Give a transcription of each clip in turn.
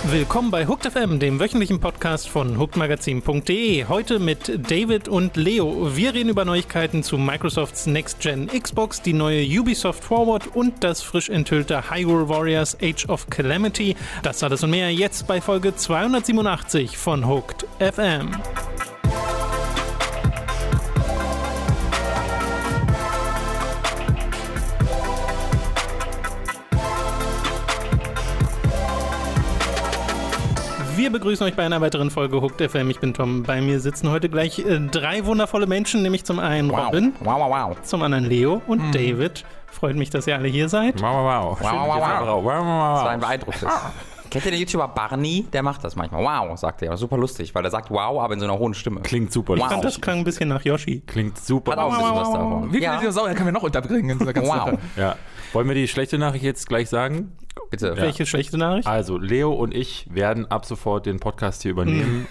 Willkommen bei Hooked FM, dem wöchentlichen Podcast von hookedmagazin.de. Heute mit David und Leo. Wir reden über Neuigkeiten zu Microsofts Next-Gen Xbox, die neue Ubisoft Forward und das frisch enthüllte Hyrule Warriors Age of Calamity. Das alles und mehr jetzt bei Folge 287 von Hooked FM. Wir begrüßen euch bei einer weiteren Folge Hooked FM. Ich bin Tom. Bei mir sitzen heute gleich drei wundervolle Menschen, nämlich zum einen Robin, zum anderen Leo und David. Freut mich, dass ihr alle hier seid. Das war ein beeindruckendes. Kennt ihr den YouTuber Barney? Der macht das manchmal. Wow, sagt er. Super lustig, weil er sagt wow, aber in so einer hohen Stimme. Klingt super. Ich fand, das klang ein bisschen nach Yoshi. Klingt super. Hat auch ein bisschen was davon. Wie viele Dinosaurier können wir noch unterbringen in dieser ganzen Sache? Ja. Wollen wir die schlechte Nachricht jetzt gleich sagen? Bitte. Ja. Welche schlechte Nachricht? Also, Leo und ich werden ab sofort den Podcast hier übernehmen.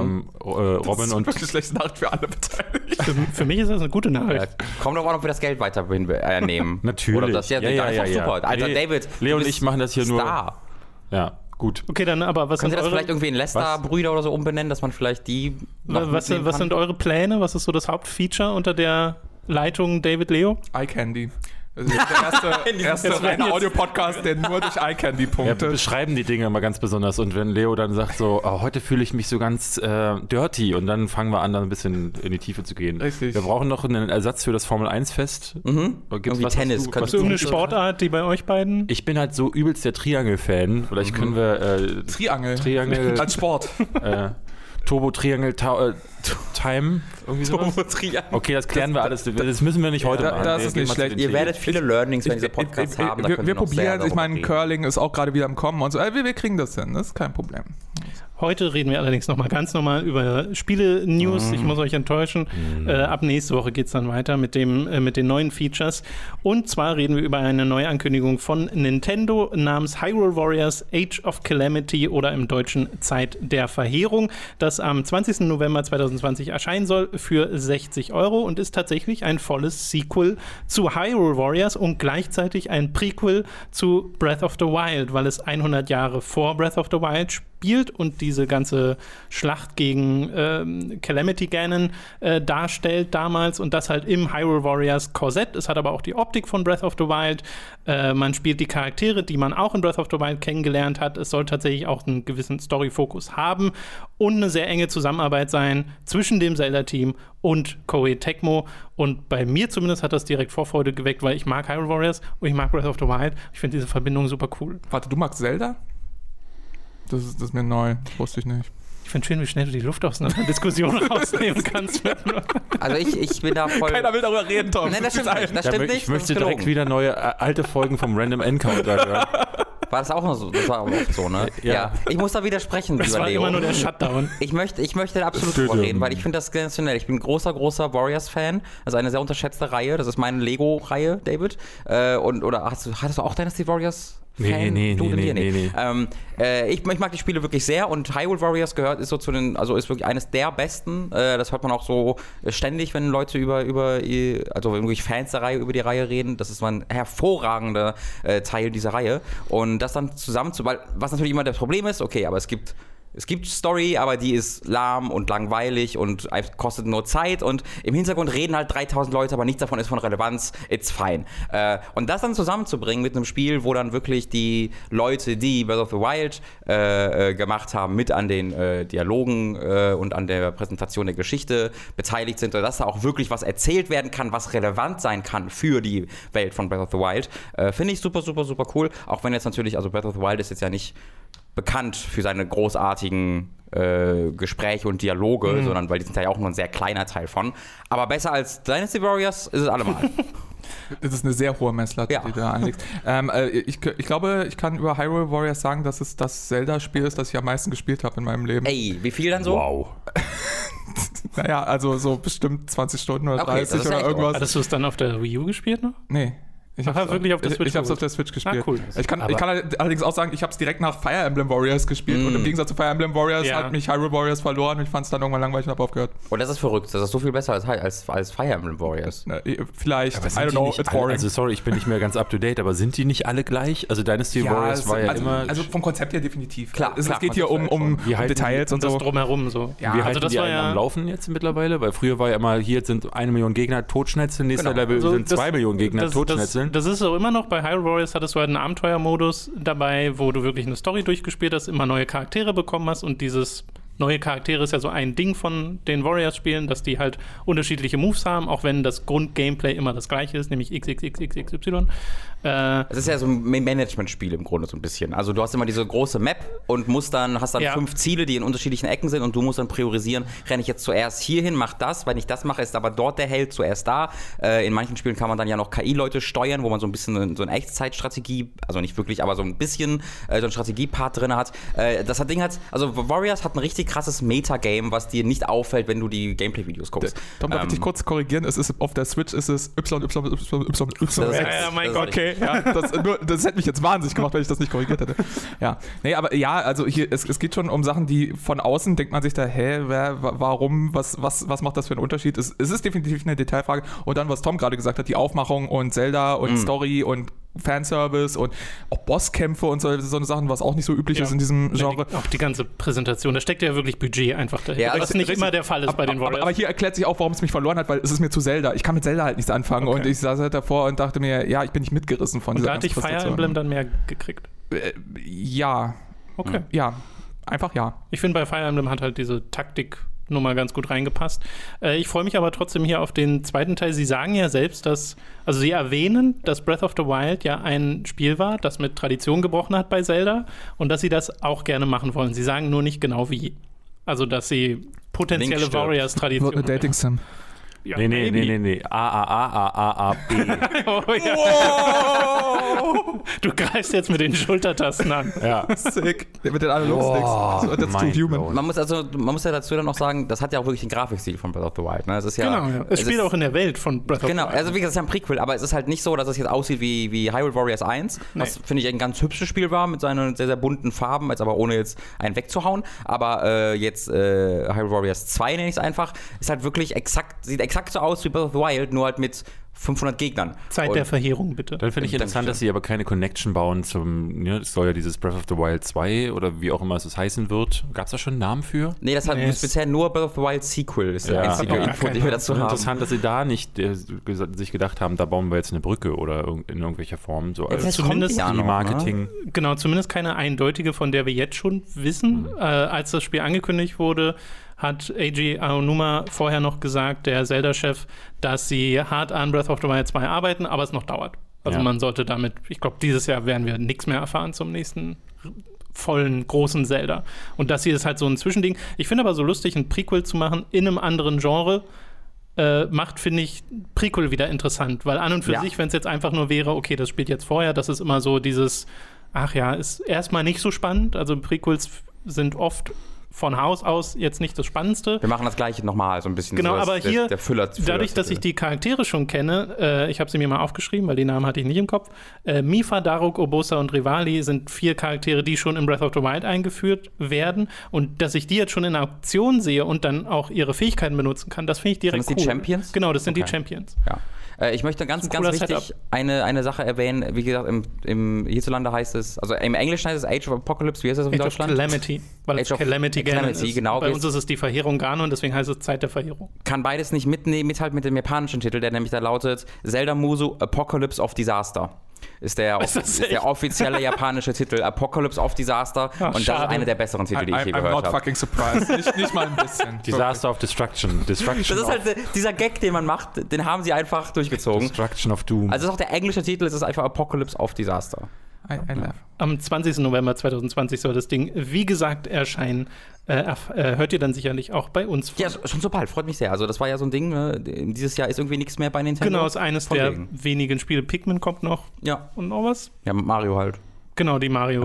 Robin und... Das ist wirklich schlechte Nachricht für alle Beteiligten. Für mich ist das eine gute Nachricht. Kommt doch auch noch, ob wir das Geld weiter nehmen. Natürlich. Oder das, ja, ist doch super. Alter, Nee, David, Leo und ich machen das hier Star. nur... Ja, gut. Okay, dann aber was Können sind Sie das eure... vielleicht irgendwie in Lester-Brüder oder so umbenennen, dass man vielleicht die noch Was sind eure Pläne? Was ist so das Hauptfeature unter der Leitung David Leo? Eye Candy. Das ist der erste reine Audio-Podcast, der nur durch Eye Candy Wir punktet. beschreiben die Dinge immer ganz besonders. Und wenn Leo dann sagt so, oh, heute fühle ich mich so ganz dirty, und dann fangen wir an, da ein bisschen in die Tiefe zu gehen. Richtig. Wir brauchen noch einen Ersatz für das Formel-1-Fest. Irgendwie Tennis. Hast du irgendeine Sportart, die bei euch beiden? Ich bin halt so übelst der Triangle-Fan. Vielleicht können wir Triangle. Als Sport. Turbo Triangle Time. Irgendwie sowas? Okay, das klären wir alles. Das müssen wir nicht heute machen. Das ist nicht schlecht. Ihr werdet viele Learnings, wenn ihr Podcast haben. Wir probieren, ich meine, Curling ist auch gerade wieder im Kommen und so. Wir kriegen das hin, das ist kein Problem. Heute reden wir allerdings nochmal ganz normal über Spiele-News. Ich muss euch enttäuschen. Ab nächste Woche geht es dann weiter mit den neuen Features. Und zwar reden wir über eine neue Ankündigung von Nintendo namens Hyrule Warriors Age of Calamity oder im Deutschen Zeit der Verheerung, das am 20. November 2020 erscheinen soll für 60 € und ist tatsächlich ein volles Sequel zu Hyrule Warriors und gleichzeitig ein Prequel zu Breath of the Wild, weil es 100 Jahre vor Breath of the Wild spielt und diese ganze Schlacht gegen Calamity Ganon darstellt damals und das halt im Hyrule Warriors Korsett. Es hat aber auch die Optik von Breath of the Wild. Man spielt die Charaktere, die man auch in Breath of the Wild kennengelernt hat. Es soll tatsächlich auch einen gewissen Story-Fokus haben und eine sehr enge Zusammenarbeit sein zwischen dem Zelda-Team und Koei Tecmo. Und bei mir zumindest hat das direkt Vorfreude geweckt, weil ich mag Hyrule Warriors und ich mag Breath of the Wild. Ich finde diese Verbindung super cool. Warte, du magst Zelda? Das ist mir neu, wusste ich nicht. Ich finde schön, wie schnell du die Luft aus einer Diskussion rausnehmen kannst. Also ich bin da voll... Keiner will darüber reden, Tom. Nein, das stimmt nicht. Das stimmt nicht. Ich möchte direkt wieder neue alte Folgen vom Random Encounter hören. War das auch noch so? Das war auch oft so, ne? Ja. Ich muss da widersprechen, das war Leo. immer nur der Shutdown. Ich möchte da absolut drüber reden, weil ich finde das sensationell. Ich bin großer Warriors-Fan. Also eine sehr unterschätzte Reihe. Das ist meine Lego-Reihe, David. Oder hattest du auch Dynasty Warriors? Nee. Ich mag die Spiele wirklich sehr und Hyrule Warriors ist ist wirklich eines der besten. Das hört man auch so ständig, wenn Leute also wenn wirklich Fans der Reihe über die Reihe reden. Das ist ein hervorragender Teil dieser Reihe. Und das dann weil was natürlich immer das Problem ist, okay, aber es gibt Story, aber die ist lahm und langweilig und kostet nur Zeit und im Hintergrund reden halt 3000 Leute, aber nichts davon ist von Relevanz, it's fine. Und das dann zusammenzubringen mit einem Spiel, wo dann wirklich die Leute, die Breath of the Wild gemacht haben, mit an den Dialogen und an der Präsentation der Geschichte beteiligt sind, dass da auch wirklich was erzählt werden kann, was relevant sein kann für die Welt von Breath of the Wild, finde ich super, super, super cool. Auch wenn jetzt natürlich, also Breath of the Wild ist jetzt ja nicht bekannt für seine großartigen Gespräche und Dialoge, sondern weil die sind ja auch nur ein sehr kleiner Teil von. Aber besser als Dynasty Warriors ist es allemal. Das ist eine sehr hohe Messlatte, die du da anlegst. Ich glaube, ich kann über Hyrule Warriors sagen, dass es das Zelda-Spiel ist, das ich am meisten gespielt habe in meinem Leben. Ey, wie viel dann so? Wow. Naja, also so bestimmt 20 Stunden oder 30 das ist oder echt irgendwas. Hattest du es dann auf der Wii U gespielt noch? Nee. Ich habe wirklich auf der Switch. Ich habe es auf der Switch gespielt. Cool. Ich kann allerdings auch sagen, ich habe es direkt nach Fire Emblem Warriors gespielt und im Gegensatz zu Fire Emblem Warriors hat mich Hyrule Warriors verloren und ich fand es dann irgendwann langweilig und habe aufgehört. Und das ist verrückt. Das ist so viel besser als Fire Emblem Warriors. Vielleicht. I don't know. It's boring. Also sorry, ich bin nicht mehr ganz up to date, aber sind die nicht alle gleich? Also Dynasty Warriors war ja immer... Also vom Konzept her definitiv. Klar. Es geht hier um Details und so. Das drumherum so. Ja, wie halten die am Laufen jetzt mittlerweile? Weil früher war ja immer, hier sind 1 Million Gegner totschnetzeln, nächster Level sind 2 Millionen Gegner totschnetzeln. Das ist so immer noch. Bei Hyrule Warriors hattest du halt einen Abenteuermodus dabei, wo du wirklich eine Story durchgespielt hast, immer neue Charaktere bekommen hast und dieses neue Charaktere ist ja so ein Ding von den Warriors-Spielen, dass die halt unterschiedliche Moves haben, auch wenn das Grund-Gameplay immer das gleiche ist, nämlich XXXXY. Es ist ja so ein Management-Spiel im Grunde so ein bisschen. Also du hast immer diese große Map und hast dann 5 Ziele, die in unterschiedlichen Ecken sind und du musst dann priorisieren, renne ich jetzt zuerst hierhin, mach das, wenn ich das mache, ist aber dort der Held zuerst da. In manchen Spielen kann man dann ja noch KI-Leute steuern, wo man so ein bisschen so eine Echtzeitstrategie, also nicht wirklich, aber so ein bisschen so einen Strategiepart drin hat. Also Warriors hat ein richtig krasses Metagame, was dir nicht auffällt, wenn du die Gameplay-Videos guckst. Tom, darf ich dich kurz korrigieren? Es ist auf der Switch ist es Y. Ja, mein Gott. Okay, ja, das hätte mich jetzt wahnsinnig gemacht, wenn ich das nicht korrigiert hätte. Ja, nee, aber ja, also hier, es geht schon um Sachen, die von außen denkt man sich da, warum, was macht das für einen Unterschied? Es ist definitiv eine Detailfrage. Und dann, was Tom gerade gesagt hat, die Aufmachung und Zelda und Story und Fanservice und auch Bosskämpfe und so eine Sachen, was auch nicht so üblich ist in diesem Genre. Auch die ganze Präsentation, da steckt ja wirklich Budget einfach dahinter, was nicht immer der Fall ist bei den Warriors. Aber hier erklärt sich auch, warum es mich verloren hat, weil es ist mir zu Zelda. Ich kann mit Zelda halt nichts anfangen und ich saß halt davor und dachte mir, ja, ich bin nicht mitgerissen von dieser ganzen Präsentation. Da hatte ich Fire Emblem dann mehr gekriegt? Ja. Okay. Ja, einfach ja. Ich finde, bei Fire Emblem hat halt diese Taktik-Nummer ganz gut reingepasst. Ich freue mich aber trotzdem hier auf den zweiten Teil. Sie sagen ja selbst, Sie erwähnen, dass Breath of the Wild ja ein Spiel war, das mit Tradition gebrochen hat bei Zelda und dass sie das auch gerne machen wollen. Sie sagen nur nicht genau wie. Also, dass sie potenzielle Warriors-Tradition wird eine Dating-Sim. Ja, nee. A, B. Oh, ja. Wow! Du greifst jetzt mit den Schultertasten an. Ja. Sick. Mit den Analog-Sticks. That's too human. Man muss ja dazu dann noch sagen, das hat ja auch wirklich den Grafikstil von Breath of the Wild. Ne? Es ist ja, genau, ja. Es spielt auch in der Welt von Breath of the Wild. Genau, also wie gesagt, es ist ja ein Prequel, aber es ist halt nicht so, dass es jetzt aussieht wie Hyrule Warriors 1, was, finde ich, ein ganz hübsches Spiel war, mit seinen sehr, sehr bunten Farben, jetzt aber ohne jetzt einen wegzuhauen. Aber jetzt Hyrule Warriors 2 nenne ich es einfach, ist halt wirklich sieht exakt so aus wie Breath of the Wild, nur halt mit 500 Gegnern. Zeit der Verheerung, bitte. Dann finde ich interessant, dass sie aber keine Connection bauen es soll ja dieses Breath of the Wild 2 oder wie auch immer es heißen wird. Gab es da schon einen Namen für? Nee, das hat bisher nur Breath of the Wild Sequel, ist der einzige Info, die wir dazu haben. Interessant, dass sie da nicht sich gedacht haben, da bauen wir jetzt eine Brücke oder in irgendwelcher Form. So also zumindest Marketing. Ne? Genau, zumindest keine eindeutige, von der wir jetzt schon wissen. Als das Spiel angekündigt wurde, hat Eiji Aonuma vorher noch gesagt, der Zelda-Chef, dass sie hart an Breath of the Wild 2 arbeiten, aber es noch dauert. Also man sollte damit, ich glaube, dieses Jahr werden wir nichts mehr erfahren zum nächsten vollen, großen Zelda. Und das hier ist halt so ein Zwischending. Ich finde aber so lustig, ein Prequel zu machen in einem anderen Genre, macht, finde ich, Prequel wieder interessant. Weil an und für sich, wenn es jetzt einfach nur wäre, okay, das spielt jetzt vorher, das ist immer so dieses, ist erstmal nicht so spannend. Also Prequels sind oft von Haus aus jetzt nicht das Spannendste. Wir machen das Gleiche nochmal, so ein bisschen. Genau, so aber hier, der Füller, dadurch, dass ich die Charaktere schon kenne, ich habe sie mir mal aufgeschrieben, weil die Namen hatte ich nicht im Kopf, Mipha, Daruk, Urbosa und Rivali sind 4 Charaktere, die schon in Breath of the Wild eingeführt werden und dass ich die jetzt schon in Aktion sehe und dann auch ihre Fähigkeiten benutzen kann, das finde ich direkt cool. Sind das die Champions? Genau, das sind die Champions. Ja. Ich möchte ganz wichtig eine Sache erwähnen. Wie gesagt, hierzulande heißt es, also im Englischen heißt es Age of Apocalypse, wie heißt das in Deutschland? Age of Calamity, weil es Calamity Ganon ist. Genau. Bei uns ist es die Verheerung Ganon, deswegen heißt es Zeit der Verheerung. Kann beides nicht mithalten mit dem japanischen Titel, der nämlich da lautet Zelda Musu Apocalypse of Disaster. Ist der offizielle japanische Titel, Apocalypse of Disaster. Und das ist einer der besseren Titel, die ich je gehört habe. I'm not fucking surprised. Nicht mal ein bisschen. Disaster of Destruction. Das ist halt dieser Gag, den man macht, den haben sie einfach durchgezogen. Destruction of Doom. Also das ist auch der englische Titel, es ist einfach Apocalypse of Disaster. Am 20. November 2020 soll das Ding, wie gesagt, erscheinen. Hört ihr dann sicherlich auch bei uns von. Ja, schon so bald, freut mich sehr. Also das war ja so ein Ding, dieses Jahr ist irgendwie nichts mehr bei Nintendo. Genau, ist eines der wenigen Spiele. Pikmin kommt noch. Ja. Und noch was? Ja, Mario halt. Genau, die Mario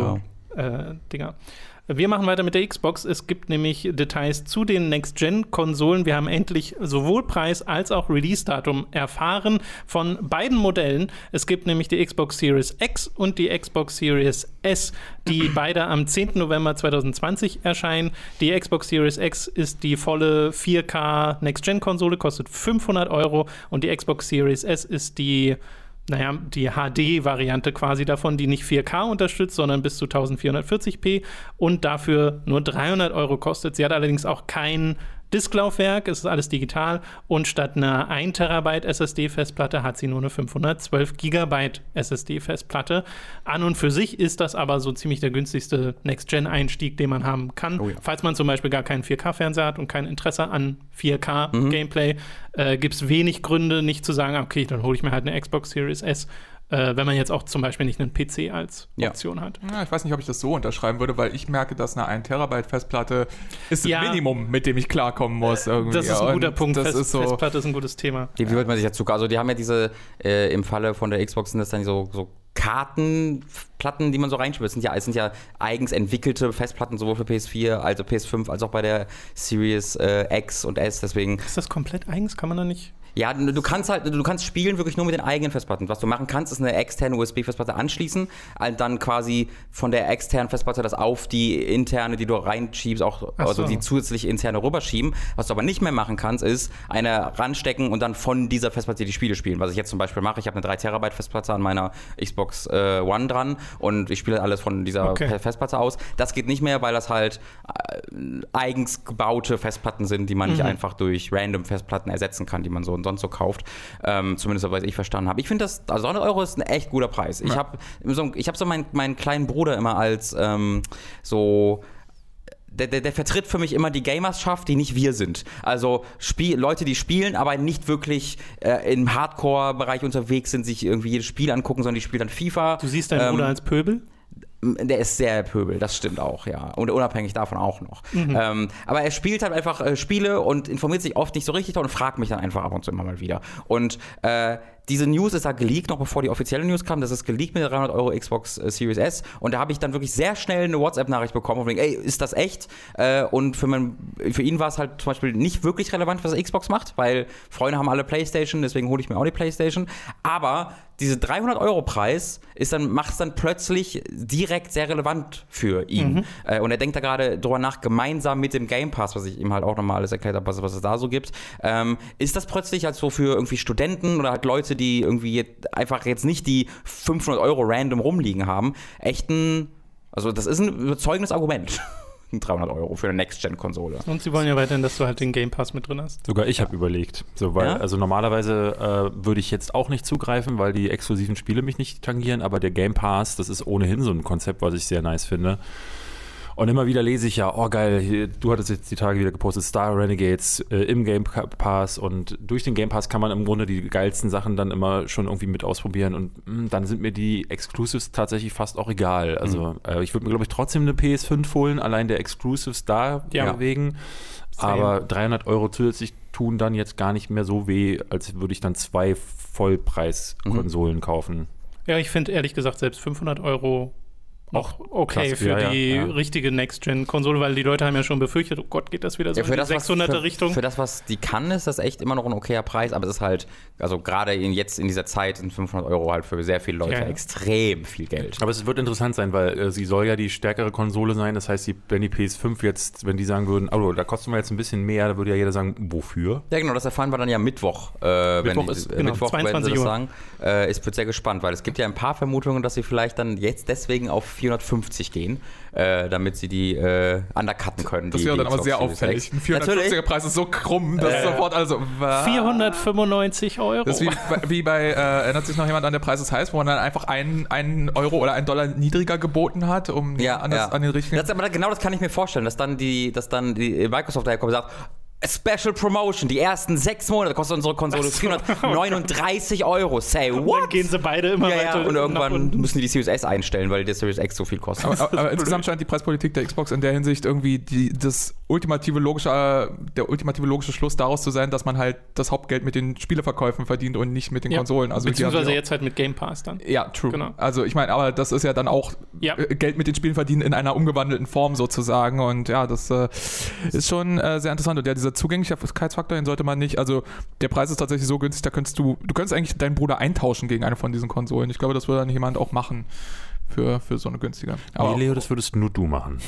Dinger. Wir machen weiter mit der Xbox. Es gibt nämlich Details zu den Next-Gen-Konsolen. Wir haben endlich sowohl Preis als auch Release-Datum erfahren von beiden Modellen. Es gibt nämlich die Xbox Series X und die Xbox Series S, die beide am 10. November 2020 erscheinen. Die Xbox Series X ist die volle 4K Next-Gen-Konsole, kostet 500 € und die Xbox Series S ist die HD-Variante quasi davon, die nicht 4K unterstützt, sondern bis zu 1440p und dafür nur 300 € kostet. Sie hat allerdings auch kein Disklaufwerk, es ist alles digital und statt einer 1 TB SSD-Festplatte hat sie nur eine 512 GB SSD-Festplatte. An und für sich ist das aber so ziemlich der günstigste Next-Gen-Einstieg, den man haben kann. Oh ja. Falls man zum Beispiel gar keinen 4K-Fernseher hat und kein Interesse an 4K-Gameplay, gibt es wenig Gründe, nicht zu sagen, okay, dann hole ich mir halt eine Xbox Series S, wenn man jetzt auch zum Beispiel nicht einen PC als Option hat. Ja, ich weiß nicht, ob ich das so unterschreiben würde, weil ich merke, dass eine 1 TB Festplatte ist das Minimum, mit dem ich klarkommen muss. Irgendwie. Das ist ein guter Punkt. Festplatte ist ein gutes Thema. Wie wird man sich dazu? Also die haben ja diese, im Falle von der Xbox sind das dann so Kartenplatten, die man so reinspielt. Es sind ja eigens entwickelte Festplatten, sowohl für PS4, also PS5, als auch bei der Series X und S. Deswegen ist das komplett eigens? Kann man da nicht? Ja, du kannst spielen wirklich nur mit den eigenen Festplatten. Was du machen kannst, ist eine externe USB-Festplatte anschließen, dann quasi von der externen Festplatte das auf die interne, die du reinschiebst, also die zusätzlich interne rüberschieben. Was du aber nicht mehr machen kannst, ist eine ranstecken und dann von dieser Festplatte die Spiele spielen. Was ich jetzt zum Beispiel mache, ich habe eine 3 TB Festplatte an meiner Xbox One dran und ich spiele alles von dieser Festplatte aus. Das geht nicht mehr, weil das halt eigens gebaute Festplatten sind, die man nicht einfach durch random Festplatten ersetzen kann, die man so und sonst so kauft. Zumindest, was ich verstanden habe. Ich finde, 100 € ist ein echt guter Preis. Ich habe so meinen kleinen Bruder immer als der vertritt für mich immer die Gamerschaft, die nicht wir sind. Also Leute, die spielen, aber nicht wirklich im Hardcore-Bereich unterwegs sind, sich irgendwie jedes Spiel angucken, sondern die spielen dann FIFA. Du siehst deinen Bruder als Pöbel? Der ist sehr Pöbel, das stimmt auch, ja. Und unabhängig davon auch noch. Aber er spielt halt einfach Spiele und informiert sich oft nicht so richtig und fragt mich dann einfach ab und zu immer mal wieder. Und diese News ist da geleakt, noch bevor die offizielle News kam. Das ist geleakt mit der 300 € Xbox Series S. Und da habe ich dann wirklich sehr schnell eine WhatsApp-Nachricht bekommen. Und denke, ey, ist das echt? Und für ihn war es halt zum Beispiel nicht wirklich relevant, was Xbox macht, weil Freunde haben alle PlayStation, deswegen hole ich mir auch die PlayStation. Aber diese 300 € Preis macht es dann plötzlich direkt sehr relevant für ihn. Und er denkt da gerade drüber nach, gemeinsam mit dem Game Pass, was ich ihm halt auch nochmal alles erklärt habe, was es da so gibt. Ist das plötzlich halt so für irgendwie Studenten oder halt Leute, die irgendwie einfach jetzt nicht die 500 € random rumliegen haben, also das ist ein überzeugendes Argument. 300 € für eine Next-Gen-Konsole. Und sie wollen ja weiterhin, dass du halt den Game Pass mit drin hast. Sogar ich habe überlegt. Also normalerweise würde ich jetzt auch nicht zugreifen, weil die exklusiven Spiele mich nicht tangieren, aber der Game Pass, das ist ohnehin so ein Konzept, was ich sehr nice finde. Und immer wieder lese ich ja, oh geil, du hattest jetzt die Tage wieder gepostet, Star Renegades im Game Pass und durch den Game Pass kann man im Grunde die geilsten Sachen dann immer schon irgendwie mit ausprobieren und dann sind mir die Exclusives tatsächlich fast auch egal. Also ich würde mir, glaube ich, trotzdem eine PS5 holen, allein der Exclusives da wegen. Aber 300 € zusätzlich tun dann jetzt gar nicht mehr so weh, als würde ich dann 2 Vollpreis-Konsolen kaufen. Ja, ich finde ehrlich gesagt selbst 500 € auch okay krass, für die richtige Next-Gen-Konsole, weil die Leute haben ja schon befürchtet, oh Gott, geht das wieder so in die 600er-Richtung. Für das, was die kann, ist das echt immer noch ein okayer Preis, aber es ist halt, also gerade jetzt in dieser Zeit sind 500 € halt für sehr viele Leute extrem viel Geld. Aber es wird interessant sein, weil sie soll ja die stärkere Konsole sein, das heißt, wenn die PS5 jetzt, wenn die sagen würden, oh, da kostet wir jetzt ein bisschen mehr, da würde ja jeder sagen, wofür? Ja genau, das erfahren wir dann ja Mittwoch. Mittwoch ist 22 Uhr. Sagen. Ich bin sehr gespannt, weil es gibt ja ein paar Vermutungen, dass sie vielleicht dann jetzt deswegen auf 450 gehen, damit sie die undercutten können. Das wäre dann aber sehr auffällig. Ein 450er Preis ist so krumm, dass sofort also 495 €. Das ist wie bei, erinnert sich noch jemand an der Preis ist heiß, wo man dann einfach einen $1 oder $1 niedriger geboten hat, um an den richtigen... Aber genau das kann ich mir vorstellen, dass dann die Microsoft daher kommt und sagt, Special Promotion, die ersten 6 Monate kostet unsere Konsole 439 €. Say what? Und dann gehen sie beide immer weiter. Und irgendwann müssen die Series S einstellen, weil die Series X so viel kostet. Aber insgesamt scheint die Preispolitik der Xbox in der Hinsicht irgendwie der ultimative logische Schluss daraus zu sein, dass man halt das Hauptgeld mit den Spieleverkäufen verdient und nicht mit den Konsolen. Also beziehungsweise jetzt halt mit Game Pass dann. Ja, true. Genau. Also ich meine, aber das ist ja dann auch Geld mit den Spielen verdienen in einer umgewandelten Form sozusagen. Und ja, das ist schon sehr interessant. Und ja, dieser Zugänglichkeitsfaktor, den sollte man nicht, also der Preis ist tatsächlich so günstig, da könntest du könntest eigentlich deinen Bruder eintauschen gegen eine von diesen Konsolen. Ich glaube, das würde dann jemand auch machen für so eine günstige. Aber nee, Leo, das würdest nur du machen.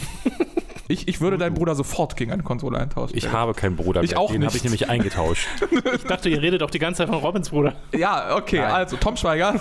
Ich würde deinen Bruder sofort gegen eine Konsole eintauschen. Ich habe keinen Bruder. Ich auch den habe ich nämlich eingetauscht. Ich dachte, ihr redet auch die ganze Zeit von Robins Bruder. Ja, okay, Nein. Also Tom Schweiger,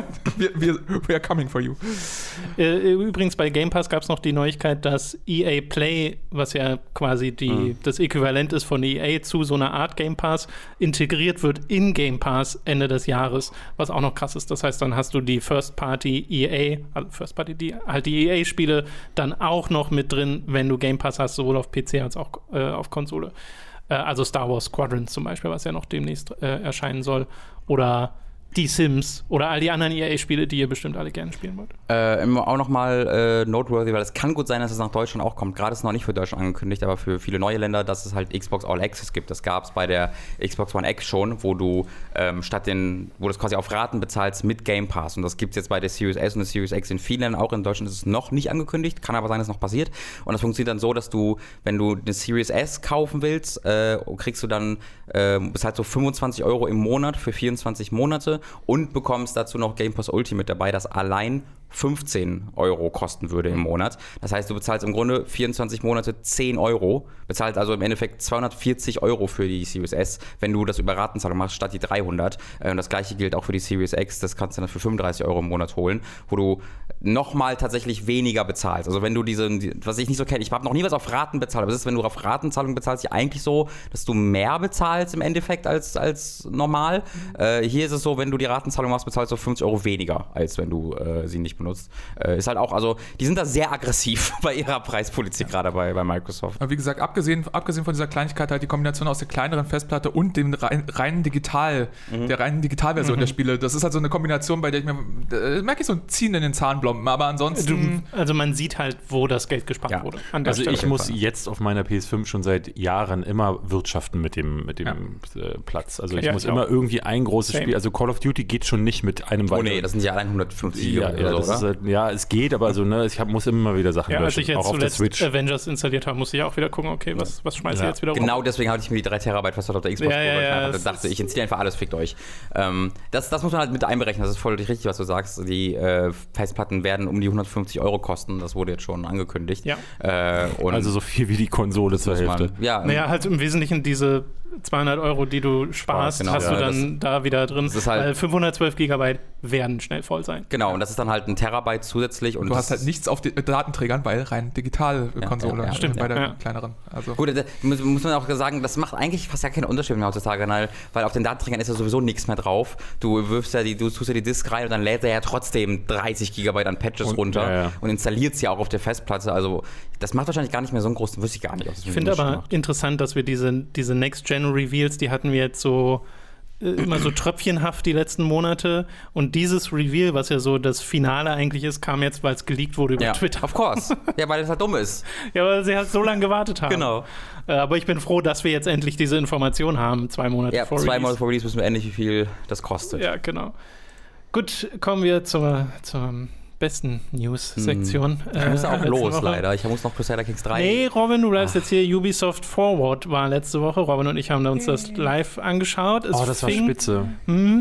we are coming for you. Übrigens bei Game Pass gab es noch die Neuigkeit, dass EA Play, was ja quasi das Äquivalent ist von EA zu so einer Art Game Pass, integriert wird in Game Pass Ende des Jahres, was auch noch krass ist. Das heißt, dann hast du die First-Party EA, die EA-Spiele dann auch noch mit drin, wenn du Game Pass hast, sowohl auf PC als auch auf Konsole. Also Star Wars Squadrons zum Beispiel, was ja noch demnächst erscheinen soll. Oder die Sims oder all die anderen EA-Spiele, die ihr bestimmt alle gerne spielen wollt. Auch nochmal noteworthy, weil es kann gut sein, dass es nach Deutschland auch kommt. Gerade ist es noch nicht für Deutschland angekündigt, aber für viele neue Länder, dass es halt Xbox All Access gibt. Das gab es bei der Xbox One X schon, wo du wo du es quasi auf Raten bezahlst mit Game Pass. Und das gibt es jetzt bei der Series S und der Series X in vielen Ländern. Auch in Deutschland ist es noch nicht angekündigt, kann aber sein, dass es noch passiert. Und das funktioniert dann so, dass du, wenn du eine Series S kaufen willst, kriegst du dann bezahlst so 25 € im Monat für 24 Monate und bekommst dazu noch Game Pass Ultimate dabei, das allein 15 € kosten würde im Monat. Das heißt, du bezahlst im Grunde 24 Monate 10 €, bezahlst also im Endeffekt 240 € für die Series S, wenn du das über Ratenzahlung machst, statt die 300. Und das gleiche gilt auch für die Series X, das kannst du dann für 35 € im Monat holen, wo du nochmal tatsächlich weniger bezahlst. Also wenn du was ich nicht so kenne, ich habe noch nie was auf Raten bezahlt, aber es ist, wenn du auf Ratenzahlung bezahlst, ja eigentlich so, dass du mehr bezahlst im Endeffekt als normal. Hier ist es so, wenn du die Ratenzahlung machst, bezahlst du 50 € weniger, als wenn du sie nicht benutzt. Ist halt auch, also die sind da sehr aggressiv bei ihrer Preispolitik, gerade bei Microsoft. Aber wie gesagt, abgesehen von dieser Kleinigkeit halt die Kombination aus der kleineren Festplatte und dem reinen Digitalversion der Spiele, das ist halt so eine Kombination, bei der ich merke ich so ein Ziehen in den Zahnbomben, aber ansonsten... Also man sieht halt, wo das Geld gespart wurde. Also Stelle. Ich muss jetzt auf meiner PS5 schon seit Jahren immer wirtschaften mit dem Platz. Also ich muss immer irgendwie ein großes Spiel, also Call of Duty geht schon nicht mit einem weiteren. Oh nee, das sind ja allein 150 oder so, oder? Ja, es geht, aber also, ich muss immer wieder Sachen löschen. Als ich jetzt auch auf der Switch. Avengers installiert habe, musste ich auch wieder gucken, okay, was schmeiße ich jetzt wieder rum? Genau deswegen hatte ich mir die 3 Terabyte Festplatte auf der Xbox geholt, weil ich dachte, ich installiere einfach alles, fickt euch. Das muss man halt mit einberechnen, das ist voll richtig, was du sagst. Die Festplatten werden um die 150 € kosten, das wurde jetzt schon angekündigt. Ja. Und also so viel wie die Konsole zur Hälfte. Naja, halt im Wesentlichen diese 200 €, die du sparst, hast du dann da wieder drin, weil 512 GB werden schnell voll sein. Genau, und das ist dann halt ein Terabyte zusätzlich. Und du hast halt nichts auf Datenträgern, weil rein Digitalkonsole stimmt, bei der kleineren. Also. Gut, muss man auch sagen, das macht eigentlich fast ja keinen Unterschied mehr heutzutage, weil auf den Datenträgern ist ja sowieso nichts mehr drauf. Du tust ja die Disk rein und dann lädt er ja trotzdem 30 GB an Patches runter und installiert es ja auch auf der Festplatte. Also das macht wahrscheinlich gar nicht mehr so einen großen, wüsste ich gar nicht. Ich finde aber interessant, dass wir diese Next-Gen-Reveals, die hatten wir jetzt so immer so tröpfchenhaft die letzten Monate, und dieses Reveal, was ja so das Finale eigentlich ist, kam jetzt, weil es geleakt wurde über Twitter. Of course. Ja, weil es halt dumm ist. Ja, weil sie halt so lange gewartet haben. Genau. Aber ich bin froh, dass wir jetzt endlich diese Information haben, 2 Monate vor Release. 2 Monate vor Release wissen wir endlich, wie viel das kostet. Ja, genau. Gut, kommen wir zur besten News-Sektion. Ich muss auch los, leider. Ich muss noch Crusader Kings 3. Nee, Robin, du bleibst jetzt hier. Ubisoft Forward war letzte Woche. Robin und ich haben uns das live angeschaut. Das war spitze.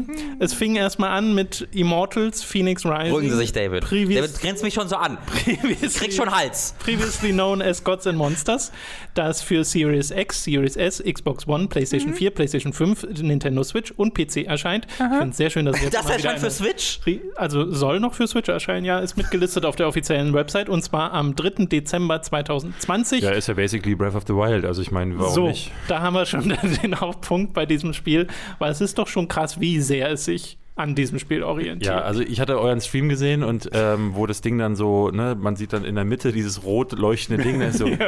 Es fing erstmal an mit Immortals, Phoenix Rising. Beruhigen Sie sich, David. David grenzt mich schon so an. Ich krieg schon Hals. Previously known as Gods and Monsters, das für Series X, Series S, Xbox One, PlayStation 4, PlayStation 5, Nintendo Switch und PC erscheint. Ich finde es sehr schön, dass es jetzt das erscheint für Switch? Also soll noch für Switch erscheinen. Ja, ist mitgelistet auf der offiziellen Website, und zwar am 3. Dezember 2020. Ja, ist ja basically Breath of the Wild, also ich meine, warum nicht? Da haben wir schon den Hauptpunkt bei diesem Spiel, weil es ist doch schon krass, wie sehr es sich an diesem Spiel orientiert. Ja, also ich hatte euren Stream gesehen und wo das Ding dann so, ne, man sieht dann in der Mitte dieses rot leuchtende Ding, das ist so.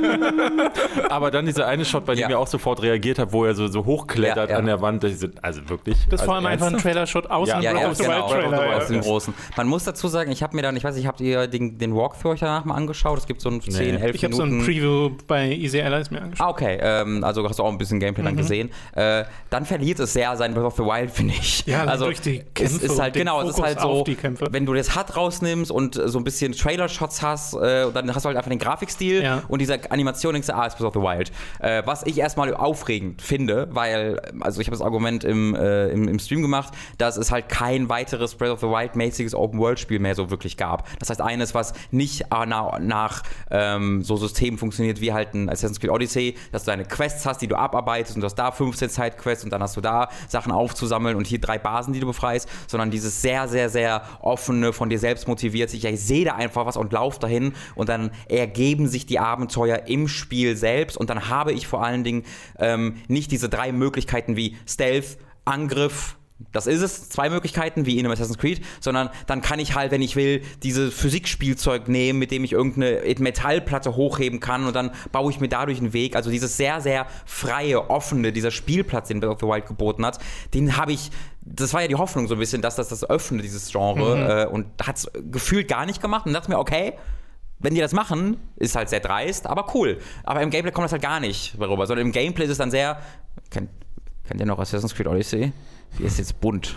Aber dann dieser eine Shot, bei dem ich auch sofort reagiert habe, wo er so hochklettert an der Wand, also wirklich. Das ist vor allem einfach ein Trailer-Shot aus dem Breath of the Wild Trailer. Aus dem großen. Man muss dazu sagen, ich habe mir dann, ich weiß nicht, habt ihr den Walkthrough euch danach mal angeschaut? Es gibt so ein 10, 11 Minuten. Ich habe so ein Preview bei Easy Allies mir angeschaut. Okay, also hast du auch ein bisschen Gameplay dann gesehen. Dann verliert es sehr sein Breath of the Wild, finde ich. Ja, also durch die Kämpfe. Es ist halt, genau, es ist halt so, wenn du das HUD rausnimmst und so ein bisschen Trailer-Shots hast, dann hast du halt einfach den Grafikstil und diese Animation, denkst du, ist Breath of the Wild. Was ich erstmal aufregend finde, weil, also ich habe das Argument im Stream gemacht, dass es halt kein weiteres Breath of the Wild-mäßiges Open-World-Spiel mehr so wirklich gab. Das heißt, eines, was nicht nach so Systemen funktioniert wie halt ein Assassin's Creed Odyssey, dass du deine Quests hast, die du abarbeitest und du hast da 15 Side-Quests und dann hast du da Sachen aufzusammeln und hier 3 Basen, die du befreist, sondern dieses sehr, sehr, sehr offene, von dir selbst motiviert, ich sehe da einfach was und laufe dahin und dann ergeben sich die Abenteuer im Spiel selbst und dann habe ich vor allen Dingen nicht diese 3 Möglichkeiten wie Stealth, Angriff, das ist es, 2 Möglichkeiten, wie in einem Assassin's Creed, sondern dann kann ich halt, wenn ich will, dieses Physikspielzeug nehmen, mit dem ich irgendeine Metallplatte hochheben kann und dann baue ich mir dadurch einen Weg. Also dieses sehr, sehr freie, offene, dieser Spielplatz, den Breath of the Wild geboten hat, den habe ich, das war ja die Hoffnung so ein bisschen, dass das öffnet, dieses Genre, und hat es gefühlt gar nicht gemacht und dachte mir, okay, wenn die das machen, ist halt sehr dreist, aber cool. Aber im Gameplay kommt das halt gar nicht rüber, sondern im Gameplay ist es dann sehr, kennt ihr noch Assassin's Creed Odyssey? Die ist jetzt bunt.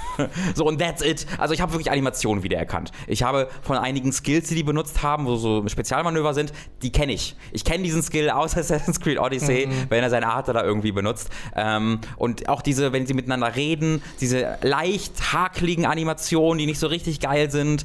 So, und that's it. Also ich habe wirklich Animationen wiedererkannt. Ich habe von einigen Skills, die benutzt haben, wo so Spezialmanöver sind, die kenne ich. Ich kenne diesen Skill aus Assassin's Creed Odyssey, wenn er seine Arte da irgendwie benutzt. Und auch diese, wenn sie miteinander reden, diese leicht hakeligen Animationen, die nicht so richtig geil sind,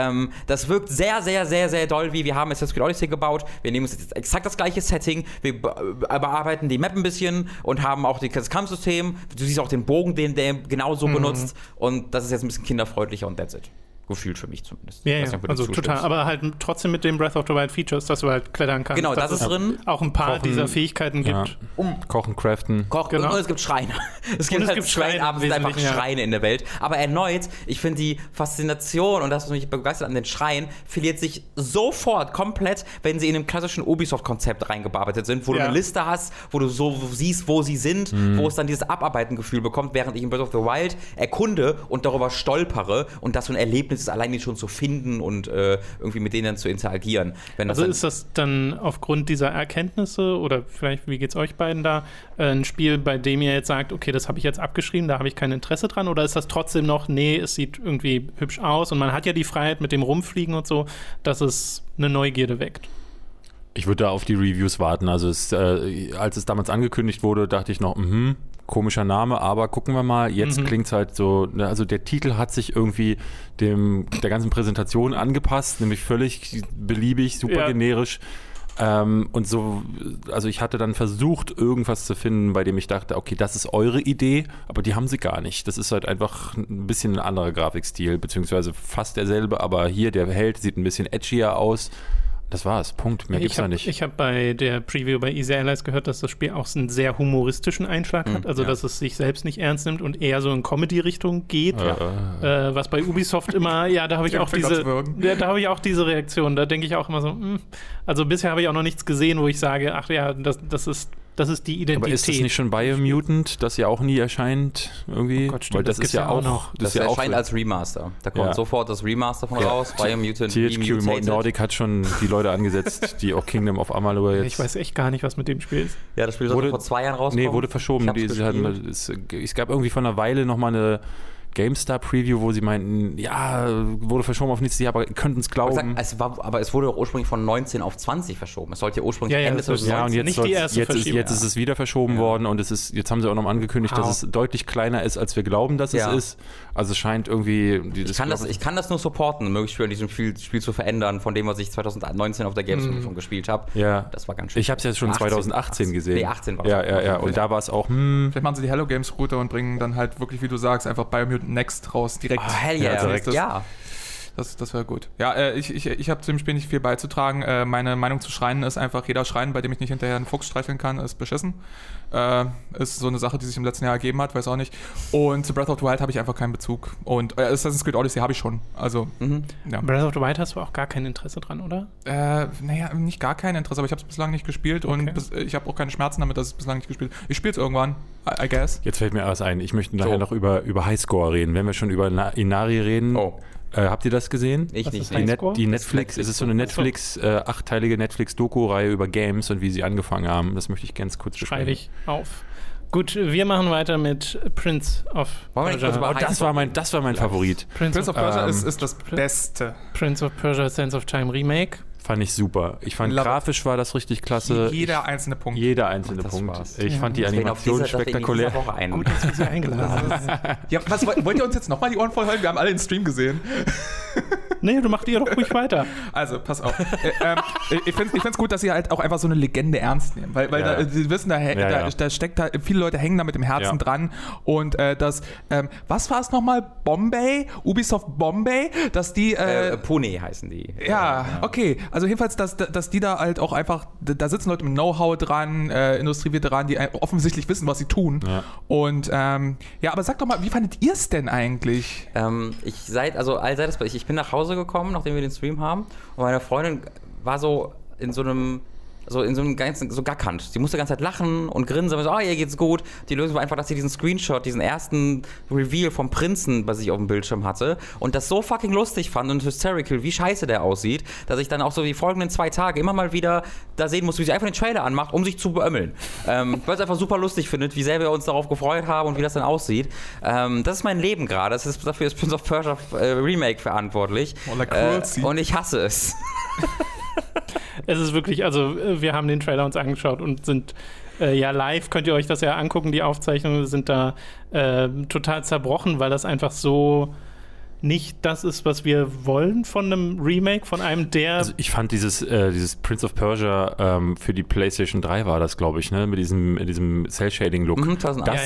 das wirkt sehr, sehr, sehr, sehr doll, wie wir haben Assassin's Creed Odyssey gebaut. Wir nehmen uns jetzt exakt das gleiche Setting, wir bearbeiten die Map ein bisschen und haben auch das Kampfsystem. Du siehst auch den Bogen, den der genauso benutzt. Und das ist jetzt ein bisschen kinderfreundlicher und that's it. Gefühlt für mich zumindest. Ja, also total. Aber halt trotzdem mit dem Breath of the Wild Features, dass du halt klettern kannst. Genau, das ist drin. Auch ein paar dieser Fähigkeiten gibt. Kochen, craften. Genau. Und es gibt Schreine. Es gibt Schreine, einfach Schreine in der Welt. Aber erneut, ich finde die Faszination und das, was mich begeistert an den Schreien, verliert sich sofort komplett, wenn sie in einem klassischen Ubisoft-Konzept reingearbeitet sind, wo du eine Liste hast, wo du so siehst, wo sie sind, wo es dann dieses Abarbeiten-Gefühl bekommt, während ich in Breath of the Wild erkunde und darüber stolpere und das so ein Erlebnis ist, allein die schon zu finden und irgendwie mit denen dann zu interagieren. Also ist das dann aufgrund dieser Erkenntnisse oder vielleicht, wie geht's euch beiden da, ein Spiel, bei dem ihr jetzt sagt, okay, das habe ich jetzt abgeschrieben, da habe ich kein Interesse dran, oder ist das trotzdem noch, nee, es sieht irgendwie hübsch aus und man hat ja die Freiheit mit dem Rumfliegen und so, dass es eine Neugierde weckt? Ich würde da auf die Reviews warten. Also als es damals angekündigt wurde, dachte ich noch, komischer Name, aber gucken wir mal, jetzt klingt es halt so, also der Titel hat sich irgendwie der ganzen Präsentation angepasst, nämlich völlig beliebig, super generisch. Und so, also ich hatte dann versucht, irgendwas zu finden, bei dem ich dachte, okay, das ist eure Idee, aber die haben sie gar nicht. Das ist halt einfach ein bisschen ein anderer Grafikstil, beziehungsweise fast derselbe, aber hier, der Held sieht ein bisschen edgier aus. Das war's, Punkt. Mehr gibt's da nicht. Ich habe bei der Preview bei Easy Allies gehört, dass das Spiel auch einen sehr humoristischen Einschlag hat, also dass es sich selbst nicht ernst nimmt und eher so in Comedy-Richtung geht, was bei Ubisoft immer, da habe ich auch diese Reaktion, da denke ich auch immer so, also bisher habe ich auch noch nichts gesehen, wo ich sage, ach ja, das ist die Identität. Aber ist das nicht schon Biomutant, das ja auch nie erscheint irgendwie? Oh Gott, stimmt, weil das ist ja auch noch. Das erscheint als Remaster. Da kommt sofort das Remaster von raus. Biomutant. THQ Nordic hat schon die Leute angesetzt, die auch Kingdom of Amalur jetzt. Ich weiß echt gar nicht, was mit dem Spiel ist. Ja, das Spiel sollte vor 2 Jahren rauskommen. Nee, wurde verschoben. Es gab irgendwie vor einer Weile nochmal eine GameStar-Preview, wo sie meinten, wurde verschoben auf nächstes Jahr, aber ihr könnt uns glauben. Aber es wurde doch ursprünglich von 19 auf 20 verschoben. Es sollte ja ursprünglich Ende 2019. Ja, und jetzt ist es wieder verschoben worden und jetzt haben sie auch noch mal angekündigt, dass es deutlich kleiner ist, als wir glauben, dass es ist. Also es scheint irgendwie... Ich kann das nur supporten, möglichst für diesem Spiel zu verändern, von dem, was ich 2019 auf der Gamescom schon gespielt habe. Ja. Das war ganz schön. Ich habe es jetzt schon 2018 gesehen. Nee, 18 war es. Ja. Und da war es auch... Vielleicht machen sie die Hello Games Route und bringen dann halt wirklich, wie du sagst, einfach Biomutant Next raus, direkt. Oh, hell yeah. Direkt. Das wäre gut. Ja, ich habe zu dem Spiel nicht viel beizutragen. Meine Meinung zu Schreinen ist einfach, jeder Schrein, bei dem ich nicht hinterher einen Fuchs streicheln kann, ist beschissen. Ist so eine Sache, die sich im letzten Jahr ergeben hat, weiß auch nicht. Und zu Breath of the Wild habe ich einfach keinen Bezug. Und Assassin's Creed Odyssey habe ich schon. Also, ja. Breath of the Wild hast du auch gar kein Interesse dran, oder? Naja, nicht gar kein Interesse, aber ich habe es bislang nicht gespielt und ich habe auch keine Schmerzen damit, dass ich es bislang nicht gespielt habe. Ich spiele es irgendwann, I guess. Jetzt fällt mir was ein. Ich möchte nachher noch über Highscore reden. Wenn wir schon über Inari reden. Oh. Habt ihr das gesehen? Ich nicht. Die Netflix, es ist so eine Netflix, 8-teilige Netflix-Doku-Reihe über Games und wie sie angefangen haben. Das möchte ich ganz kurz besprechen. Schreibe ich auf. Gut, wir machen weiter mit Prince of Persia. Das war mein Favorit. Prince of Persia ist das Beste. Prince of Persia Sands of Time Remake. Fand ich super. Ich fand grafisch war das richtig klasse. Jeder einzelne Punkt. Ich fand die Animation spektakulär. Gut, dass wir sie eingeladen haben. Ja, wollt ihr uns jetzt nochmal die Ohren voll halten? Wir haben alle den Stream gesehen. Nee, du machst ihr doch ruhig weiter. Also, pass auf. Ich find's gut, dass sie halt auch einfach so eine Legende ernst nehmen. Weil sie wissen, da steckt da, viele Leute hängen da mit dem Herzen dran. Und was war es nochmal? Bombay? Ubisoft Bombay? Dass die... Pune heißen die. Ja, okay. Also jedenfalls, dass die da halt auch einfach, da sitzen Leute mit Know-how dran, Industrieveteranen, die offensichtlich wissen, was sie tun. Ja. Und aber sag doch mal, wie fandet ihr es denn eigentlich? Ich bin nach Hause gekommen, nachdem wir den Stream haben, und meine Freundin war so in so einem ganzen, so gackernd. Sie musste die ganze Zeit lachen und grinsen, so, ihr geht's gut. Die Lösung war einfach, dass sie diesen Screenshot, diesen ersten Reveal vom Prinzen bei sich auf dem Bildschirm hatte und das so fucking lustig fand und hysterical, wie scheiße der aussieht, dass ich dann auch so die folgenden 2 Tage immer mal wieder da sehen musste, wie sie einfach den Trailer anmacht, um sich zu beömmeln. Weil es einfach super lustig findet, wie sehr wir uns darauf gefreut haben und wie das dann aussieht. Das ist mein Leben gerade. Dafür ist Prince of Persia Remake verantwortlich. Und ich hasse es. Es ist wirklich, also wir haben den Trailer uns angeschaut und sind live, könnt ihr euch das ja angucken, die Aufzeichnungen sind da total zerbrochen, weil das einfach so nicht das ist, was wir wollen von einem Remake, von einem der... Also ich fand dieses Prince of Persia für die PlayStation 3 war das, glaube ich, ne? Mit diesem Cell-Shading-Look.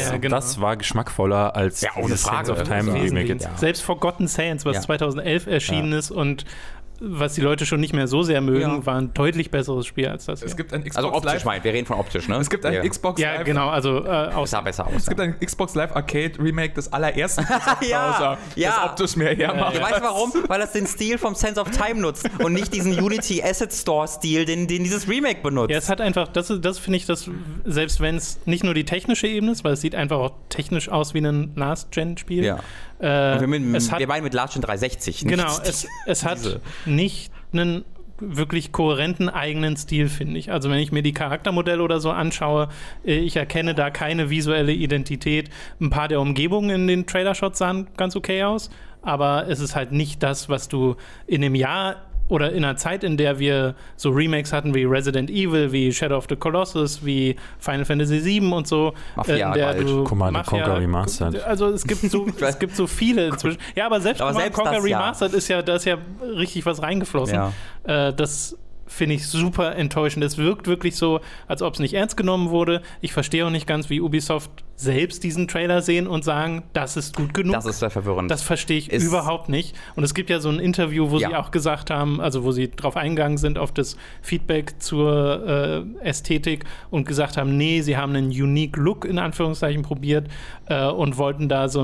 Das war geschmackvoller als dieses Sands of Time Remake jetzt. Ja. Selbst Forgotten Sands, was 2011 erschienen ist und was die Leute schon nicht mehr so sehr mögen, war ein deutlich besseres Spiel als das hier. Es gibt ein Xbox also optisch Live. wir reden von optisch, ne? Es gibt ein Xbox Live. Ja, genau, also sah besser aus. Es gibt ein Xbox Live Arcade Remake des allerersten das optisch mehr hermacht. Du weißt warum? Weil das den Stil vom Sense of Time nutzt und nicht diesen Unity Asset Store Stil, den dieses Remake benutzt. Ja, es hat einfach, das finde ich, selbst wenn es nicht nur die technische Ebene ist, weil es sieht einfach auch technisch aus wie ein Last-Gen-Spiel. Ja. Wir meinen mit Last Gen 360. Genau, es hat nicht einen wirklich kohärenten eigenen Stil, finde ich. Also wenn ich mir die Charaktermodelle oder so anschaue, ich erkenne da keine visuelle Identität. Ein paar der Umgebungen in den Trailer-Shots sahen ganz okay aus, aber es ist halt nicht das, was du in dem Jahr oder in einer Zeit, in der wir so Remakes hatten wie Resident Evil, wie Shadow of the Colossus, wie Final Fantasy VII und so. Command & Conquer Remastered. Also es gibt so viele inzwischen. Ja, aber selbst Command & Conquer Remastered da ist ja richtig was reingeflossen. Ja. Das finde ich super enttäuschend. Es wirkt wirklich so, als ob es nicht ernst genommen wurde. Ich verstehe auch nicht ganz, wie Ubisoft selbst diesen Trailer sehen und sagen, das ist gut genug. Das ist sehr verwirrend. Das verstehe ich überhaupt nicht. Und es gibt ja so ein Interview, wo sie auch gesagt haben, also wo sie drauf eingegangen sind, auf das Feedback zur Ästhetik und gesagt haben, nee, sie haben einen unique Look in Anführungszeichen probiert und wollten da so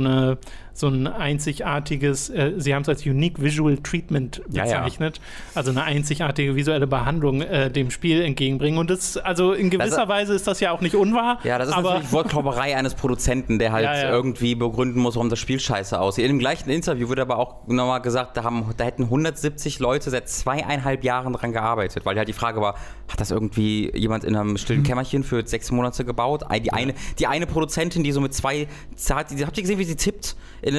ein einzigartiges, sie haben es als Unique Visual Treatment bezeichnet, also eine einzigartige visuelle Behandlung dem Spiel entgegenbringen. Und das, also in gewisser Weise ist das ja auch nicht unwahr. Ja, das ist natürlich Wortklauberei eines Produzenten, der halt irgendwie begründen muss, warum das Spiel scheiße aussieht. In dem gleichen Interview wird aber auch nochmal gesagt, da hätten 170 Leute seit 2,5 Jahren dran gearbeitet, weil halt die Frage war, hat das irgendwie jemand in einem stillen Kämmerchen für 6 Monate gebaut? Die eine Produzentin, die so mit habt ihr gesehen, wie sie tippt?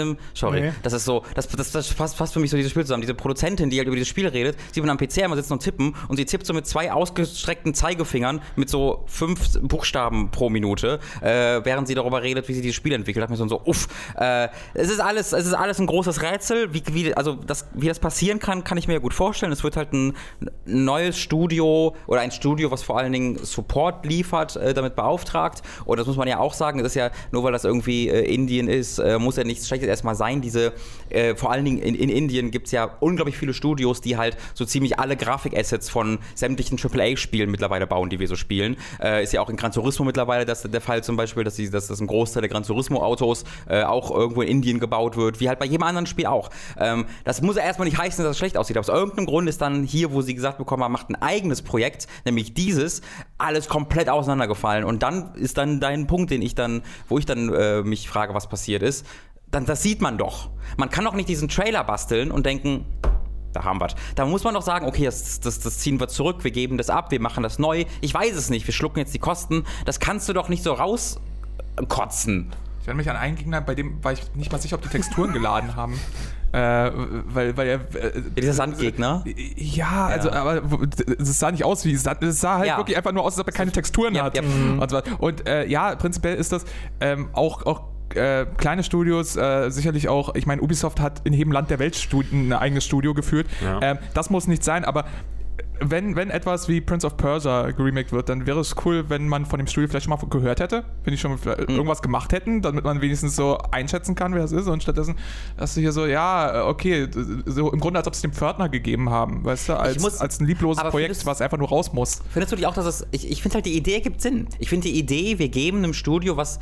Das ist so, das fasst für mich so dieses Spiel zusammen. Diese Produzentin, die halt über dieses Spiel redet, sie will am PC einmal sitzen und tippen und sie tippt so mit 2 ausgestreckten Zeigefingern mit so 5 Buchstaben pro Minute, während sie darüber redet, wie sie die Spiele entwickelt. Da dachte ich mir so, es ist alles ein großes Rätsel. Wie das passieren kann ich mir ja gut vorstellen. Es wird halt ein neues Studio oder ein Studio, was vor allen Dingen Support liefert, damit beauftragt. Und das muss man ja auch sagen, das ist ja, nur weil das irgendwie Indien ist, muss ja nichts Schlechtes erstmal sein. Vor allen Dingen in Indien gibt es ja unglaublich viele Studios, die halt so ziemlich alle Grafikassets von sämtlichen AAA-Spielen mittlerweile bauen, die wir so spielen. Ist ja auch in Gran Turismo mittlerweile der Fall zum Beispiel, dass ein Großteil der Gran Turismo-Autos auch irgendwo in Indien gebaut wird, wie halt bei jedem anderen Spiel auch. Das muss ja erstmal nicht heißen, dass es schlecht aussieht, aber aus irgendeinem Grund ist dann hier, wo sie gesagt bekommen haben, macht ein eigenes Projekt, nämlich dieses, alles komplett auseinandergefallen. Und dann ist dann dein Punkt, wo ich dann mich frage, was passiert ist. Das sieht man doch. Man kann doch nicht diesen Trailer basteln und denken, da haben wir es. Da muss man doch sagen, okay, das ziehen wir zurück, wir geben das ab, wir machen das neu. Ich weiß es nicht, wir schlucken jetzt die Kosten. Das kannst du doch nicht so rauskotzen. Ich erinnere mich an einen Gegner, bei dem war ich nicht mal sicher, ob die Texturen geladen haben. Weil er... dieser Sandgegner? Ja, also, aber es sah nicht aus wie Sand. Es sah halt wirklich einfach nur aus, als ob er keine Texturen hat. Ja. Und prinzipiell ist das auch kleine Studios, sicherlich auch, ich meine, Ubisoft hat in jedem Land der Welt ein eigenes Studio geführt. Ja. Das muss nicht sein, aber wenn etwas wie Prince of Persia geremaked wird, dann wäre es cool, wenn man von dem Studio vielleicht schon mal gehört hätte, wenn die schon irgendwas gemacht hätten, damit man wenigstens so einschätzen kann, wer es ist, und stattdessen hast du hier so, so im Grunde, als ob es dem Pförtner gegeben haben, weißt du, als ein liebloses Projekt, was einfach nur raus muss. Findest du nicht auch, dass ich finde halt, die Idee ergibt Sinn. Ich finde die Idee, wir geben einem Studio, was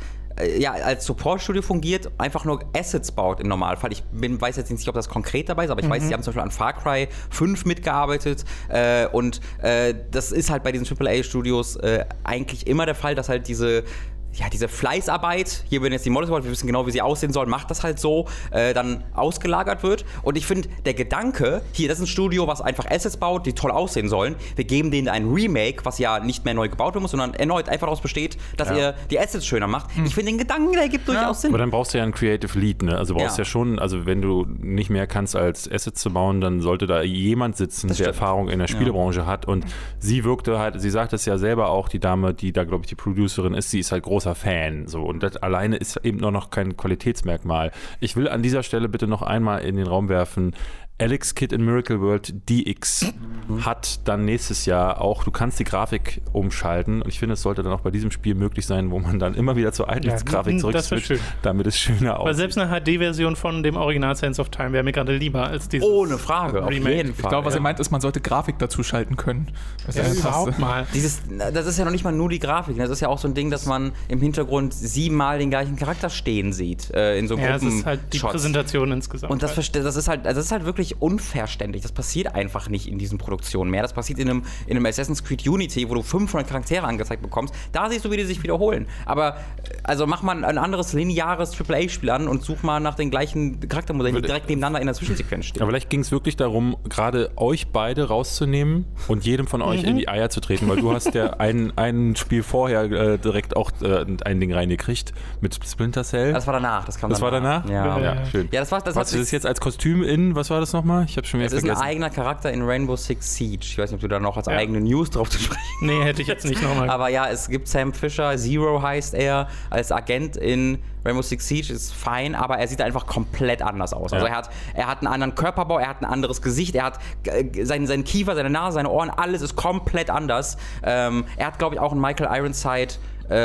als Support-Studio fungiert, einfach nur Assets baut im Normalfall. Ich weiß jetzt nicht, ob das konkret dabei ist, aber ich weiß, sie haben zum Beispiel an Far Cry 5 mitgearbeitet und das ist halt bei diesen AAA-Studios eigentlich immer der Fall, dass halt diese Fleißarbeit, hier werden jetzt die Models, wir wissen genau, wie sie aussehen sollen, macht das halt so, dann ausgelagert wird. Und ich finde, der Gedanke, hier, das ist ein Studio, was einfach Assets baut, die toll aussehen sollen. Wir geben denen ein Remake, was ja nicht mehr neu gebaut werden muss, sondern erneut einfach daraus besteht, dass ihr die Assets schöner macht. Ich finde den Gedanken, der ergibt durchaus Sinn. Aber dann brauchst du ja einen Creative Lead, ne? Also brauchst ja schon, also wenn du nicht mehr kannst, als Assets zu bauen, dann sollte da jemand sitzen, der Erfahrung in der Spielebranche hat. Und sie wirkte halt, sie sagt es ja selber auch, die Dame, die da, glaube ich, die Producerin ist, sie ist halt großer Fan. So. Und das alleine ist eben noch kein Qualitätsmerkmal. Ich will an dieser Stelle bitte noch einmal in den Raum werfen, Alex Kidd in Miracle World DX hat dann nächstes Jahr auch, du kannst die Grafik umschalten und ich finde, es sollte dann auch bei diesem Spiel möglich sein, wo man dann immer wieder zur Grafik zurück, damit es schöner aussieht. Aber selbst eine HD-Version von dem Original Sands of Time wäre mir gerade lieber als dieses ohne Frage, Remake. Auf jeden Fall. Ich glaube, was er meint, ist, man sollte Grafik dazu schalten können. Überhaupt mal. Das ist ja noch nicht mal nur die Grafik, das ist ja auch so ein Ding, dass man im Hintergrund 7-mal den gleichen Charakter stehen sieht, in so Gruppen. Ja, das ist halt die Präsentation insgesamt. Und das ist halt wirklich unverständlich. Das passiert einfach nicht in diesen Produktionen mehr. Das passiert in einem Assassin's Creed Unity, wo du 500 Charaktere angezeigt bekommst. Da siehst du, wie die sich wiederholen. Aber also mach mal ein anderes lineares AAA-Spiel an und such mal nach den gleichen Charaktermodellen, die direkt nebeneinander in der Zwischensequenz stehen. Aber vielleicht ging es wirklich darum, gerade euch beide rauszunehmen und jedem von euch in die Eier zu treten, weil du hast ja ein Spiel vorher direkt auch ein Ding reingekriegt mit Splinter Cell. Das war danach. Das war danach? Ja, schön. Ja, das ist jetzt als Kostüm was war das nochmal? Ich habe schon wieder vergessen. Das ist ein eigener Charakter in Rainbow Six Siege. Ich weiß nicht, ob du da noch als eigene News drauf zu sprechen. Nee, hätte ich jetzt nicht nochmal. Aber ja, es gibt Sam Fisher, Zero heißt er, als Agent in Rainbow Six Siege, ist fein, aber er sieht einfach komplett anders aus. Also er hat einen anderen Körperbau, er hat ein anderes Gesicht, er hat seinen Kiefer, seine Nase, seine Ohren, alles ist komplett anders. Er hat, glaube ich, auch einen Michael Ironside.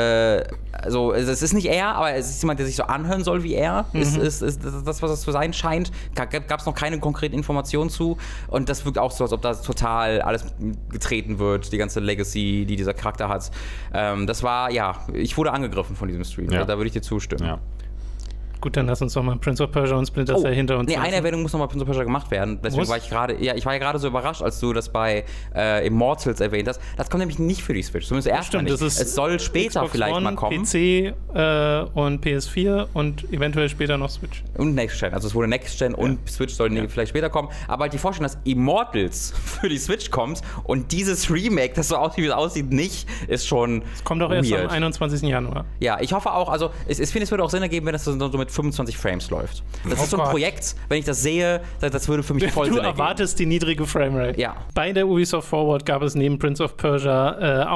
Also es ist nicht er, aber es ist jemand, der sich so anhören soll wie er. Ist das, was es zu sein scheint. Gab es noch keine konkreten Informationen zu. Und das wirkt auch so, als ob da total alles getreten wird, die ganze Legacy, die dieser Charakter hat. Das war, ich wurde angegriffen von diesem Stream. Da würde ich dir zustimmen. Ja. Gut, dann lass uns doch mal Prince of Persia und Splinter Cell hinter uns lassen. Eine Erwähnung muss noch mal Prince of Persia gemacht werden. Deswegen war ich war ja gerade so überrascht, als du das bei Immortals erwähnt hast. Das kommt nämlich nicht für die Switch. Zumindest erstmal nicht. Es soll später Xbox vielleicht One, mal kommen. PC und PS4 und eventuell später noch Switch. Und Next Gen. Also es wurde Next Gen und Switch soll vielleicht später kommen. Aber halt die Vorstellung, dass Immortals für die Switch kommt und dieses Remake, das so aussieht, wie es aussieht, nicht, ist schon Es kommt doch erst am 21. Januar. Ja, ich hoffe auch, also ich finde, es würde auch Sinn ergeben, wenn das so mit 25 Frames läuft. Das ist so ein Projekt, wenn ich das sehe, das würde für mich voll Sinn ergeben. Du erwartest die niedrige Framerate. Ja. Bei der Ubisoft Forward gab es neben Prince of Persia auch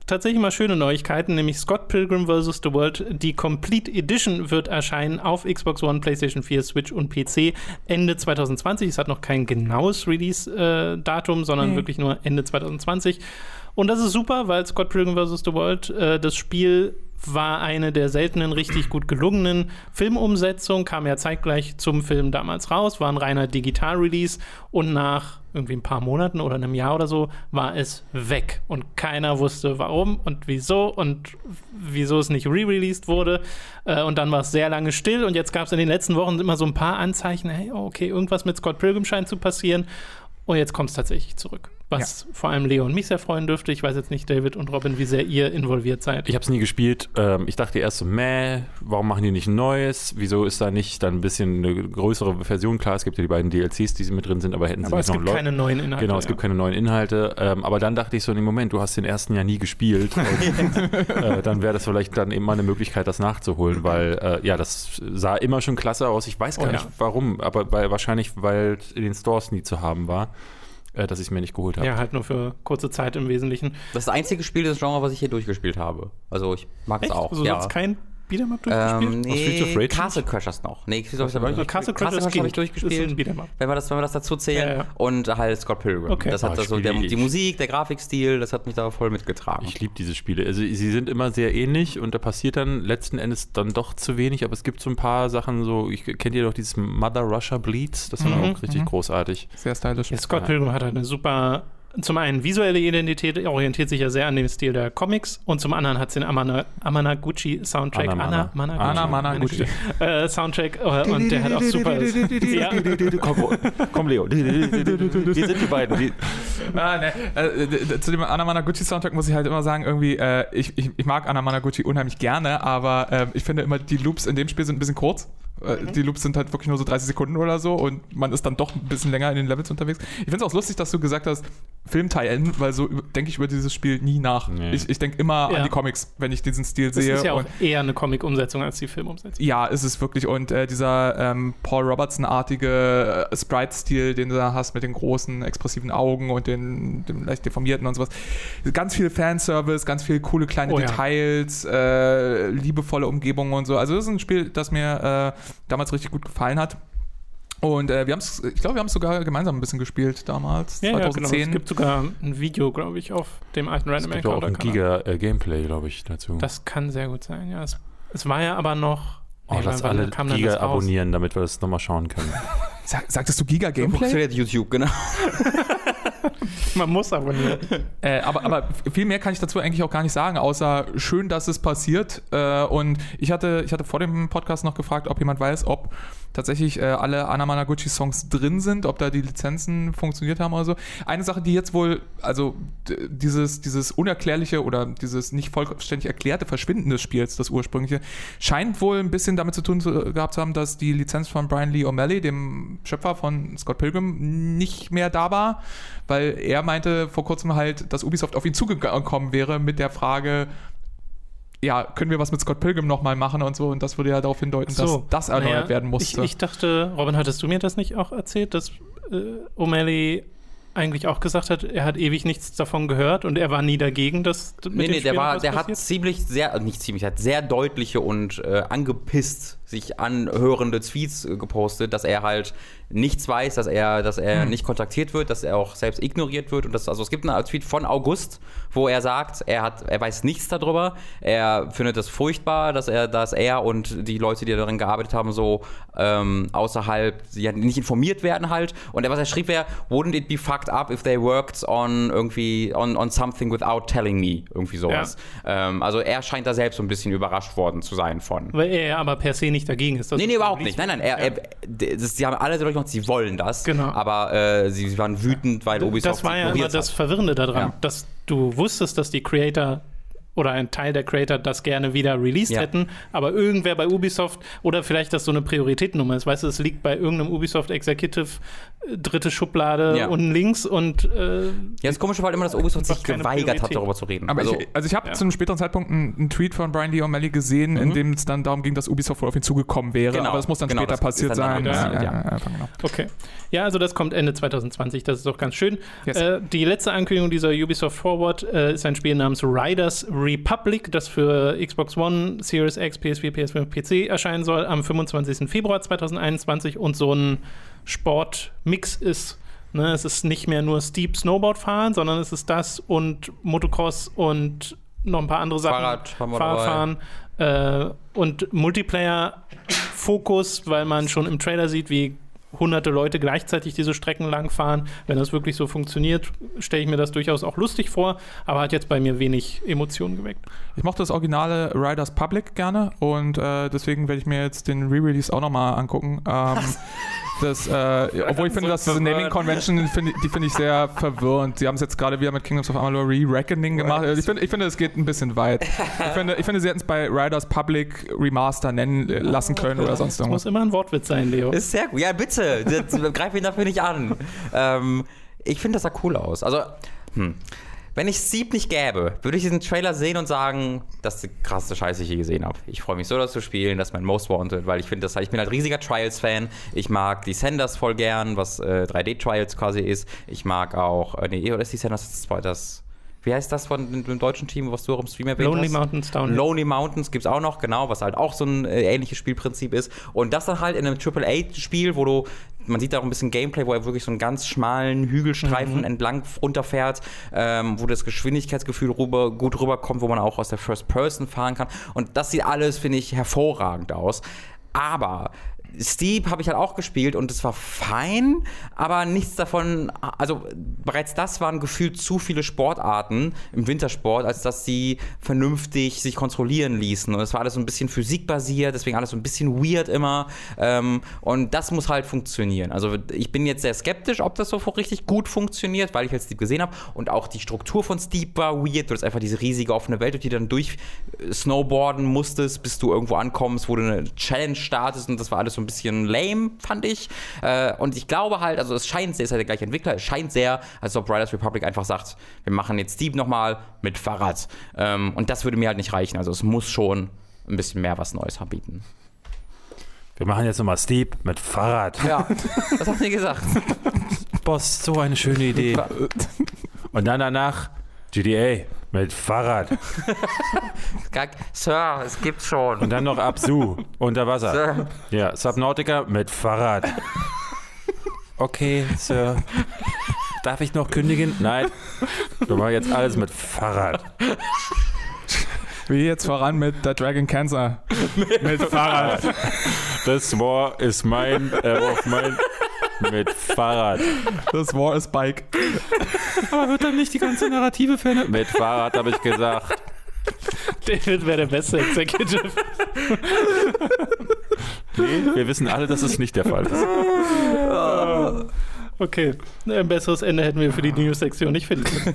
tatsächlich mal schöne Neuigkeiten, nämlich Scott Pilgrim vs. The World, die Complete Edition wird erscheinen auf Xbox One, PlayStation 4, Switch und PC Ende 2020. Es hat noch kein genaues Release-Datum, sondern wirklich nur Ende 2020. Und das ist super, weil Scott Pilgrim vs. The World, das Spiel war eine der seltenen richtig gut gelungenen Filmumsetzungen, kam ja zeitgleich zum Film damals raus, war ein reiner Digital-Release und nach irgendwie ein paar Monaten oder einem Jahr oder so war es weg und keiner wusste warum und wieso es nicht re-released wurde und dann war es sehr lange still und jetzt gab es in den letzten Wochen immer so ein paar Anzeichen, hey, okay, irgendwas mit Scott Pilgrim scheint zu passieren und jetzt kommt es tatsächlich zurück. Was vor allem Leo und mich sehr freuen dürfte. Ich weiß jetzt nicht, David und Robin, wie sehr ihr involviert seid. Ich habe es nie gespielt. Ich dachte erst so, warum machen die nicht ein neues? Wieso ist da nicht dann ein bisschen eine größere Version? Klar, es gibt ja die beiden DLCs, die mit drin sind, aber hätten sie nicht noch es gibt keine neuen Inhalte. Genau, es gibt keine neuen Inhalte. Aber dann dachte ich so, Moment, du hast den ersten ja nie gespielt. Und, dann wäre das vielleicht dann eben mal eine Möglichkeit, das nachzuholen, weil das sah immer schon klasse aus. Ich weiß gar nicht, warum, aber wahrscheinlich, weil in den Stores nie zu haben war. Dass ich es mir nicht geholt habe. Ja, halt nur für kurze Zeit im Wesentlichen. Das ist das einzige Spiel des Genres, was ich hier durchgespielt habe. Also ich mag es auch. Also du hast kein Beat'em Up durchgespielt? Nee, Castle Crashers noch. Nee, Castle Crashers habe ich durchgespielt. Wenn wir das dazu zählen. Ja. Und halt Scott Pilgrim. Okay. Das hat die Musik, der Grafikstil, das hat mich da voll mitgetragen. Ich liebe diese Spiele. Also sie sind immer sehr ähnlich und da passiert dann letzten Endes dann doch zu wenig, aber es gibt so ein paar Sachen, kennt ihr doch dieses Mother Russia Bleeds? Das war auch richtig großartig. Sehr stylisch. Ja, Scott Pilgrim hat eine super... Zum einen visuelle Identität, orientiert sich ja sehr an dem Stil der Comics und zum anderen hat es den Amanaguchi-Soundtrack. Amanaguchi. Soundtrack und der hat auch super... Komm, Leo. Wir sind die beiden. Zu dem Amanaguchi-Soundtrack muss ich halt immer sagen, irgendwie, ich mag Amanaguchi unheimlich gerne, aber ich finde immer, die Loops in dem Spiel sind ein bisschen kurz. Die Loops sind halt wirklich nur so 30 Sekunden oder so und man ist dann doch ein bisschen länger in den Levels unterwegs. Ich finde es auch lustig, dass du gesagt hast, Film-Tie-In, weil so denke ich über dieses Spiel nie nach. Nee. Ich denke immer an die Comics, wenn ich diesen Stil sehe. Das ist ja auch eher eine Comic-Umsetzung als die Filmumsetzung. Ja, ist es wirklich. Und dieser Paul Robertson-artige Sprite-Stil, den du da hast mit den großen, expressiven Augen und dem leicht deformierten und sowas. Ganz viel Fanservice, ganz viel coole kleine Details, liebevolle Umgebungen und so. Also das ist ein Spiel, das mir damals richtig gut gefallen hat. Und wir haben es sogar gemeinsam ein bisschen gespielt damals, 2010. Ja, genau. Es gibt sogar ein Video, glaube ich, auf dem alten Random Encounter. Es gibt auch ein Giga-Gameplay, glaube ich, dazu. Das kann sehr gut sein, ja. Es war ja aber noch... lass alle Giga abonnieren, damit wir das nochmal schauen können. Sagtest du Giga-Gameplay? Funktioniert YouTube, genau. Man muss abonnieren. Aber viel mehr kann ich dazu eigentlich auch gar nicht sagen, außer schön, dass es passiert. Und ich hatte vor dem Podcast noch gefragt, ob jemand weiß, ob tatsächlich alle Anamanaguchi-Songs drin sind, ob da die Lizenzen funktioniert haben oder so. Eine Sache, die jetzt wohl, also dieses unerklärliche oder dieses nicht vollständig erklärte Verschwinden des Spiels, das ursprüngliche, scheint wohl ein bisschen damit zu tun gehabt zu haben, dass die Lizenz von Brian Lee O'Malley, dem Schöpfer von Scott Pilgrim, nicht mehr da war, weil er meinte vor kurzem halt, dass Ubisoft auf ihn zugekommen wäre mit der Frage, ja, können wir was mit Scott Pilgrim nochmal machen und so, und das würde ja darauf hindeuten, dass das erneuert werden musste. Ich dachte, Robin, hattest du mir das nicht auch erzählt, dass O'Malley eigentlich auch gesagt hat, er hat ewig nichts davon gehört und er war nie dagegen, dass der hat sehr deutliche und angepisst sich anhörende Tweets gepostet, dass er halt nichts weiß, dass er nicht kontaktiert wird, dass er auch selbst ignoriert wird. Und also es gibt einen Tweet von August, wo er sagt, er weiß nichts darüber. Er findet es furchtbar, dass er und die Leute, die daran gearbeitet haben, so außerhalb, ja, nicht informiert werden halt. Und was er schrieb wäre, wouldn't it be fucked up if they worked on something without telling me? Irgendwie sowas. Ja. Also er scheint da selbst so ein bisschen überrascht worden zu sein von. Weil er aber per se nicht dagegen ist. Nee, überhaupt nicht. Nein, sie haben alle dadurch noch, sie wollen das. Genau. Aber sie waren wütend, weil Ubisoft das war ja immer das Verwirrende daran, dass du wusstest, dass die Creator oder ein Teil der Creator das gerne wieder released hätten, aber irgendwer bei Ubisoft oder vielleicht das so eine Prioritätennummer ist. Weißt du, es liegt bei irgendeinem Ubisoft Executive dritte Schublade unten links und das Komische war halt immer, dass Ubisoft sich geweigert hat, darüber zu reden. Aber ich habe zu einem späteren Zeitpunkt einen Tweet von Brian Lee O'Malley gesehen, in dem es dann darum ging, dass Ubisoft wohl auf ihn zugekommen wäre. Genau. Aber das muss dann später passiert sein. Genau. Okay. Ja, also das kommt Ende 2020, das ist doch ganz schön. Yes. Die letzte Ankündigung dieser Ubisoft Forward ist ein Spiel namens Riders Republic, das für Xbox One, Series X, PS4, PS5, PC erscheinen soll am 25. Februar 2021 und so ein Sportmix ist. Ne, es ist nicht mehr nur Steep Snowboard fahren, sondern es ist das und Motocross und noch ein paar andere Sachen. Fahrradfahren und Multiplayer-Fokus, weil man schon im Trailer sieht, wie hunderte Leute gleichzeitig diese Strecken lang fahren. Wenn das wirklich so funktioniert, stelle ich mir das durchaus auch lustig vor, aber hat jetzt bei mir wenig Emotionen geweckt. Ich mochte das originale Riders Public gerne und deswegen werde ich mir jetzt den Re-Release auch nochmal angucken. Obwohl ich finde, dass diese Naming Convention, die finde ich sehr verwirrend. Sie haben es jetzt gerade wieder mit Kingdoms of Amalur Re-Reckoning gemacht. Ich finde, es geht ein bisschen weit. Ich finde, sie hätten es bei Riders Public Remaster nennen lassen können oder sonst irgendwas. Das muss immer ein Wortwitz sein, Leo. Ist sehr gut. Ja, bitte. Greif ihn dafür nicht an. Ich finde, das sah cool aus. Also, wenn ich Steep nicht gäbe, würde ich diesen Trailer sehen und sagen, das ist die krasseste Scheiße, die ich je gesehen habe. Ich freue mich so, das zu spielen, das ist mein Most Wanted, weil ich finde, ich bin halt riesiger Trials-Fan. Ich mag Descenders voll gern, was 3D-Trials quasi ist. Ich mag auch, oder ist Descenders das wie heißt das von dem deutschen Team, was du auch im Stream erwähnt Lonely hast? Mountains Downhill. Lonely Mountains gibt's auch noch, genau, was halt auch so ein ähnliches Spielprinzip ist. Und das dann halt in einem AAA-Spiel, wo man sieht da auch ein bisschen Gameplay, wo er wirklich so einen ganz schmalen Hügelstreifen entlang runterfährt, wo das Geschwindigkeitsgefühl gut rüberkommt, wo man auch aus der First Person fahren kann. Und das sieht alles, finde ich, hervorragend aus. Aber Steep habe ich halt auch gespielt und es war fein, aber nichts davon, also bereits das waren gefühlt zu viele Sportarten im Wintersport, als dass sie vernünftig sich kontrollieren ließen und es war alles so ein bisschen physikbasiert, deswegen alles so ein bisschen weird immer und das muss halt funktionieren. Also ich bin jetzt sehr skeptisch, ob das so richtig gut funktioniert, weil ich halt Steep gesehen habe und auch die Struktur von Steep war weird, du hast einfach diese riesige offene Welt, durch die du dann durch snowboarden musstest, bis du irgendwo ankommst, wo du eine Challenge startest und das war alles so ein bisschen lame, fand ich. Und ich glaube halt, also es scheint sehr, ist halt der gleiche Entwickler, es scheint sehr, als ob Riders Republic einfach sagt, wir machen jetzt Steep nochmal mit Fahrrad. Und das würde mir halt nicht reichen. Also es muss schon ein bisschen mehr was Neues bieten. Wir machen jetzt nochmal Steep mit Fahrrad. Ja, das habt ihr gesagt. Boss, so eine schöne Idee. Und dann danach GTA mit Fahrrad. Sir, es gibt's schon. Und dann noch Absu unter Wasser. Sir. Ja, Subnautica mit Fahrrad. Okay, Sir. Darf ich noch kündigen? Nein. Wir machen jetzt alles mit Fahrrad. Wie jetzt voran mit der Dragon Cancer. Mit Fahrrad. Das War ist mein mit Fahrrad. Das War ist Bike. Aber wird dann nicht die ganze Narrative verändert? Mit Fahrrad habe ich gesagt. David wäre der beste Executive. Nee, wir wissen alle, dass es nicht der Fall ist. Okay, ein besseres Ende hätten wir für die News-Sektion nicht finden können.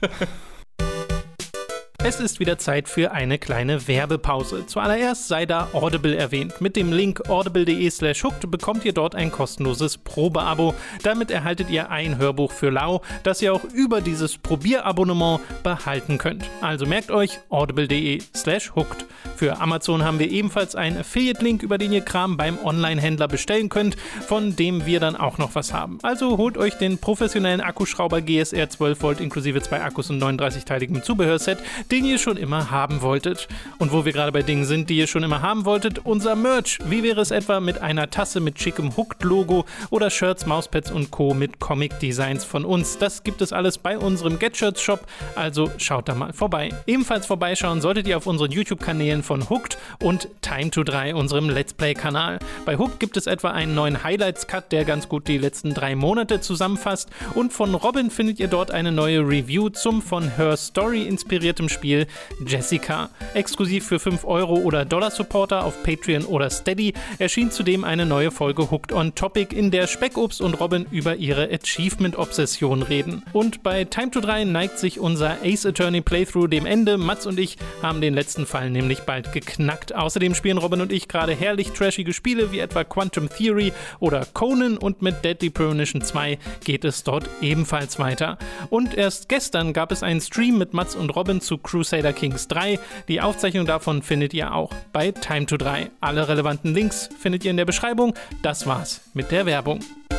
Es ist wieder Zeit für eine kleine Werbepause. Zuallererst sei da Audible erwähnt. Mit dem Link audible.de/hooked bekommt ihr dort ein kostenloses Probeabo. Damit erhaltet ihr ein Hörbuch für lau, das ihr auch über dieses Probierabonnement behalten könnt. Also merkt euch audible.de/hooked. Für Amazon haben wir ebenfalls einen Affiliate-Link, über den ihr Kram beim Online-Händler bestellen könnt, von dem wir dann auch noch was haben. Also holt euch den professionellen Akkuschrauber GSR 12 Volt inklusive 2 Akkus und 39-teiligem Zubehörset, den ihr schon immer haben wolltet. Und wo wir gerade bei Dingen sind, die ihr schon immer haben wolltet, unser Merch. Wie wäre es etwa mit einer Tasse mit schickem Hooked-Logo oder Shirts, Mauspads und Co. mit Comic-Designs von uns? Das gibt es alles bei unserem GetShirts-Shop, also schaut da mal vorbei. Ebenfalls vorbeischauen solltet ihr auf unseren YouTube-Kanälen von Hooked und Time to 3, unserem Let's Play-Kanal. Bei Hooked gibt es etwa einen neuen Highlights-Cut, der ganz gut die letzten 3 Monate zusammenfasst, und von Robin findet ihr dort eine neue Review zum von Her Story inspiriertem Spiel Spiel Jessica. Exklusiv für 5 Euro oder $-Supporter auf Patreon oder Steady erschien zudem eine neue Folge Hooked on Topic, in der Speckobst und Robin über ihre Achievement-Obsession reden. Und bei Time to 3 neigt sich unser Ace Attorney Playthrough dem Ende. Mats und ich haben den letzten Fall nämlich bald geknackt. Außerdem spielen Robin und ich gerade herrlich trashige Spiele wie etwa Quantum Theory oder Conan, und mit Deadly Premonition 2 geht es dort ebenfalls weiter. Und erst gestern gab es einen Stream mit Mats und Robin zu Crusader Kings 3. Die Aufzeichnung davon findet ihr auch bei Time to 3. Alle relevanten Links findet ihr in der Beschreibung. Das war's mit der Werbung.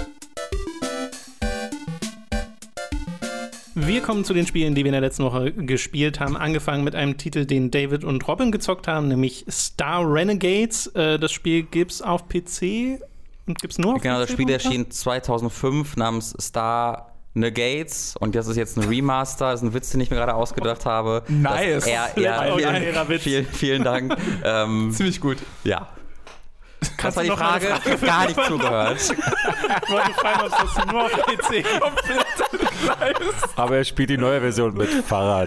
Wir kommen zu den Spielen, die wir in der letzten Woche gespielt haben. Angefangen mit einem Titel, den David und Robin gezockt haben, nämlich Star Renegades. Das Spiel gibt's auf PC und gibt's nur auf PC. Genau, das Spiel erschien 2005 namens Star Renegades und das ist jetzt ein Remaster. Das ist ein Witz, den ich mir gerade ausgedacht habe. Nice. Vielen Dank. Ziemlich gut. Ja. Kannst das war die Frage? Ich habe gar nicht zugehört. Ich wollte fragen, ob das nur auf PC Aber er spielt die neue Version mit Fahrrad.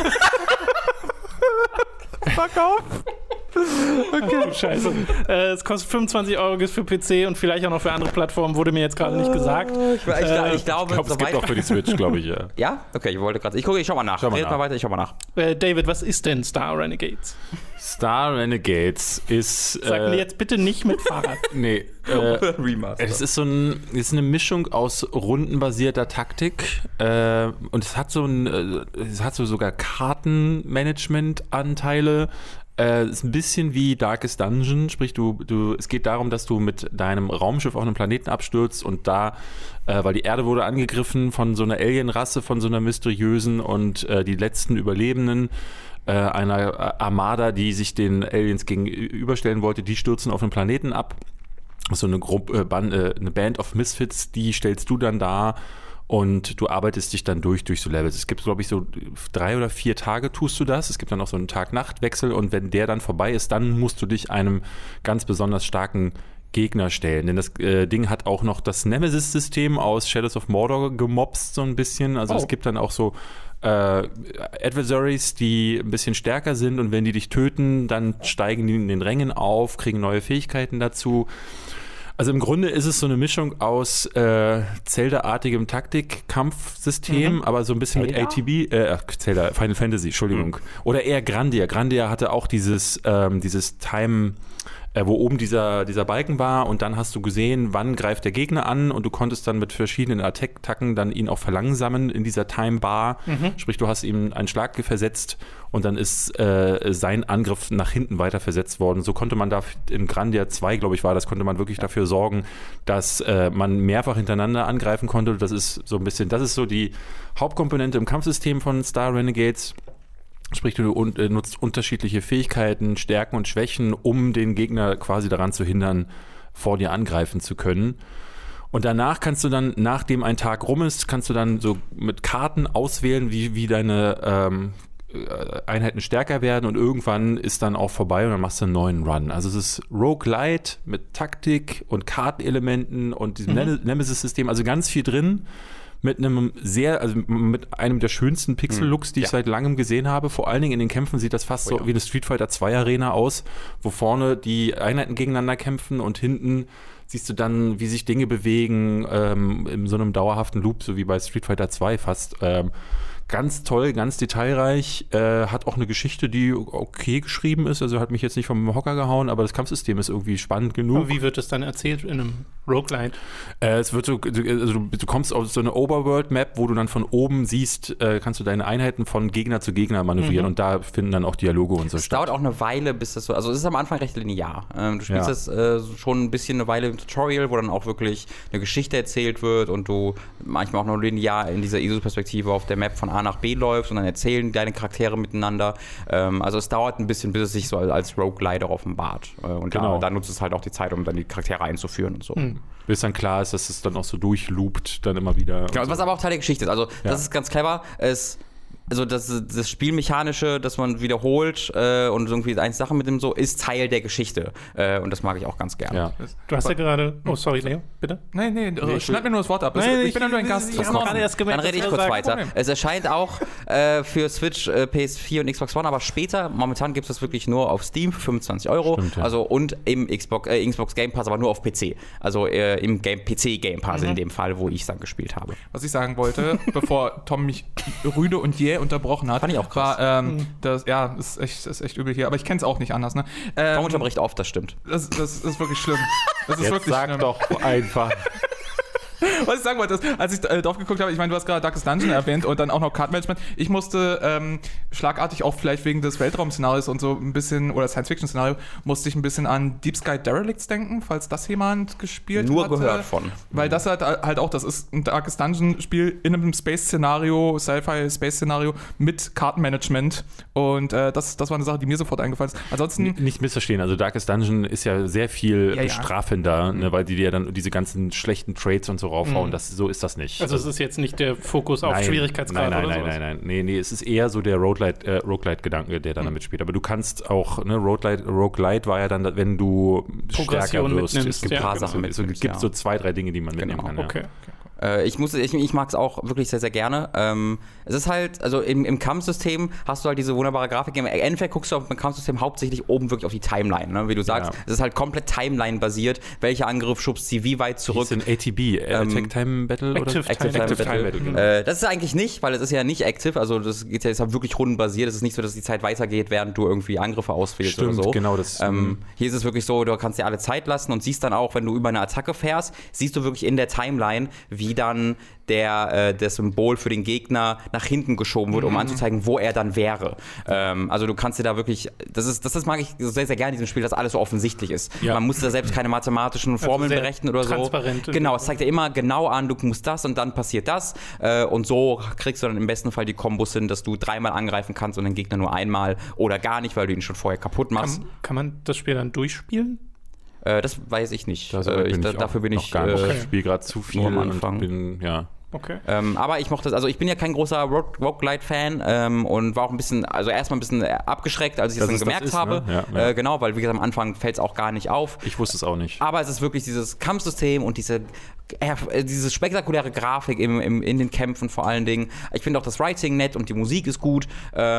Verkauf. Okay. Scheiße. Es kostet 25 Euro, ist für PC und vielleicht auch noch für andere Plattformen, wurde mir jetzt gerade nicht gesagt. Ich glaube, es gibt auch für die Switch, glaube ich, ja. Ja? Okay, ich schau mal nach. Red mal weiter, ich schau mal nach. David, was ist denn Star Renegades? Star Renegades ist... Sag mir jetzt bitte nicht mit Fahrrad. Nee. Remaster. Es ist eine Mischung aus rundenbasierter Taktik und es hat sogar Kartenmanagement-Anteile. Ist ein bisschen wie Darkest Dungeon, sprich es geht darum, dass du mit deinem Raumschiff auf einem Planeten abstürzt und da, weil die Erde wurde angegriffen von so einer Alienrasse, von so einer mysteriösen, und die letzten Überlebenden einer Armada, die sich den Aliens gegenüberstellen wollte, die stürzen auf einen Planeten ab. So eine eine Band of Misfits, die stellst du dann dar. Und du arbeitest dich dann durch so Levels. Es gibt, glaube ich, so 3 oder 4 Tage tust du das. Es gibt dann auch so einen Tag-Nacht-Wechsel und wenn der dann vorbei ist, dann musst du dich einem ganz besonders starken Gegner stellen. Denn das Ding hat auch noch das Nemesis-System aus Shadows of Mordor gemobst so ein bisschen. Also es gibt dann auch so Adversaries, die ein bisschen stärker sind und wenn die dich töten, dann steigen die in den Rängen auf, kriegen neue Fähigkeiten dazu. Also im Grunde ist es so eine Mischung aus Zelda-artigem Taktik-Kampfsystem, aber so ein bisschen Zelda? mit ATB, Zelda, Final Fantasy, Entschuldigung. Oder eher Grandia. Grandia hatte auch dieses Time, wo oben dieser Balken war und dann hast du gesehen, wann greift der Gegner an und du konntest dann mit verschiedenen Attacken dann ihn auch verlangsamen in dieser Time-Bar. Sprich, du hast ihm einen Schlag versetzt und dann ist sein Angriff nach hinten weiter versetzt worden. So konnte man da in Grandia 2, glaube ich, konnte man wirklich dafür sorgen, dass man mehrfach hintereinander angreifen konnte. Das ist so die Hauptkomponente im Kampfsystem von Star Renegades. Sprich, du nutzt unterschiedliche Fähigkeiten, Stärken und Schwächen, um den Gegner quasi daran zu hindern, vor dir angreifen zu können. Und danach kannst du dann, nachdem ein Tag rum ist, kannst du dann so mit Karten auswählen, wie deine Einheiten stärker werden und irgendwann ist dann auch vorbei und dann machst du einen neuen Run. Also es ist Roguelite mit Taktik und Kartenelementen und diesem Nemesis-System, also ganz viel drin. Mit einem der schönsten Pixel-Looks, die ich seit langem gesehen habe. Vor allen Dingen in den Kämpfen sieht das fast so wie eine Street Fighter 2 Arena aus, wo vorne die Einheiten gegeneinander kämpfen und hinten siehst du dann, wie sich Dinge bewegen, in so einem dauerhaften Loop, so wie bei Street Fighter 2 fast. Ganz toll, ganz detailreich, hat auch eine Geschichte, die okay geschrieben ist, also hat mich jetzt nicht vom Hocker gehauen, aber das Kampfsystem ist irgendwie spannend genug. Aber wie wird es dann erzählt in einem Roguelite? Es wird so, also du kommst auf so eine Overworld-Map, wo du dann von oben siehst, kannst du deine Einheiten von Gegner zu Gegner manövrieren und da finden dann auch Dialoge und so statt. Es dauert auch eine Weile, bis das so, also es ist am Anfang recht linear. Du spielst das schon ein bisschen eine Weile im Tutorial, wo dann auch wirklich eine Geschichte erzählt wird und du manchmal auch noch linear in dieser ISO-Perspektive auf der Map von A nach B läufst und dann erzählen deine Charaktere miteinander. Also es dauert ein bisschen, bis es sich so als Roguelite offenbart. Und da nutzt es halt auch die Zeit, um dann die Charaktere einzuführen und so. Bis dann klar ist, dass es dann auch so durchloopt, dann immer wieder. Genau, was aber auch Teil der Geschichte ist. Also das ist ganz clever. also das Spielmechanische, das man wiederholt und irgendwie ein Sachen mit dem so, ist Teil der Geschichte. Und das mag ich auch ganz gerne. Ja. Du hast ja gerade... Oh, sorry, Leo, bitte? Nee, schneid mir nur das Wort ab. Ich bin ja nur ein Gast. Ich habe gerade erst gemerkt, dann rede ich kurz weiter. Es erscheint auch für Switch, PS4 und Xbox One, aber später, momentan gibt es das wirklich nur auf Steam für 25 €. Stimmt, ja. Also und im Xbox Game Pass, aber nur auf PC. Also im PC Game Pass in dem Fall, wo ich es dann gespielt habe. Was ich sagen wollte, bevor Tom mich rüde und jäh unterbrochen hat, fand ich auch krass. war, ist echt übel hier, aber ich kenne es auch nicht anders. Ne? Tom unterbricht oft, das stimmt. Das ist wirklich schlimm. Das ist Jetzt wirklich sag schlimm. doch einfach. Was ich sagen wollte, ist, als ich drauf geguckt habe, ich meine, du hast gerade Darkest Dungeon erwähnt und dann auch noch Card Management. Ich musste schlagartig auch vielleicht wegen des Weltraum-Szenarios und so ein bisschen, oder Science-Fiction-Szenario, musste ich ein bisschen an Deep Sky Derelicts denken, falls das jemand gespielt Nur hatte. gehört von. Weil das halt auch, das ist ein Darkest Dungeon-Spiel in einem Space-Szenario, Sci-Fi-Space-Szenario mit Kartenmanagement und das war eine Sache, die mir sofort eingefallen ist. Ansonsten... Nicht missverstehen, also Darkest Dungeon ist ja sehr viel Ja. strafender, ne, weil die dir dann diese ganzen schlechten Trades und so raufhauen. So ist das nicht. Also es ist jetzt nicht der Fokus auf Schwierigkeitsgrad oder sowas? Nein. Nee, es ist eher so der Roguelite-Gedanke, der dann damit spielt. Aber du kannst auch, ne, Roguelite war ja dann, wenn du Progression stärker wirst. mitnimmst, Es gibt ja. ein paar Sachen es gibt so 2, 3 Dinge, die man mitnehmen kann. Ja. Okay. Ich mag es auch wirklich sehr, sehr gerne. Es ist halt, also im Kampfsystem hast du halt diese wunderbare Grafik. Im Endeffekt guckst du auf dem Kampfsystem hauptsächlich oben wirklich auf die Timeline, ne? Wie du sagst. Ja. Es ist halt komplett Timeline-basiert. Welcher Angriff schubst sie wie weit zurück? Das ist ein ATB, Attack Time Battle? Active oder? Time Battle, genau. Das ist eigentlich nicht, weil es ist ja nicht active. Also das geht ja jetzt wirklich rundenbasiert. Es ist nicht so, dass die Zeit weitergeht, während du irgendwie Angriffe auswählst Stimmt, oder so. genau. Das, hier ist es wirklich so, du kannst dir alle Zeit lassen und siehst dann auch, wenn du über eine Attacke fährst, siehst du wirklich in der Timeline, wie dann das Symbol für den Gegner nach hinten geschoben wird, um anzuzeigen, wo er dann wäre. Also du kannst dir da wirklich, das mag ich sehr, sehr gerne in diesem Spiel, dass alles so offensichtlich ist. Ja. Man muss da selbst keine mathematischen Formeln sehr berechnen oder so. transparent. Genau, es zeigt dir immer genau an, du musst das und dann passiert das. Und so kriegst du dann im besten Fall die Kombos hin, dass du 3-mal angreifen kannst und den Gegner nur einmal oder gar nicht, weil du ihn schon vorher kaputt machst. Kann man das Spiel dann durchspielen? Das weiß ich nicht. Dafür bin ich gar nicht. Ich spiele gerade zu viel nur am Anfang. und bin, ja. Okay. Aber ich mochte das, also ich bin ja kein großer Roguelite-Fan und war auch ein bisschen, also erstmal ein bisschen abgeschreckt, als ich das dann gemerkt habe. Ne? Ja. Genau, weil wie gesagt, am Anfang fällt es auch gar nicht auf. Ich wusste es auch nicht. Aber es ist wirklich dieses Kampfsystem und diese spektakuläre Grafik in den Kämpfen vor allen Dingen. Ich finde auch das Writing nett und die Musik ist gut.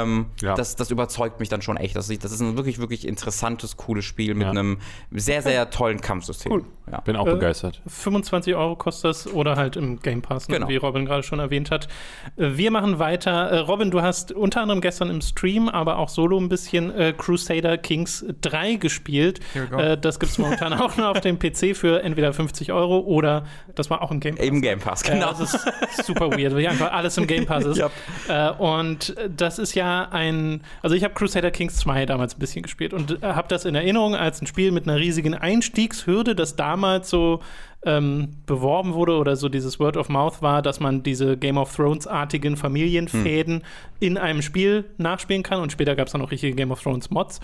Das überzeugt mich dann schon echt. Das ist ein wirklich, wirklich interessantes, cooles Spiel mit einem sehr, sehr tollen Kampfsystem. Cool. Ja. Bin auch begeistert. 25 € kostet das oder halt im Game Pass, Genau. wie Robin gerade schon erwähnt hat. Wir machen weiter. Robin, du hast unter anderem gestern im Stream, aber auch solo ein bisschen Crusader Kings 3 gespielt. Das gibt es momentan auch nur auf dem PC für entweder 50 € oder das war auch im Game Pass. Im Game Pass, genau. Das ist super weird, weil einfach alles im Game Pass ist. Und das ist ja also ich habe Crusader Kings 2 damals ein bisschen gespielt und habe das in Erinnerung als ein Spiel mit einer riesigen Einstiegshürde, das damals so beworben wurde oder so dieses Word of Mouth war, dass man diese Game of Thrones-artigen Familienfäden in einem Spiel nachspielen kann und später gab es dann auch richtige Game of Thrones Mods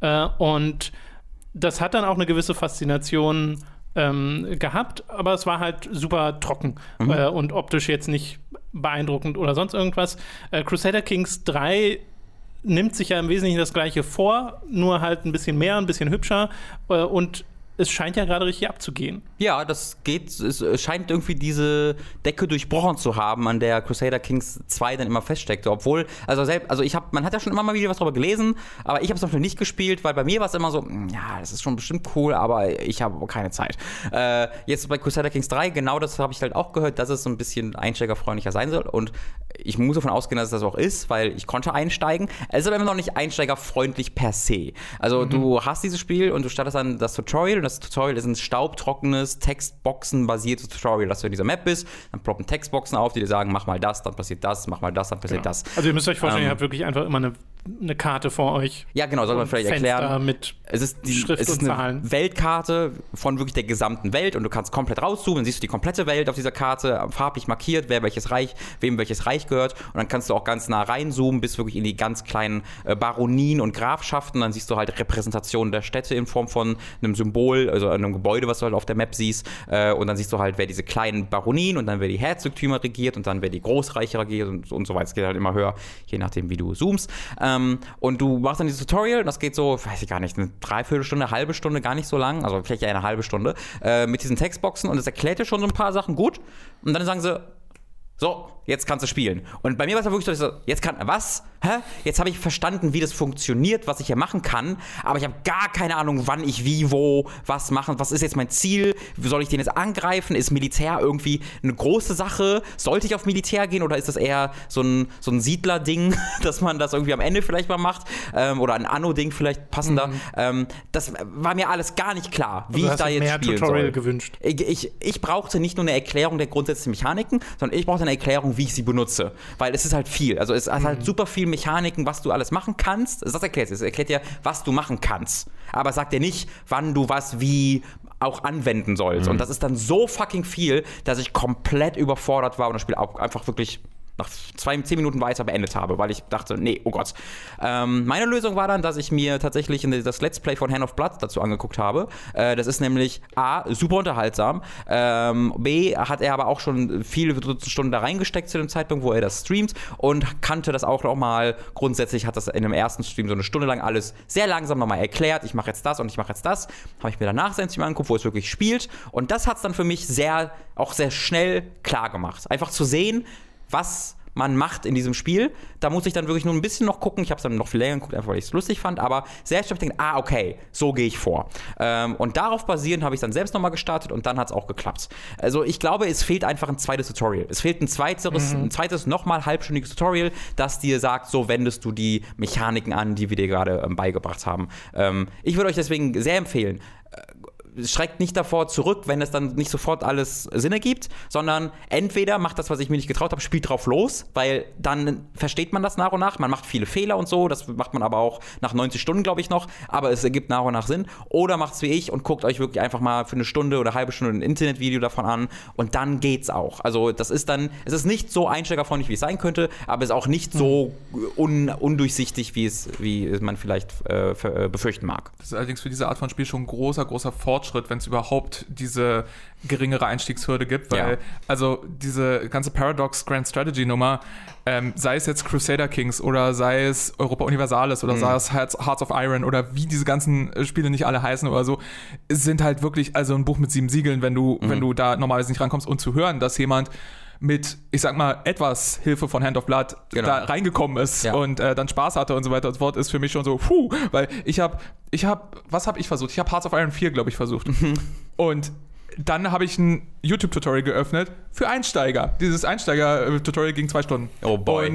und das hat dann auch eine gewisse Faszination gehabt, aber es war halt super trocken und optisch jetzt nicht beeindruckend oder sonst irgendwas. Crusader Kings 3 nimmt sich ja im Wesentlichen das Gleiche vor, nur halt ein bisschen mehr, ein bisschen hübscher und es scheint ja gerade richtig abzugehen. Ja, das geht, es scheint irgendwie diese Decke durchbrochen zu haben, an der Crusader Kings 2 dann immer feststeckte. Obwohl, man hat ja schon immer mal wieder was darüber gelesen, aber ich habe es noch nicht gespielt, weil bei mir war es immer so, ja, das ist schon bestimmt cool, aber ich habe keine Zeit. Jetzt bei Crusader Kings 3, genau das habe ich halt auch gehört, dass es so ein bisschen einsteigerfreundlicher sein soll und ich muss davon ausgehen, dass es das auch ist, weil ich konnte einsteigen. Es ist aber immer noch nicht einsteigerfreundlich per se. Also du hast dieses Spiel und du startest dann das Tutorial und das Tutorial ist ein staubtrockenes, Textboxen-basiertes Tutorial, dass du in dieser Map bist, dann ploppen Textboxen auf, die dir sagen, mach mal das, dann passiert das, mach mal das, dann passiert das. Also ihr müsst euch vorstellen, ihr habt wirklich einfach immer eine eine Karte vor euch. Ja, genau, soll man vielleicht Fenster erklären. Mit Schrift es ist und eine Zahlen. Weltkarte von wirklich der gesamten Welt und du kannst komplett rauszoomen, dann siehst du die komplette Welt auf dieser Karte, farblich markiert, wem welches Reich gehört und dann kannst du auch ganz nah reinzoomen, bis wirklich in die ganz kleinen Baronien und Grafschaften, dann siehst du halt Repräsentationen der Städte in Form von einem Symbol, also einem Gebäude, was du halt auf der Map siehst und dann siehst du halt, wer diese kleinen Baronien und dann wer die Herzogtümer regiert und dann wer die Großreiche regiert und so weiter. Es geht halt immer höher, je nachdem, wie du zoomst. Und du machst dann dieses Tutorial und das geht so, weiß ich gar nicht, eine Dreiviertelstunde, halbe Stunde, gar nicht so lang, also vielleicht eher eine halbe Stunde, mit diesen Textboxen und das erklärt dir schon so ein paar Sachen gut und dann sagen sie, so, jetzt kannst du spielen. Und bei mir war es wirklich so, Jetzt habe ich verstanden, wie das funktioniert, was ich hier machen kann, aber ich habe gar keine Ahnung, wann ich wie, wo, was machen, was ist jetzt mein Ziel, soll ich den jetzt angreifen, ist Militär irgendwie eine große Sache, sollte ich auf Militär gehen oder ist das eher so ein Siedler-Ding, dass man das irgendwie am Ende vielleicht mal macht oder ein Anno-Ding vielleicht passender. Das war mir alles gar nicht klar, wie ich da jetzt mehr spielen Tutorial soll. gewünscht. Ich brauchte nicht nur eine Erklärung der grundsätzlichen Mechaniken, sondern ich brauchte eine Erklärung, wie ich sie benutze, weil es ist halt viel, also es hat halt super viel Mechaniken, was du alles machen kannst. Das erklärt es. Es erklärt dir, was du machen kannst. Aber es sagt dir nicht, wann du was wie auch anwenden sollst. Und das ist dann so fucking viel, dass ich komplett überfordert war und das Spiel auch einfach wirklich nach 10 Minuten weiter beendet habe, weil ich dachte, nee, oh Gott. Meine Lösung war dann, dass ich mir tatsächlich das Let's Play von Hand of Blood dazu angeguckt habe. Das ist nämlich A, super unterhaltsam, B, hat er aber auch schon viele Stunden da reingesteckt zu dem Zeitpunkt, wo er das streamt und kannte das auch nochmal. Grundsätzlich hat das in dem ersten Stream so eine Stunde lang alles sehr langsam nochmal erklärt. Ich mache jetzt das und ich mache jetzt das. Habe ich mir danach sein Stream angeguckt, wo es wirklich spielt. Und das hat es dann für mich auch sehr schnell klar gemacht. Einfach zu sehen, was man macht in diesem Spiel. Da muss ich dann wirklich nur ein bisschen noch gucken. Ich habe es dann noch viel länger geguckt, einfach weil ich es lustig fand. Aber sehr schnell denke ich, okay, so gehe ich vor. Und darauf basierend habe ich es dann selbst nochmal gestartet und dann hat es auch geklappt. Also ich glaube, es fehlt einfach ein zweites Tutorial. Es fehlt ein zweites nochmal halbstündiges Tutorial, das dir sagt, so wendest du die Mechaniken an, die wir dir gerade beigebracht haben. Ich würde euch deswegen sehr empfehlen, schreckt nicht davor zurück, wenn es dann nicht sofort alles Sinn ergibt, sondern entweder macht das, was ich mir nicht getraut habe, spielt drauf los, weil dann versteht man das nach und nach, man macht viele Fehler und so, das macht man aber auch nach 90 Stunden, glaube ich, noch, aber es ergibt nach und nach Sinn, oder macht es wie ich und guckt euch wirklich einfach mal für eine Stunde oder eine halbe Stunde ein Internetvideo davon an und dann geht's auch. Also es ist nicht so einsteigerfreundlich, wie es sein könnte, aber es ist auch nicht so undurchsichtig, wie man vielleicht befürchten mag. Das ist allerdings für diese Art von Spiel schon ein großer Fortschritt, wenn es überhaupt diese geringere Einstiegshürde gibt, weil also diese ganze Paradox Grand Strategy Nummer, sei es jetzt Crusader Kings oder sei es Europa Universalis oder sei es Hearts of Iron oder wie diese ganzen Spiele nicht alle heißen oder so, sind halt wirklich also ein Buch mit 7 Siegeln, wenn du da normalerweise nicht rankommst und zu hören, dass jemand mit, ich sag mal, etwas Hilfe von Hand of Blood da reingekommen ist und dann Spaß hatte und so weiter und so fort, ist für mich schon so, weil was habe ich versucht? Ich habe Hearts of Iron 4, glaube ich, versucht. Und dann habe ich ein YouTube-Tutorial geöffnet für Einsteiger. Dieses Einsteiger-Tutorial ging 2 Stunden. Oh boy.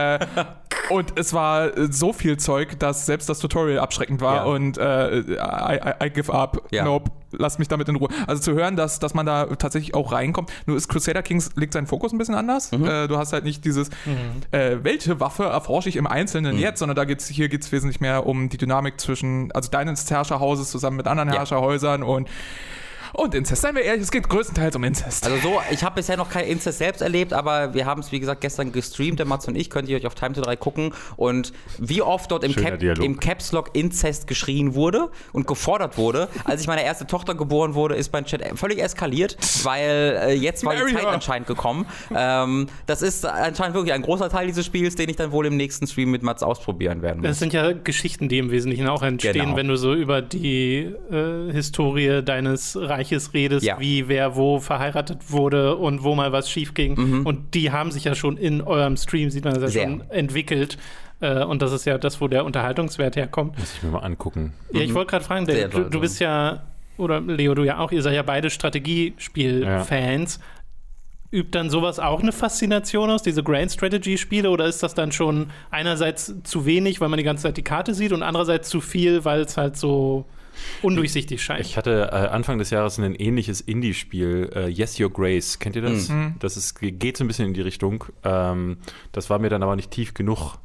Und es war so viel Zeug, dass selbst das Tutorial abschreckend war und I give up. Nope, lasst mich damit in Ruhe. Also zu hören, dass man da tatsächlich auch reinkommt. Nur ist Crusader Kings, legt seinen Fokus ein bisschen anders. Du hast halt nicht dieses, welche Waffe erforsche ich im Einzelnen jetzt, sondern hier geht's wesentlich mehr um die Dynamik zwischen, also deines Herrscherhauses zusammen mit anderen Herrscherhäusern und Inzest. Seien wir ehrlich, es geht größtenteils um Inzest. Also ich habe bisher noch kein Inzest selbst erlebt, aber wir haben es, wie gesagt, gestern gestreamt, der Mats und ich, könnt ihr euch auf Time to 3 gucken und wie oft dort im Caps Lock Inzest geschrien wurde und gefordert wurde. Als ich meine erste Tochter geboren wurde, ist mein Chat völlig eskaliert, weil jetzt war die Zeit anscheinend gekommen. Das ist anscheinend wirklich ein großer Teil dieses Spiels, den ich dann wohl im nächsten Stream mit Mats ausprobieren werden muss. Das sind ja Geschichten, die im Wesentlichen auch entstehen, wenn du so über die Historie deines Reiches redest, wie wer wo verheiratet wurde und wo mal was schief ging. Und die haben sich ja schon in eurem Stream, sieht man das ja schon, entwickelt. Und das ist ja das, wo der Unterhaltungswert herkommt. Muss ich mir mal angucken. Ja, ich wollte gerade fragen, du bist ja, oder Leo, du ja auch, ihr seid ja beide Strategiespiel-Fans. Übt dann sowas auch eine Faszination aus, diese Grand Strategy-Spiele, oder ist das dann schon einerseits zu wenig, weil man die ganze Zeit die Karte sieht und andererseits zu viel, weil es halt so undurchsichtig scheint? Ich hatte Anfang des Jahres ein ähnliches Indie-Spiel, Yes Your Grace. Kennt ihr das? Das geht so ein bisschen in die Richtung. Das war mir dann aber nicht tief genug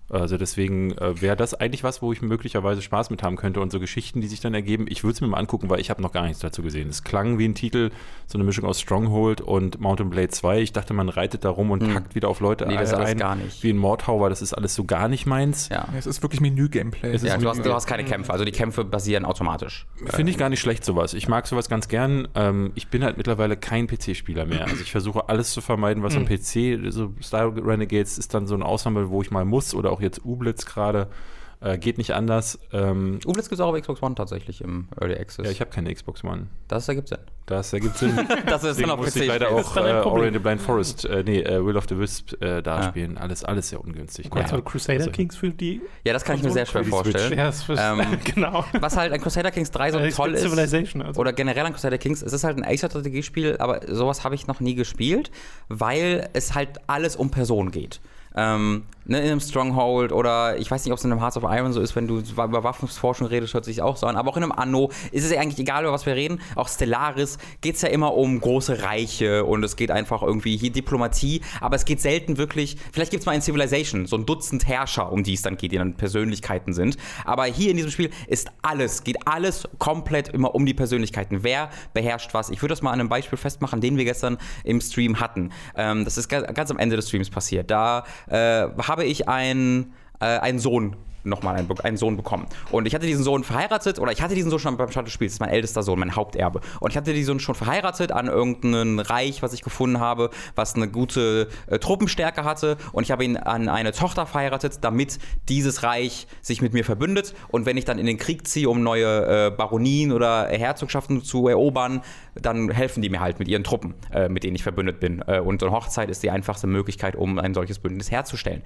Also deswegen wäre das eigentlich was, wo ich möglicherweise Spaß mit haben könnte und so Geschichten, die sich dann ergeben. Ich würde es mir mal angucken, weil ich habe noch gar nichts dazu gesehen. Es klang wie ein Titel, so eine Mischung aus Stronghold und Mount & Blade 2. Ich dachte, man reitet da rum und kackt wieder auf Leute das ist alles ein. gar nicht. Wie in Mordhauer, das ist alles so gar nicht meins. Ja. Es ist wirklich Menü-Gameplay. Ja, du hast keine Kämpfe, also die Kämpfe basieren automatisch. Finde ich gar nicht schlecht, sowas. Ich mag sowas ganz gern. Ich bin halt mittlerweile kein PC-Spieler mehr. Also ich versuche alles zu vermeiden, was am PC, so Star Renegades ist dann so ein Ausnahme, wo ich mal muss, oder auch jetzt Ublitz gerade. Geht nicht anders. Ublitz gibt es auch auf Xbox One tatsächlich im Early Access. Ja, ich habe keine Xbox One. Das ergibt Sinn. Das ergibt Sinn. Das ist dann auf muss PC. ich leider auch Ori and the Blind Forest, Will of the Wisp spielen. Alles sehr ungünstig. Also Crusader Kings für die. Ja, das kann ich mir sehr schwer vorstellen. Ja, genau. Was halt an Crusader Kings 3 so toll ist, Civilization also. Oder generell an Crusader Kings, es ist halt ein Acer-Strategiespiel, aber sowas habe ich noch nie gespielt, weil es halt alles um Personen geht. In einem Stronghold oder ich weiß nicht, ob es in einem Hearts of Iron so ist, wenn du über Waffenforschung redest, hört sich auch so an, aber auch in einem Anno ist es ja eigentlich egal, über was wir reden, auch Stellaris geht es ja immer um große Reiche und es geht einfach irgendwie hier Diplomatie, aber es geht selten wirklich, vielleicht gibt es mal in Civilization so ein Dutzend Herrscher, um die es dann geht, die dann Persönlichkeiten sind, aber hier in diesem Spiel geht alles komplett immer um die Persönlichkeiten, wer beherrscht was. Ich würde das mal an einem Beispiel festmachen, den wir gestern im Stream hatten. Das ist ganz am Ende des Streams passiert. Da habe ich einen Sohn einen Sohn bekommen. Und ich hatte diesen Sohn verheiratet, oder ich hatte diesen Sohn schon beim Start des Spiels, das ist mein ältester Sohn, mein Haupterbe. Und ich hatte diesen Sohn schon verheiratet an irgendein Reich, was ich gefunden habe, was eine gute Truppenstärke hatte. Und ich habe ihn an eine Tochter verheiratet, damit dieses Reich sich mit mir verbündet. Und wenn ich dann in den Krieg ziehe, um neue Baronien oder Herzogschaften zu erobern, dann helfen die mir halt mit ihren Truppen, mit denen ich verbündet bin. Und so eine Hochzeit ist die einfachste Möglichkeit, um ein solches Bündnis herzustellen.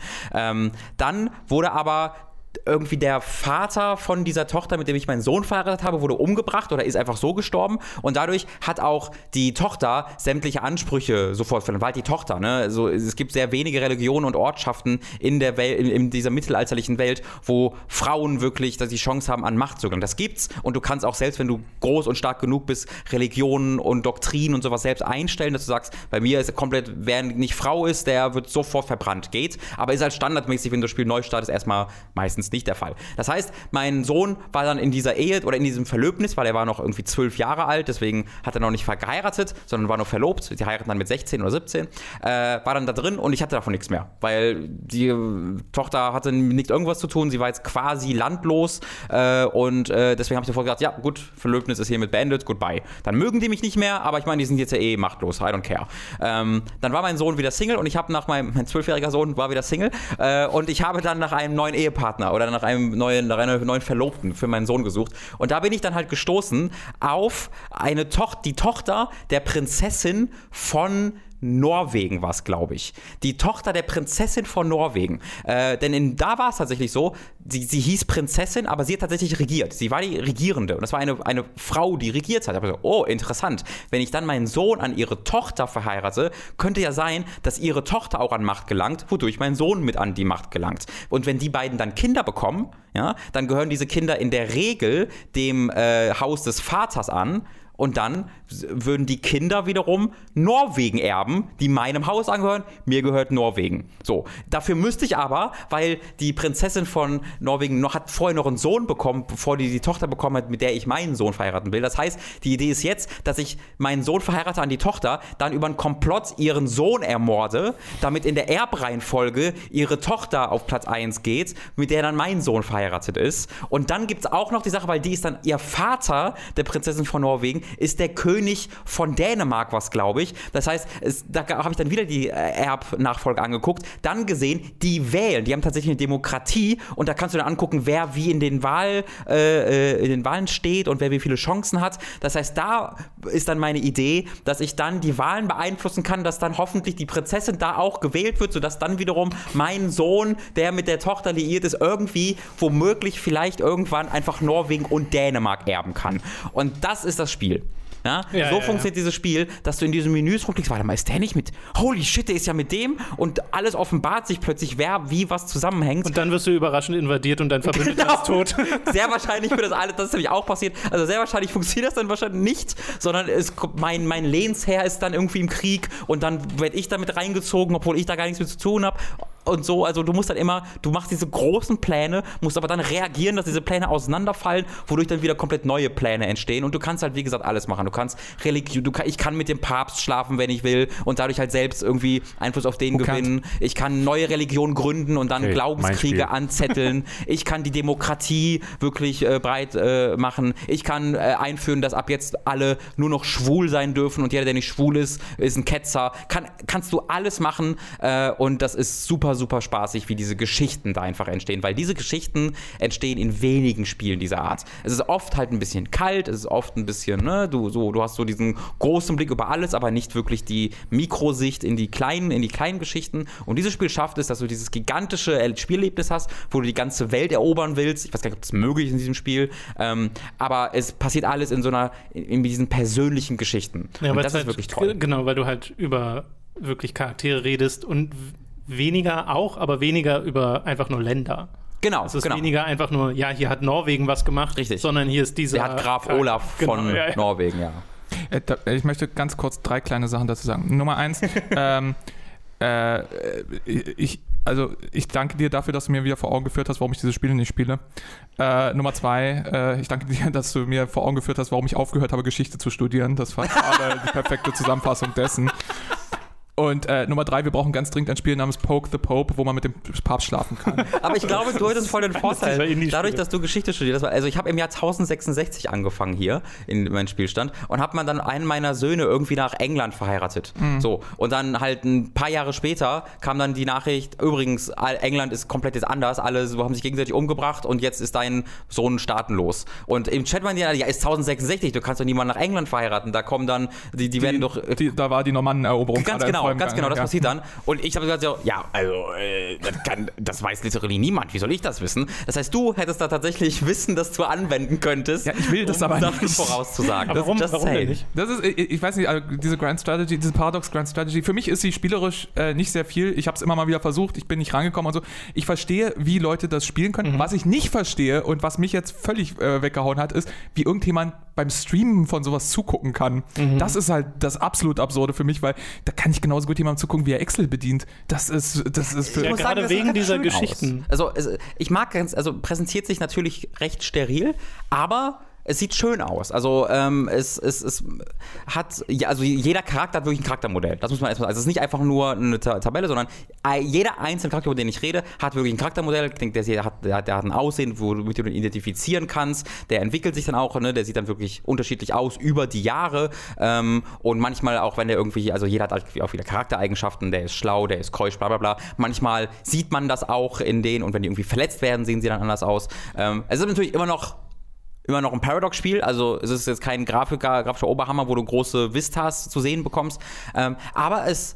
Dann wurde aber irgendwie der Vater von dieser Tochter, mit dem ich meinen Sohn verheiratet habe, wurde umgebracht oder ist einfach so gestorben. Und dadurch hat auch die Tochter sämtliche Ansprüche sofort verloren. Weil halt die Tochter, ne? Also, es gibt sehr wenige Religionen und Ortschaften in der Welt, in dieser mittelalterlichen Welt, wo Frauen wirklich die Chance haben, an Macht zu gelangen. Das gibt's. Und du kannst auch selbst, wenn du groß und stark genug bist, Religionen und Doktrinen und sowas selbst einstellen, dass du sagst, bei mir ist komplett, wer nicht Frau ist, der wird sofort verbrannt. Geht. Aber ist halt standardmäßig, wenn du das Spiel neu startest, erstmal meistens nicht der Fall. Das heißt, mein Sohn war dann in dieser Ehe oder in diesem Verlöbnis, weil er war noch irgendwie 12 Jahre alt, deswegen hat er noch nicht geheiratet, sondern war noch verlobt. Die heiraten dann mit 16 oder 17. War dann da drin und ich hatte davon nichts mehr, weil die Tochter hatte nicht irgendwas zu tun, sie war jetzt quasi landlos und deswegen habe ich sofort gesagt, ja gut, Verlöbnis ist hiermit beendet, goodbye. Dann mögen die mich nicht mehr, aber ich meine, die sind jetzt ja eh machtlos, I don't care. Dann war mein Sohn wieder Single und ich habe mein 12-jähriger Sohn war wieder Single und ich habe dann nach einem neuen Ehepartner oder nach einer neuen Verlobten für meinen Sohn gesucht. Und da bin ich dann halt gestoßen auf die Tochter der Prinzessin von Norwegen war es, glaube ich. Die Tochter der Prinzessin von Norwegen. Denn da war es tatsächlich so, sie hieß Prinzessin, aber sie hat tatsächlich regiert. Sie war die Regierende. Und das war eine Frau, die regiert hat. Ich habe so, oh, interessant. Wenn ich dann meinen Sohn an ihre Tochter verheirate, könnte ja sein, dass ihre Tochter auch an Macht gelangt, wodurch mein Sohn mit an die Macht gelangt. Und wenn die beiden dann Kinder bekommen, ja, dann gehören diese Kinder in der Regel dem Haus des Vaters an. Und dann würden die Kinder wiederum Norwegen erben, die meinem Haus angehören. Mir gehört Norwegen. So, dafür müsste ich aber, weil die Prinzessin von Norwegen hat vorher noch einen Sohn bekommen, bevor die Tochter bekommen hat, mit der ich meinen Sohn verheiraten will. Das heißt, die Idee ist jetzt, dass ich meinen Sohn verheirate an die Tochter, dann über einen Komplott ihren Sohn ermorde, damit in der Erbreihenfolge ihre Tochter auf Platz 1 geht, mit der dann mein Sohn verheiratet ist. Und dann gibt es auch noch die Sache, weil die ist dann ihr Vater, der Prinzessin von Norwegen, ist der König von Dänemark, was glaube ich. Das heißt, da habe ich dann wieder die Erbnachfolge angeguckt, dann gesehen, die wählen, die haben tatsächlich eine Demokratie und da kannst du dann angucken, wer wie in den Wahlen steht und wer wie viele Chancen hat. Das heißt, da ist dann meine Idee, dass ich dann die Wahlen beeinflussen kann, dass dann hoffentlich die Prinzessin da auch gewählt wird, sodass dann wiederum mein Sohn, der mit der Tochter liiert ist, irgendwie womöglich vielleicht irgendwann einfach Norwegen und Dänemark erben kann. Und das ist das Spiel. Ja? So funktioniert dieses Spiel, dass du in diesen Menüs rumklickst, warte mal, ist der nicht mit, holy shit, der ist ja mit dem und alles offenbart sich plötzlich, wer wie was zusammenhängt. Und dann wirst du überraschend invadiert und dein Verbündeter ist tot. Sehr wahrscheinlich wird das ist nämlich auch passiert, also sehr wahrscheinlich funktioniert das dann wahrscheinlich nicht, sondern mein Lehnsherr ist dann irgendwie im Krieg und dann werde ich damit reingezogen, obwohl ich da gar nichts mit zu tun habe. und so, also du musst dann immer, du machst diese großen Pläne, musst aber dann reagieren, dass diese Pläne auseinanderfallen, wodurch dann wieder komplett neue Pläne entstehen und du kannst halt, wie gesagt, alles machen. Du kannst ich kann mit dem Papst schlafen, wenn ich will und dadurch halt selbst irgendwie Einfluss auf den gewinnen. Ich kann neue Religionen gründen und dann Glaubenskriege anzetteln. Ich kann die Demokratie wirklich breit machen. Ich kann einführen, dass ab jetzt alle nur noch schwul sein dürfen und jeder, der nicht schwul ist ein Ketzer. Kannst du alles machen und das ist super, super spaßig, wie diese Geschichten da einfach entstehen, weil diese Geschichten entstehen in wenigen Spielen dieser Art. Es ist oft halt ein bisschen kalt, es ist oft ein bisschen, ne, du hast so diesen großen Blick über alles, aber nicht wirklich die Mikrosicht in die kleinen Geschichten. Und dieses Spiel schafft es, dass du dieses gigantische Spielerlebnis hast, wo du die ganze Welt erobern willst. Ich weiß gar nicht, ob das möglich ist in diesem Spiel, aber es passiert alles in diesen persönlichen Geschichten. Ja, und das ist halt wirklich toll. Genau, weil du halt über wirklich Charaktere redest und aber weniger über einfach nur Länder. Genau, es ist weniger einfach nur, ja, hier hat Norwegen was gemacht, sondern hier ist dieser... Der hat Graf Olaf von Norwegen, ja. Ich möchte ganz kurz 3 kleine Sachen dazu sagen. Nummer 1, ich danke dir dafür, dass du mir wieder vor Augen geführt hast, warum ich diese Spiele nicht spiele. Nummer 2, ich danke dir, dass du mir vor Augen geführt hast, warum ich aufgehört habe, Geschichte zu studieren. Das war gerade die perfekte Zusammenfassung dessen. Und Nummer 3, wir brauchen ganz dringend ein Spiel namens Poke the Pope, wo man mit dem Papst schlafen kann. Aber ich glaube, du hattest voll den Vorteil, dadurch, dass du Geschichte studiert hast. Also ich habe im Jahr 1066 angefangen hier in meinem Spielstand und habe dann einen meiner Söhne irgendwie nach England verheiratet. So, und dann halt ein paar Jahre später kam dann die Nachricht, übrigens, England ist komplett jetzt anders, alle haben sich gegenseitig umgebracht und jetzt ist dein Sohn staatenlos. Und im Chat waren die, ja, ist 1066, du kannst doch niemanden nach England verheiraten, da kommen dann, die werden doch... Da war die Normanneneroberung Ganz genau, das passiert dann. Und ich habe gesagt, das weiß literally niemand. Wie soll ich das wissen? Das heißt, du hättest da tatsächlich Wissen, das du anwenden könntest. Ja, ich will das aber nicht. Vorauszusagen. Aber warum denn nicht? Das ist, ich weiß nicht, also diese Paradox Grand Strategy, für mich ist sie spielerisch nicht sehr viel. Ich habe es immer mal wieder versucht, ich bin nicht rangekommen und so. Ich verstehe, wie Leute das spielen können. Was ich nicht verstehe und was mich jetzt völlig weggehauen hat, ist, wie irgendjemand beim Streamen von sowas zugucken kann. Das ist halt das absolut Absurde für mich, weil da kann ich genauso gut jemandem zugucken, wie er Excel bedient. Das ist für ja, gerade wegen dieser Geschichten. Also ich mag präsentiert sich natürlich recht steril, aber es sieht schön aus. Also es hat, also jeder Charakter hat wirklich ein Charaktermodell. Das muss man erstmal sagen. Also es ist nicht einfach nur eine Tabelle, sondern jeder einzelne Charakter, über den ich rede, hat wirklich ein Charaktermodell. Ich denke, der hat ein Aussehen, womit du ihn identifizieren kannst. Der entwickelt sich dann auch, ne? Der sieht dann wirklich unterschiedlich aus über die Jahre. Und manchmal auch, wenn der irgendwie, also jeder hat auch wieder Charaktereigenschaften, der ist schlau, der ist keusch, bla bla bla. Manchmal sieht man das auch in denen und wenn die irgendwie verletzt werden, sehen sie dann anders aus. Es ist natürlich immer noch ein Paradox-Spiel, also es ist jetzt kein grafischer Oberhammer, wo du große Vistas zu sehen bekommst, aber es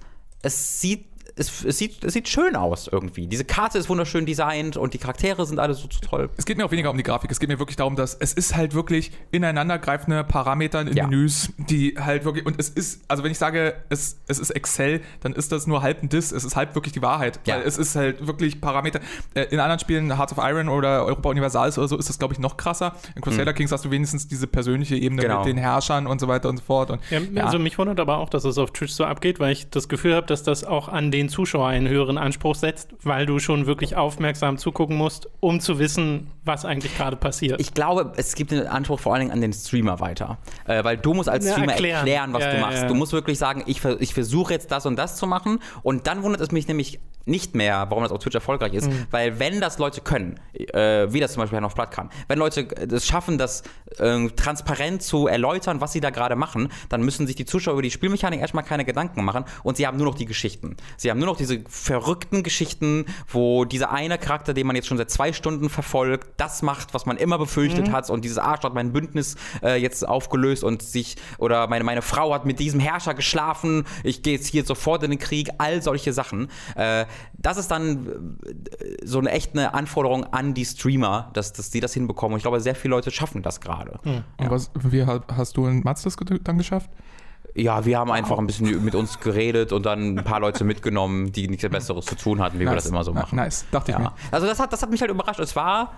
sieht schön aus irgendwie. Diese Karte ist wunderschön designt und die Charaktere sind alle so toll. Es geht mir auch weniger um die Grafik, es geht mir wirklich darum, dass es ist halt wirklich ineinandergreifende Parameter in Menüs, die halt wirklich, und es ist, also wenn ich sage, es ist Excel, dann ist das nur halb ein Diss, es ist halb wirklich die Wahrheit, weil es ist halt wirklich Parameter. In anderen Spielen, Hearts of Iron oder Europa Universalis oder so, ist das, glaube ich, noch krasser. In Crusader Kings hast du wenigstens diese persönliche Ebene mit den Herrschern und so weiter und so fort. Und, Also mich wundert aber auch, dass es auf Twitch so abgeht, weil ich das Gefühl habe, dass das auch an den Zuschauer einen höheren Anspruch setzt, weil du schon wirklich aufmerksam zugucken musst, um zu wissen, was eigentlich gerade passiert. Ich glaube, es gibt den Anspruch vor allen Dingen an den Streamer weiter. Weil du musst als Streamer erklären, was du machst. Ja. Du musst wirklich sagen, ich versuche jetzt das und das zu machen und dann wundert es mich nämlich nicht mehr, warum das auf Twitch erfolgreich ist, weil wenn das Leute können, wie das zum Beispiel Herrn auf Blatt kann, wenn Leute es schaffen, das transparent zu erläutern, was sie da gerade machen, dann müssen sich die Zuschauer über die Spielmechanik erstmal keine Gedanken machen und sie haben nur noch die Geschichten. Sie haben nur noch diese verrückten Geschichten, wo dieser eine Charakter, den man jetzt schon seit 2 Stunden verfolgt, das macht, was man immer befürchtet hat und dieses Arsch hat mein Bündnis jetzt aufgelöst und oder meine Frau hat mit diesem Herrscher geschlafen, ich gehe jetzt hier sofort in den Krieg, all solche Sachen. Das ist dann so eine echte Anforderung an die Streamer, dass die das hinbekommen. Und ich glaube, sehr viele Leute schaffen das gerade. Und wie hast du und Mats das dann geschafft? Ja, wir haben einfach ein bisschen mit uns geredet und dann ein paar Leute mitgenommen, die nichts Besseres zu tun hatten, wie wir das immer so machen. Nice, dachte ich mir. Also das hat mich halt überrascht. Es war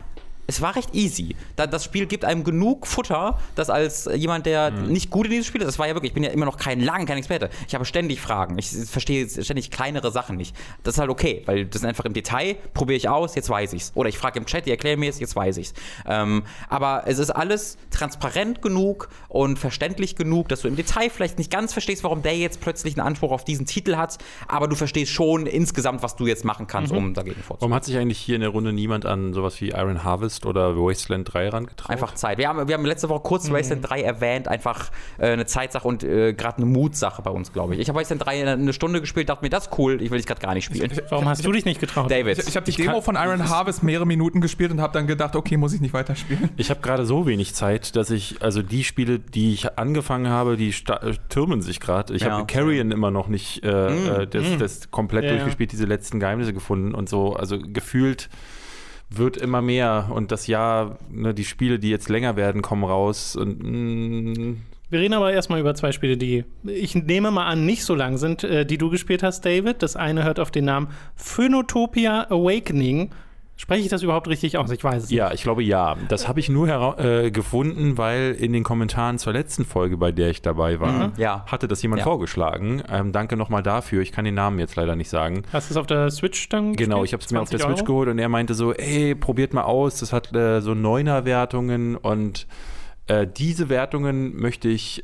es war recht easy. Das Spiel gibt einem genug Futter, dass als jemand, der nicht gut in dieses Spiel ist, das war ja wirklich, ich bin ja immer noch kein Experte, ich habe ständig Fragen, ich verstehe ständig kleinere Sachen nicht. Das ist halt okay, weil das sind einfach im Detail, probiere ich aus, jetzt weiß ich's. Oder ich frage im Chat, die erklären mir es, jetzt weiß ich's. Aber es ist alles transparent genug und verständlich genug, dass du im Detail vielleicht nicht ganz verstehst, warum der jetzt plötzlich einen Anspruch auf diesen Titel hat, aber du verstehst schon insgesamt, was du jetzt machen kannst, um dagegen vorzugehen. Warum hat sich eigentlich hier in der Runde niemand an sowas wie Iron Harvest oder Wasteland 3 rangetraut? Einfach Zeit. Wir haben letzte Woche kurz Wasteland 3 erwähnt, einfach eine Zeitsache und gerade eine Mutsache bei uns, glaube ich. Ich habe Wasteland 3 eine Stunde gespielt, dachte mir, das ist cool, ich will dich gerade gar nicht spielen. Warum hast du dich nicht getraut? David. Ich habe die Demo von Iron Harvest mehrere Minuten gespielt und habe dann gedacht, okay, muss ich nicht weiterspielen. Ich habe gerade so wenig Zeit, dass also die Spiele, die ich angefangen habe, die türmen sich gerade. Ich habe Carrion immer noch nicht das komplett durchgespielt, diese letzten Geheimnisse gefunden und so. Also gefühlt wird immer mehr und das Jahr, die Spiele, die jetzt länger werden, kommen raus und wir reden aber erstmal über 2 Spiele, die ich nehme mal an, nicht so lang sind, die du gespielt hast, David. Das eine hört auf den Namen Phönotopia Awakening. Spreche ich das überhaupt richtig aus? Ich weiß es nicht. Ja, ich glaube ja. Das habe ich nur gefunden, weil in den Kommentaren zur letzten Folge, bei der ich dabei war, hatte das jemand vorgeschlagen. Danke nochmal dafür. Ich kann den Namen jetzt leider nicht sagen. Hast du es auf der Switch dann gespielt? Genau, ich habe es mir auf der Switch geholt und er meinte so, ey, probiert mal aus. Das hat so 9er-Wertungen und diese Wertungen möchte ich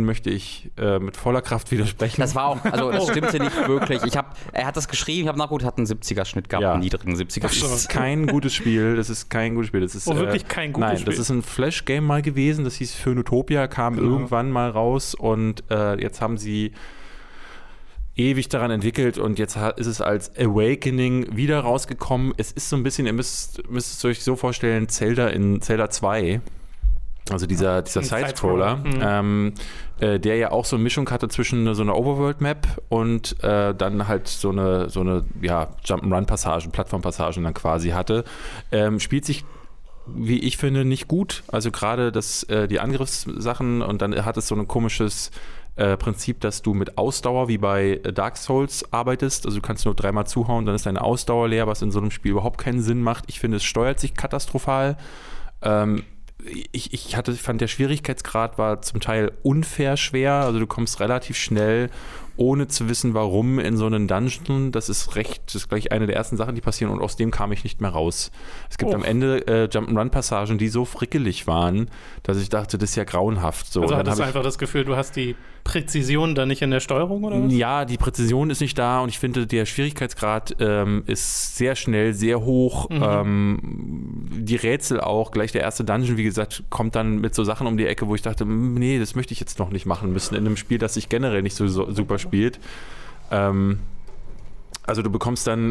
mit voller Kraft widersprechen. Das war auch, also das stimmte nicht wirklich. Er hat das geschrieben, ich habe nachgeguckt, hat einen 70er-Schnitt gehabt, einen niedrigen 70er-Schnitt. Das ist kein gutes Spiel, das ist wirklich kein gutes Spiel? Nein, das ist ein Flash-Game mal gewesen, das hieß Phönotopia, kam irgendwann mal raus und jetzt haben sie ewig daran entwickelt und jetzt ist es als Awakening wieder rausgekommen. Es ist so ein bisschen, ihr müsst es euch so vorstellen, Zelda 2. Also dieser Side-Scroller, der ja auch so eine Mischung hatte zwischen so einer Overworld-Map und dann halt so eine Jump-and-Run-Passagen, Plattform-Passagen dann quasi hatte, spielt sich, wie ich finde, nicht gut. Also gerade die Angriffssachen und dann hat es so ein komisches Prinzip, dass du mit Ausdauer wie bei Dark Souls arbeitest. Also du kannst nur 3-mal zuhauen, dann ist deine Ausdauer leer, was in so einem Spiel überhaupt keinen Sinn macht. Ich finde, es steuert sich katastrophal. Ich fand, der Schwierigkeitsgrad war zum Teil unfair schwer, also du kommst relativ schnell, ohne zu wissen, warum, in so einen Dungeon. Das ist gleich eine der ersten Sachen, die passieren und aus dem kam ich nicht mehr raus. Es gibt am Ende Jump'n'Run-Passagen, die so frickelig waren, dass ich dachte, das ist ja grauenhaft. So. Also hattest du einfach das Gefühl, du hast die Präzision da nicht in der Steuerung, oder was? Ja, die Präzision ist nicht da und ich finde, der Schwierigkeitsgrad ist sehr schnell, sehr hoch. Die Rätsel auch, gleich der erste Dungeon, wie gesagt, kommt dann mit so Sachen um die Ecke, wo ich dachte, nee, das möchte ich jetzt noch nicht machen müssen in einem Spiel, das sich generell nicht so super spielt. Also du bekommst dann,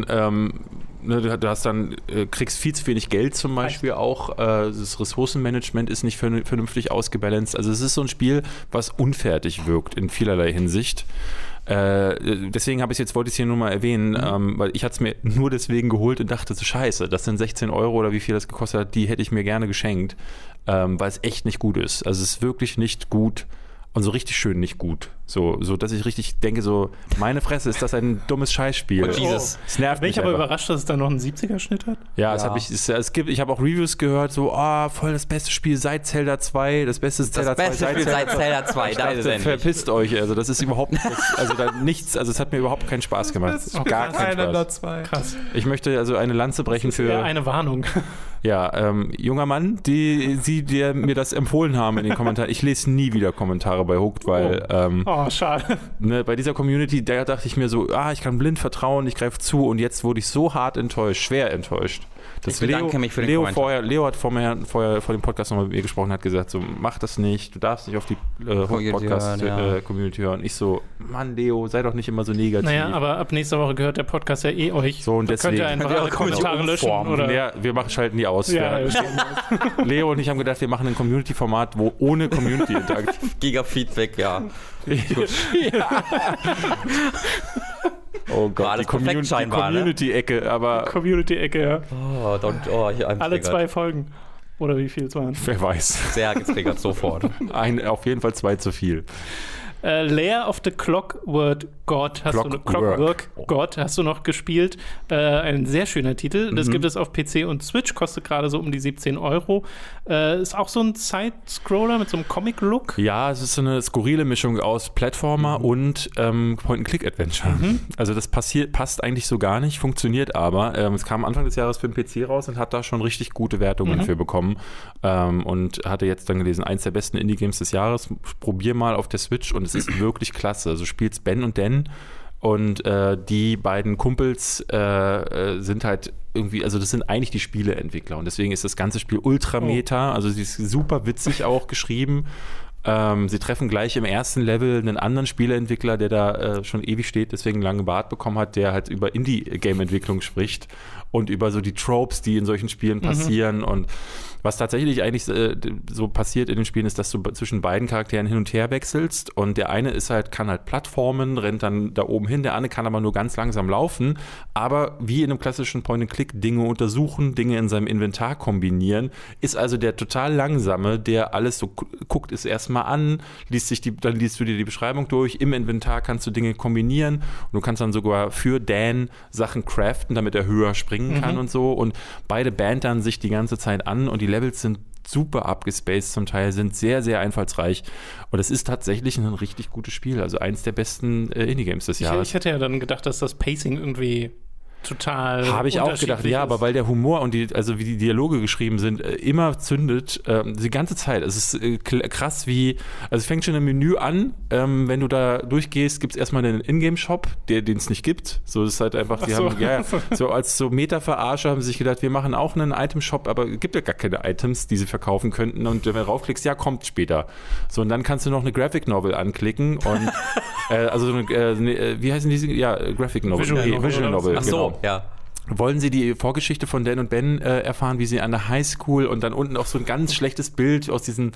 kriegst viel zu wenig Geld zum Beispiel auch. Das Ressourcenmanagement ist nicht vernünftig ausgebalanced. Also es ist so ein Spiel, was unfertig wirkt in vielerlei Hinsicht. Deswegen wollte ich es hier nur mal erwähnen, weil ich hatte es mir nur deswegen geholt und dachte, so scheiße, das sind 16 € oder wie viel das gekostet hat, die hätte ich mir gerne geschenkt, weil es echt nicht gut ist. Also es ist wirklich nicht gut. Und so richtig schön nicht gut. So, dass ich richtig denke, so, meine Fresse, ist das ein dummes Scheißspiel. Oh, Jesus. Es nervt mich. Bin ich aber überrascht, dass es da noch einen 70er-Schnitt hat? Ja, ich habe auch Reviews gehört, so, voll das beste Spiel seit Zelda 2, das beste Spiel seit Zelda 2, da ist es endlich. Verpisst euch, also das ist überhaupt nichts, also es hat mir überhaupt keinen Spaß gemacht. Das ist gar keinen Spaß. Krass. Ich möchte also eine Lanze brechen für... eine Warnung. Ja, junger Mann, die mir das empfohlen haben in den Kommentaren. Ich lese nie wieder Kommentare bei Hooked, weil schade. Bei dieser Community, da dachte ich mir so, ich kann blind vertrauen, ich greife zu und jetzt wurde ich so hart enttäuscht, schwer enttäuscht. Ich bedanke mich für den Kommentar. Leo hat vorher vor dem Podcast nochmal mit mir gesprochen, hat gesagt, so, mach das nicht, du darfst nicht auf die Podcast-Community hören. Ich so, Mann, Leo, sei doch nicht immer so negativ. Naja, aber ab nächster Woche gehört der Podcast ja euch. So, und deswegen. Könnt ihr einfach alle Kommentare löschen, oder? Ja, wir schalten die aus. Ja, Leo und ich haben gedacht, wir machen ein Community-Format, wo ohne Community-Interaktion. Giga-Feedback, ja. Oh Gott, die Community-Ecke, aber... Die Community-Ecke, ja. Hier alle 2 Folgen. Oder wie viel es waren. Wer weiß. Sehr getriggert, sofort. Auf jeden Fall 2 zu viel. Lair of the Clockwork God hast du noch gespielt. Ein sehr schöner Titel. Das gibt es auf PC und Switch, kostet gerade so um die 17 €. Ist auch so ein Side-Scroller mit so einem Comic-Look. Ja, es ist so eine skurrile Mischung aus Plattformer und Point-and-Click-Adventure. Also das passt eigentlich so gar nicht, funktioniert aber. Es kam Anfang des Jahres für den PC raus und hat da schon richtig gute Wertungen für bekommen. Und hatte jetzt dann gelesen, eins der besten Indie-Games des Jahres. Probier mal auf der Switch und es ist wirklich klasse. Also spielst Ben und Dan und die beiden Kumpels sind halt irgendwie, also das sind eigentlich die Spieleentwickler und deswegen ist das ganze Spiel ultra-meta, also sie ist super witzig auch geschrieben. Sie treffen gleich im ersten Level einen anderen Spieleentwickler, der da schon ewig steht, deswegen einen langen Bart bekommen hat, der halt über Indie-Game-Entwicklung spricht und über so die Tropes, die in solchen Spielen passieren und was tatsächlich eigentlich so passiert in den Spielen ist, dass du zwischen beiden Charakteren hin und her wechselst und der eine kann halt Plattformen, rennt dann da oben hin, der andere kann aber nur ganz langsam laufen, aber wie in einem klassischen Point-and-Click Dinge untersuchen, Dinge in seinem Inventar kombinieren, ist also der total langsame, der alles so guckt es erstmal an, dann liest du dir die Beschreibung durch, im Inventar kannst du Dinge kombinieren und du kannst dann sogar für Dan Sachen craften, damit er höher springen kann und so und beide bantern sich die ganze Zeit an und die Levels sind super abgespaced zum Teil, sind sehr, sehr einfallsreich und es ist tatsächlich ein richtig gutes Spiel, also eins der besten Indie-Games des Jahres. Ich hätte ja dann gedacht, dass das Pacing irgendwie total habe ich auch gedacht, ja, aber weil der Humor und wie die Dialoge geschrieben sind, immer zündet, die ganze Zeit. Es ist krass wie, also es fängt schon im Menü an, wenn du da durchgehst, gibt es erstmal einen Ingame-Shop, den es nicht gibt. So ist halt einfach, so als so Meta-Verarsche haben sie sich gedacht, wir machen auch einen Item-Shop, aber es gibt ja gar keine Items, die sie verkaufen könnten und wenn du raufklickst, ja, kommt später. So, und dann kannst du noch eine Graphic Novel anklicken und wie heißen diese? Ja, Graphic Novel. Visual Novel. Ach so, genau. ja. Wollen Sie die Vorgeschichte von Dan und Ben erfahren, wie sie an der Highschool und dann unten auch so ein ganz schlechtes Bild aus diesen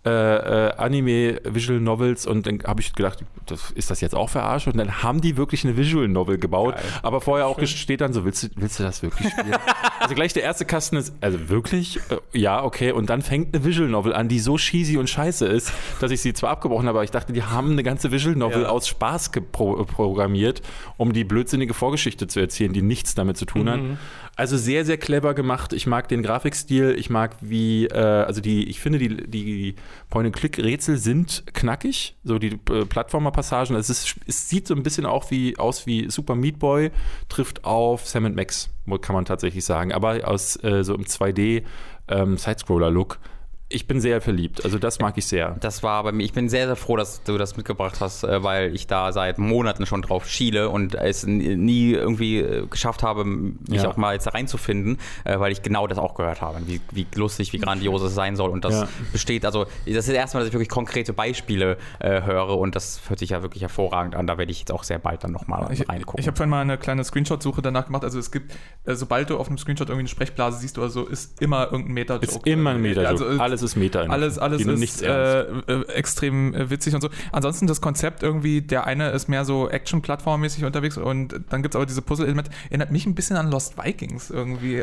Anime-Visual Novels und dann habe ich gedacht, ist das jetzt auch verarscht? Und dann haben die wirklich eine Visual Novel gebaut, aber vorher auch steht dann so, willst du das wirklich spielen? Also gleich der erste Kasten ist, also wirklich? Ja, okay. Und dann fängt eine Visual Novel an, die so cheesy und scheiße ist, dass ich sie zwar abgebrochen habe, aber ich dachte, die haben eine ganze Visual Novel aus Spaß programmiert, um die blödsinnige Vorgeschichte zu erzählen, die nichts damit zu tun hat. Also sehr, sehr clever gemacht. Ich mag den Grafikstil, ich mag ich finde die Point-and-Click-Rätsel sind knackig, so die Plattformer-Passagen. Es sieht so ein bisschen auch aus wie Super Meat Boy, trifft auf Sam & Max, kann man tatsächlich sagen, aber aus so im 2D Sidescroller-Look. Ich bin sehr verliebt, also das mag ich sehr. Das war bei mir, ich bin sehr, sehr froh, dass du das mitgebracht hast, weil ich da seit Monaten schon drauf schiele und es nie irgendwie geschafft habe, mich auch mal jetzt da reinzufinden, weil ich genau das auch gehört habe, wie lustig, wie grandios es sein soll und das besteht, also das ist das erste Mal, dass ich wirklich konkrete Beispiele höre und das hört sich ja wirklich hervorragend an, da werde ich jetzt auch sehr bald dann nochmal reingucken. Ich habe vorhin mal eine kleine Screenshot-Suche danach gemacht, also es gibt, sobald du auf einem Screenshot irgendwie eine Sprechblase siehst oder so, ist immer irgendein Meta-Joke. Ist immer ein Meta-Joke, also, alles ist Meta. Alles ist extrem witzig und so. Ansonsten das Konzept irgendwie, der eine ist mehr so Action-Plattform-mäßig unterwegs und dann gibt es aber diese Puzzle-Elemente, erinnert mich ein bisschen an Lost Vikings irgendwie.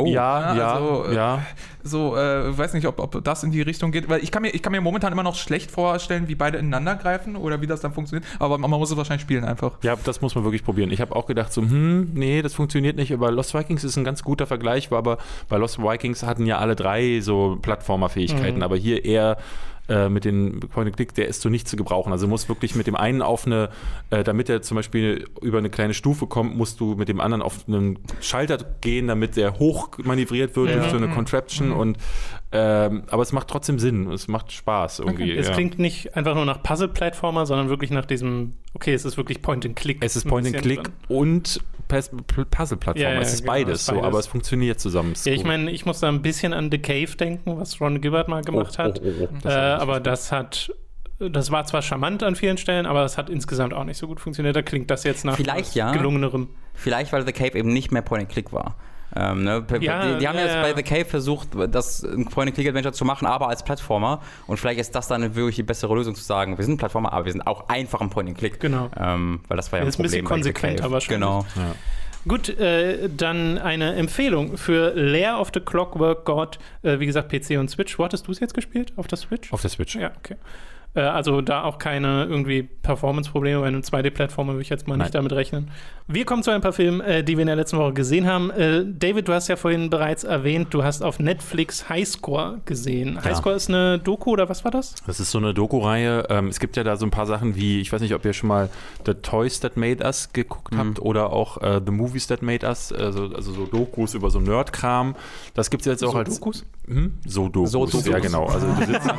Weiß nicht, ob das in die Richtung geht, weil ich kann mir momentan immer noch schlecht vorstellen, wie beide ineinander greifen oder wie das dann funktioniert, aber man muss es wahrscheinlich spielen einfach. Ja, das muss man wirklich probieren. Ich habe auch gedacht so, nee, das funktioniert nicht, aber Lost Vikings ist ein ganz guter Vergleich, aber bei Lost Vikings hatten ja alle drei so Plattformer-Fähigkeiten, aber hier eher mit den Point-and-Click, der ist so nicht zu gebrauchen. Also muss wirklich mit dem einen damit er zum Beispiel über eine kleine Stufe kommt, musst du mit dem anderen auf einen Schalter gehen, damit der hoch manövriert wird durch so eine Contraption aber es macht trotzdem Sinn. Es macht Spaß irgendwie. Okay. Es klingt nicht einfach nur nach Puzzle-Plattformer, sondern wirklich nach diesem, es ist wirklich Point-and-Click. Es ist Point-and-Click und Puzzle-Plattformer. Es ist beides so, aber es funktioniert zusammen. Ja, ich meine, ich muss da ein bisschen an The Cave denken, was Ron Gilbert mal gemacht hat. Aber das war zwar charmant an vielen Stellen, aber es hat insgesamt auch nicht so gut funktioniert. Da klingt das jetzt nach gelungenerem. Vielleicht, weil The Cave eben nicht mehr Point-and-Click war. Die haben jetzt bei The Cave versucht, das ein Point-and-Click-Adventure zu machen, aber als Plattformer. Und vielleicht ist das dann wirklich die bessere Lösung zu sagen, wir sind Plattformer, aber wir sind auch einfach ein Point-and-Click. Genau. Weil das war ja ein Problem. Das ist ein bisschen konsequent, aber schon. Genau. Ja. Gut, dann eine Empfehlung für Lair of the Clockwork God. Wie gesagt, PC und Switch. Wo hattest du es jetzt gespielt? Auf der Switch? Auf der Switch. Ja, okay. Also da auch keine irgendwie Performance-Probleme bei einem 2D-Plattformer, würde ich jetzt mal nicht damit rechnen. Wir kommen zu ein paar Filmen, die wir in der letzten Woche gesehen haben. David, du hast ja vorhin bereits erwähnt, du hast auf Netflix Highscore gesehen. Ja. Highscore ist eine Doku oder was war das? Das ist so eine Doku-Reihe. Es gibt ja da so ein paar Sachen wie, ich weiß nicht, ob ihr schon mal The Toys That Made Us geguckt habt oder auch The Movies That Made Us, also so Dokus über so Nerd-Kram. Das gibt es jetzt auch so als... Dokus? So Dokus, ja genau. Also du sitzt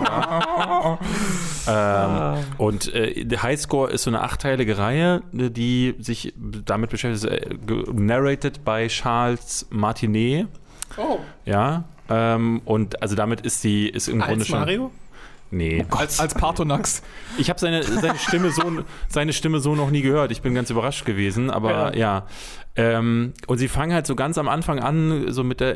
da. Und Highscore ist so eine 8-teilige Reihe, die sich damit beschäftigt, narrated by Charles Martinet. Oh. Ja. Und also damit ist im Grunde schon... Mario? Nee. Als Partonax. Ich habe seine Stimme so noch nie gehört. Ich bin ganz überrascht gewesen, aber ja. Und sie fangen halt so ganz am Anfang an, so mit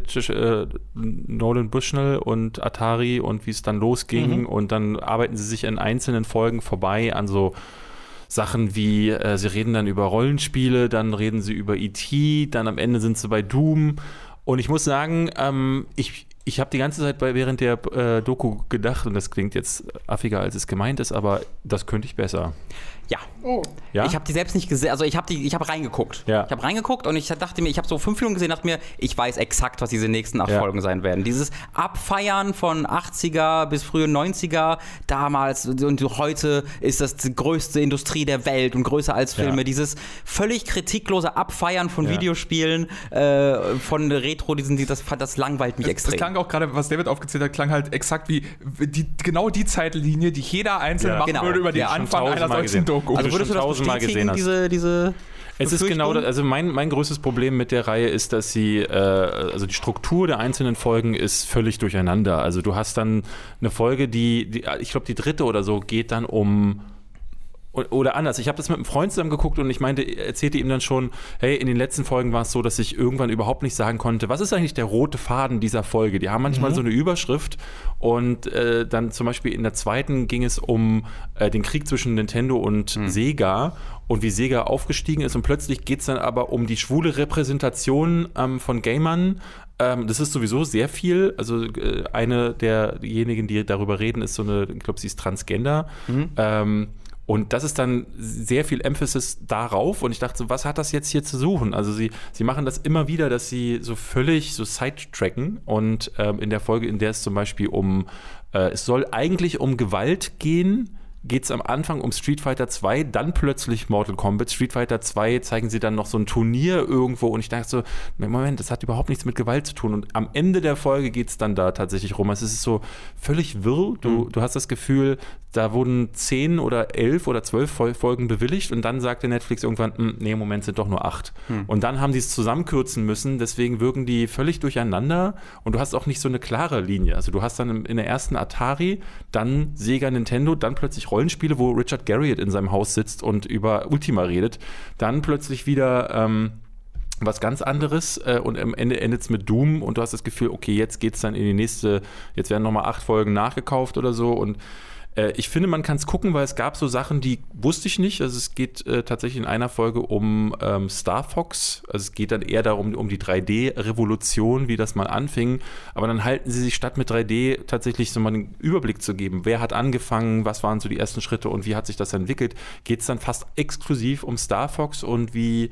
Nolan Bushnell und Atari und wie es dann losging. Und dann arbeiten sie sich in einzelnen Folgen vorbei an so Sachen wie, sie reden dann über Rollenspiele, dann reden sie über E.T., dann am Ende sind sie bei Doom. Und ich muss sagen, ich habe die ganze Zeit während der Doku gedacht, und das klingt jetzt affiger, als es gemeint ist, aber das könnte ich besser. Ja. Oh. Ja? Ich habe die selbst nicht gesehen, also ich habe reingeguckt. Ja. Ich habe reingeguckt und ich dachte mir, ich habe so 5 Minuten gesehen, dachte mir, ich weiß exakt, was diese nächsten 8 Folgen sein werden. Dieses Abfeiern von 80er bis frühe 90er, damals und heute ist das die größte Industrie der Welt und größer als Filme. Ja. Dieses völlig kritiklose Abfeiern von Videospielen, von Retro, das langweilt mich extrem. Das klang auch gerade, was David aufgezählt hat, klang halt exakt wie genau die Zeitlinie, die jeder Einzelne machen würde über den Anfang einer solchen Doku. Also würdest du das bestätigen, diese Es ist genau das, also mein größtes Problem mit der Reihe ist, dass sie, also die Struktur der einzelnen Folgen ist völlig durcheinander. Also du hast dann eine Folge, ich glaube die 3. oder so, geht dann um, oder anders, ich habe das mit einem Freund zusammen geguckt und ich erzählte ihm dann schon, hey, in den letzten Folgen war es so, dass ich irgendwann überhaupt nicht sagen konnte, was ist eigentlich der rote Faden dieser Folge? Die haben manchmal so eine Überschrift und dann zum Beispiel in der 2. ging es um den Krieg zwischen Nintendo und Sega und wie Sega aufgestiegen ist und plötzlich geht es dann aber um die schwule Repräsentation von Gamern. Das ist sowieso sehr viel, also eine derjenigen, die darüber reden, ist so eine, ich glaube, sie ist Transgender, und das ist dann sehr viel Emphasis darauf und ich dachte so, was hat das jetzt hier zu suchen? Also sie machen das immer wieder, dass sie so völlig so sidetracken und in der Folge, in der es zum Beispiel es soll eigentlich um Gewalt gehen, geht es am Anfang um Street Fighter 2, dann plötzlich Mortal Kombat. Street Fighter 2 zeigen sie dann noch so ein Turnier irgendwo und ich dachte so, Moment, das hat überhaupt nichts mit Gewalt zu tun. Und am Ende der Folge geht es dann da tatsächlich rum. Es ist so völlig wirr. Du hast das Gefühl, da wurden 10 oder 11 oder 12 Folgen bewilligt und dann sagte Netflix irgendwann, nee, im Moment sind doch nur 8. Und dann haben die es zusammenkürzen müssen, deswegen wirken die völlig durcheinander und du hast auch nicht so eine klare Linie. Also du hast dann in der ersten Atari, dann Sega, Nintendo, dann plötzlich Rollenspiele, wo Richard Garriott in seinem Haus sitzt und über Ultima redet, dann plötzlich wieder was ganz anderes und am Ende endet es mit Doom und du hast das Gefühl, okay, jetzt geht es dann in die nächste, jetzt werden nochmal 8 Folgen nachgekauft oder so und ich finde, man kann es gucken, weil es gab so Sachen, die wusste ich nicht. Also es geht tatsächlich in einer Folge um Star Fox. Also es geht dann eher darum, um die 3D-Revolution, wie das mal anfing. Aber dann halten sie sich statt mit 3D tatsächlich so mal einen Überblick zu geben. Wer hat angefangen, was waren so die ersten Schritte und wie hat sich das entwickelt? Geht es dann fast exklusiv um Star Fox und wie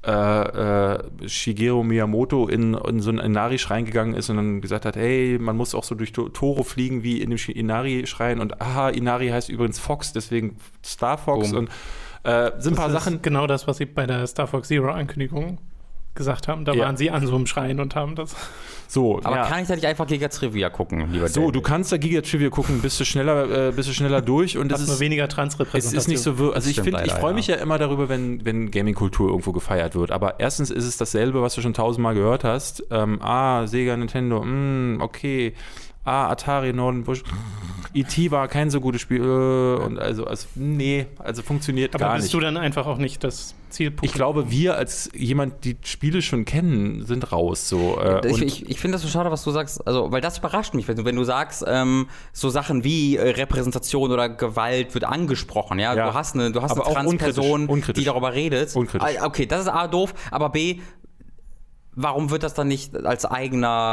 Shigeru Miyamoto in so einen Inari-Schrein gegangen ist und dann gesagt hat, hey, man muss auch so durch Tore fliegen wie in dem Inari-Schrein und Inari heißt übrigens Fox, deswegen Star Fox und sind ein paar Sachen. Genau das, was sie bei der Star Fox Zero-Ankündigung gesagt haben. Da waren sie an so einem Schrein und haben das. So, aber kann ich da nicht einfach Giga Trivia gucken, lieber So, David? Du kannst da Giga Trivia gucken, bist du schneller durch und das ist nur weniger Transrepräsentation. Es ist nicht so, also ich freue mich ja immer darüber, wenn Gaming-Kultur irgendwo gefeiert wird, aber erstens ist es dasselbe, was du schon 1000-mal gehört hast. Sega, Nintendo, okay. Atari, Northern Bush. E.T. war kein so gutes Spiel und also funktioniert aber gar nicht. Aber bist du dann einfach auch nicht das Zielpublikum? Ich glaube, wir als jemand, die Spiele schon kennen, sind raus. So, ich finde das so schade, was du sagst, also, weil das überrascht mich, wenn du sagst, so Sachen wie Repräsentation oder Gewalt wird angesprochen, ja? Du hast eine Transperson, die darüber redet. Unkritisch. Okay, das ist A, doof, aber B, warum wird das dann nicht als eigener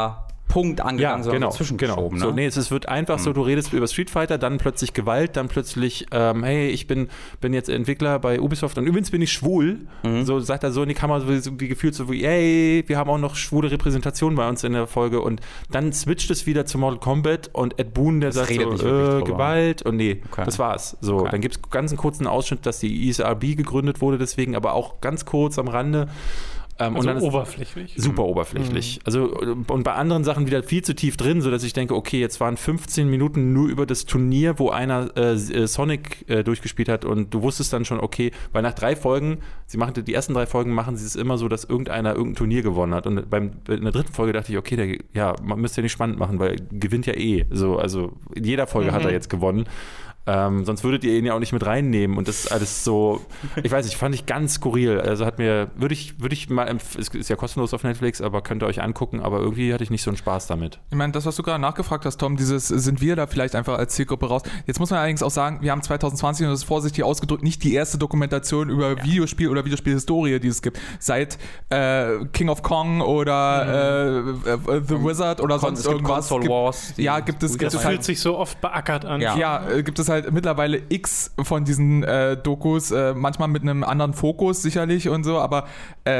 Punkt angegangen, sondern zwischengeschoben. So, nee, es wird einfach so, du redest über Street Fighter, dann plötzlich Gewalt, dann plötzlich, hey, ich bin jetzt Entwickler bei Ubisoft und übrigens bin ich schwul. So sagt er so in die Kamera, so wie gefühlt so wie, hey, wir haben auch noch schwule Repräsentation bei uns in der Folge und dann switcht es wieder zu Mortal Kombat und Ed Boon, der sagt so, Gewalt und das war's. So, dann gibt es ganz einen kurzen Ausschnitt, dass die ESRB gegründet wurde, deswegen aber auch ganz kurz am Rande. Also und dann oberflächlich. Super oberflächlich. Also, und bei anderen Sachen wieder viel zu tief drin, sodass ich denke, okay, jetzt waren 15 Minuten nur über das Turnier, wo einer Sonic durchgespielt hat und du wusstest dann schon, okay, weil nach 3 Folgen, die ersten 3 Folgen machen sie es immer so, dass irgendeiner irgendein Turnier gewonnen hat und in der 3. Folge dachte ich, okay, man müsste ja nicht spannend machen, weil gewinnt ja eh. So, also in jeder Folge hat er jetzt gewonnen. Sonst würdet ihr ihn ja auch nicht mit reinnehmen und das ist alles so, ich weiß nicht, fand ich ganz skurril. Also würde ich mal, es ist ja kostenlos auf Netflix, aber könnt ihr euch angucken, aber irgendwie hatte ich nicht so einen Spaß damit. Ich meine, das, was du gerade nachgefragt hast, Tom, sind wir da vielleicht einfach als Zielgruppe raus. Jetzt muss man allerdings auch sagen, wir haben 2020 und das ist vorsichtig ausgedrückt nicht die erste Dokumentation über Videospiel oder Videospielhistorie, die es gibt. Seit King of Kong oder The Wizard oder sonst irgendwas. Console Wars. Gibt es fühlt halt, sich so oft beackert an. Gibt es halt mittlerweile x von diesen Dokus, manchmal mit einem anderen Fokus sicherlich und so, aber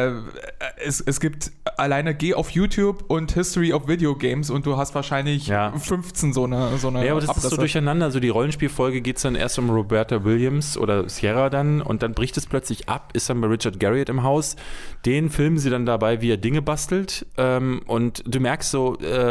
es gibt alleine geh auf YouTube und History of Video Games und du hast wahrscheinlich 15 so eine Ja, aber das Abrisse. ist so durcheinander. So die Rollenspielfolge geht es dann erst um Roberta Williams oder Sierra dann und dann bricht es plötzlich ab, ist dann bei Richard Garriott im Haus. Den filmen sie dann dabei, wie er Dinge bastelt und du merkst so,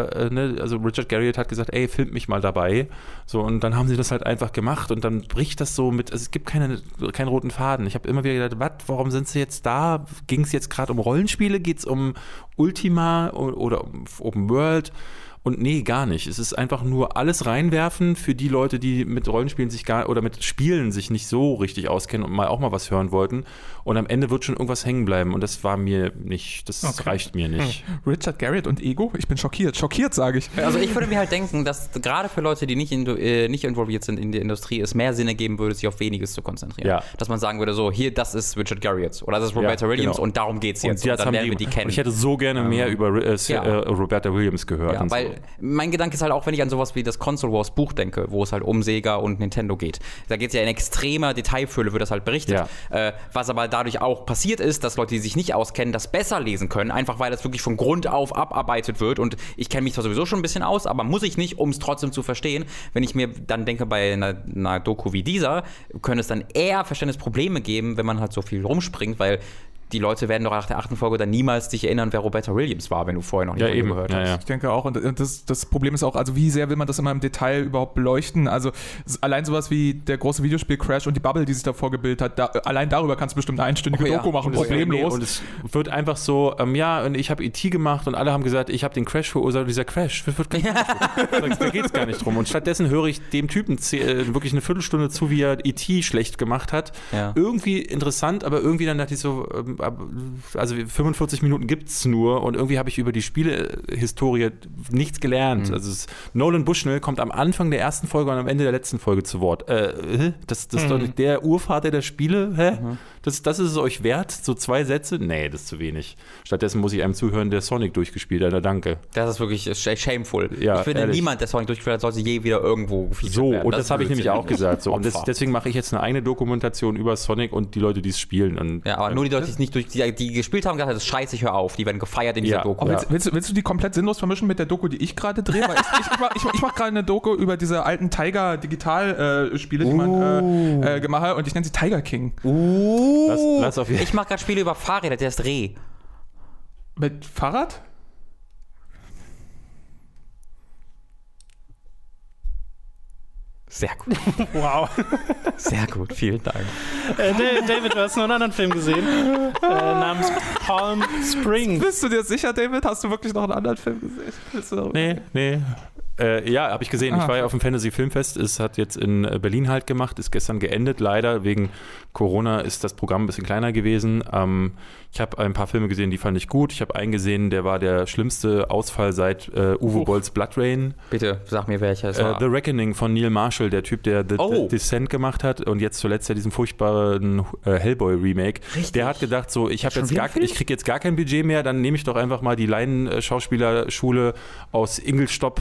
also Richard Garriott hat gesagt, ey, filmt mich mal dabei. So, und dann haben sie das halt einfach gemacht und dann bricht das so mit, also es gibt keinen roten Faden. Ich habe immer wieder gedacht, warum sind sie jetzt da? Ging es jetzt gerade um Rollenspiele? Geht es um Ultima oder um Open World? Und nee, gar nicht. Es ist einfach nur alles reinwerfen für die Leute, die mit Rollenspielen oder mit Spielen sich nicht so richtig auskennen und auch mal was hören wollten. Und am Ende wird schon irgendwas hängen bleiben. Und das war mir nicht, reicht mir nicht. Richard Garriott und Ego? Ich bin schockiert. Schockiert, sage ich. Also ich würde mir halt denken, dass gerade für Leute, die nicht involviert sind in der Industrie, es mehr Sinn ergeben würde, sich auf weniges zu konzentrieren. Ja. Dass man sagen würde, so, hier, das ist Richard Garriott oder das ist Roberta Williams und darum geht's jetzt. Und dann werden wir die kennen. Und ich hätte so gerne mehr über Roberta Williams gehört. Ja, weil mein Gedanke ist halt auch, wenn ich an sowas wie das Console Wars Buch denke, wo es halt um Sega und Nintendo geht. Da geht es ja in extremer Detailfülle, wird das halt berichtet. Ja. Was aber dadurch auch passiert ist, dass Leute, die sich nicht auskennen, das besser lesen können, einfach weil das wirklich von Grund auf abarbeitet wird. Und ich kenne mich zwar sowieso schon ein bisschen aus, aber muss ich nicht, um es trotzdem zu verstehen. Wenn ich mir dann denke, bei einer Doku wie dieser, können es dann eher Verständnisprobleme geben, wenn man halt so viel rumspringt, weil die Leute werden doch nach der 8. Folge dann niemals dich erinnern, wer Roberta Williams war, wenn du vorher noch nicht gehört hast. Ja. Ich denke auch, und das Problem ist auch, also wie sehr will man das immer im Detail überhaupt beleuchten? Also allein sowas wie der große Videospiel-Crash und die Bubble, die sich davor gebildet hat, allein darüber kannst du bestimmt eine einstündige Doku machen, problemlos. Und es wird einfach so, und ich habe E.T. gemacht und alle haben gesagt, ich habe den Crash verursacht und dieser Crash wird gar nicht da geht es gar nicht drum. Und stattdessen höre ich dem Typen wirklich eine Viertelstunde zu, wie er E.T. schlecht gemacht hat. Ja. Irgendwie interessant, aber irgendwie dann dachte ich so, also 45 Minuten gibt es nur und irgendwie habe ich über die Spielehistorie nichts gelernt. Also Nolan Bushnell kommt am Anfang der ersten Folge und am Ende der letzten Folge zu Wort. Das ist doch nicht der Urvater der Spiele? Hä? Das ist es euch wert? So 2 Sätze? Nee, das ist zu wenig. Stattdessen muss ich einem zuhören, der Sonic durchgespielt hat. Danke. Das ist wirklich shameful. Ja, ich finde, ehrlich. Niemand, der Sonic durchgespielt hat, sollte je wieder irgendwo featured werden. Und das habe ich nämlich auch gesagt. So. Und deswegen mache ich jetzt eine eigene Dokumentation über Sonic und die Leute, die es spielen. Und, aber nur die Leute, die es nicht die gespielt haben, gesagt, das ist scheiße, ich hör auf. Die werden gefeiert in dieser Doku. Willst du die komplett sinnlos vermischen mit der Doku, die ich gerade drehe? Weil ich mache gerade eine Doku über diese alten Tiger-Digital-Spiele, die man gemacht hat, und ich nenne sie Tiger King. Lass auf jeden Ich mache gerade Spiele über Fahrräder, der ist Reh. Mit Fahrrad? Sehr gut. Wow. Sehr gut, vielen Dank. David, du hast noch einen anderen Film gesehen, namens Palm Springs. Bist du dir sicher, David? Hast du wirklich noch einen anderen Film gesehen? Nee. Ja, habe ich gesehen. Ich war ja auf dem Fantasy Filmfest. Es hat jetzt in Berlin halt gemacht, ist gestern geendet. Leider wegen Corona ist das Programm ein bisschen kleiner gewesen. Ich habe ein paar Filme gesehen, die fand ich gut. Ich habe einen gesehen, der war der schlimmste Ausfall seit Uwe Bolls Blood Rain. Bitte, sag mir welcher es war. The Reckoning von Neil Marshall, der Typ, der The Descent gemacht hat und jetzt zuletzt ja diesen furchtbaren Hellboy-Remake. Richtig. Der hat gedacht, so, ich kriege jetzt gar kein Budget mehr, dann nehme ich doch einfach mal die Laienschauspielerschule aus Ingolstadt.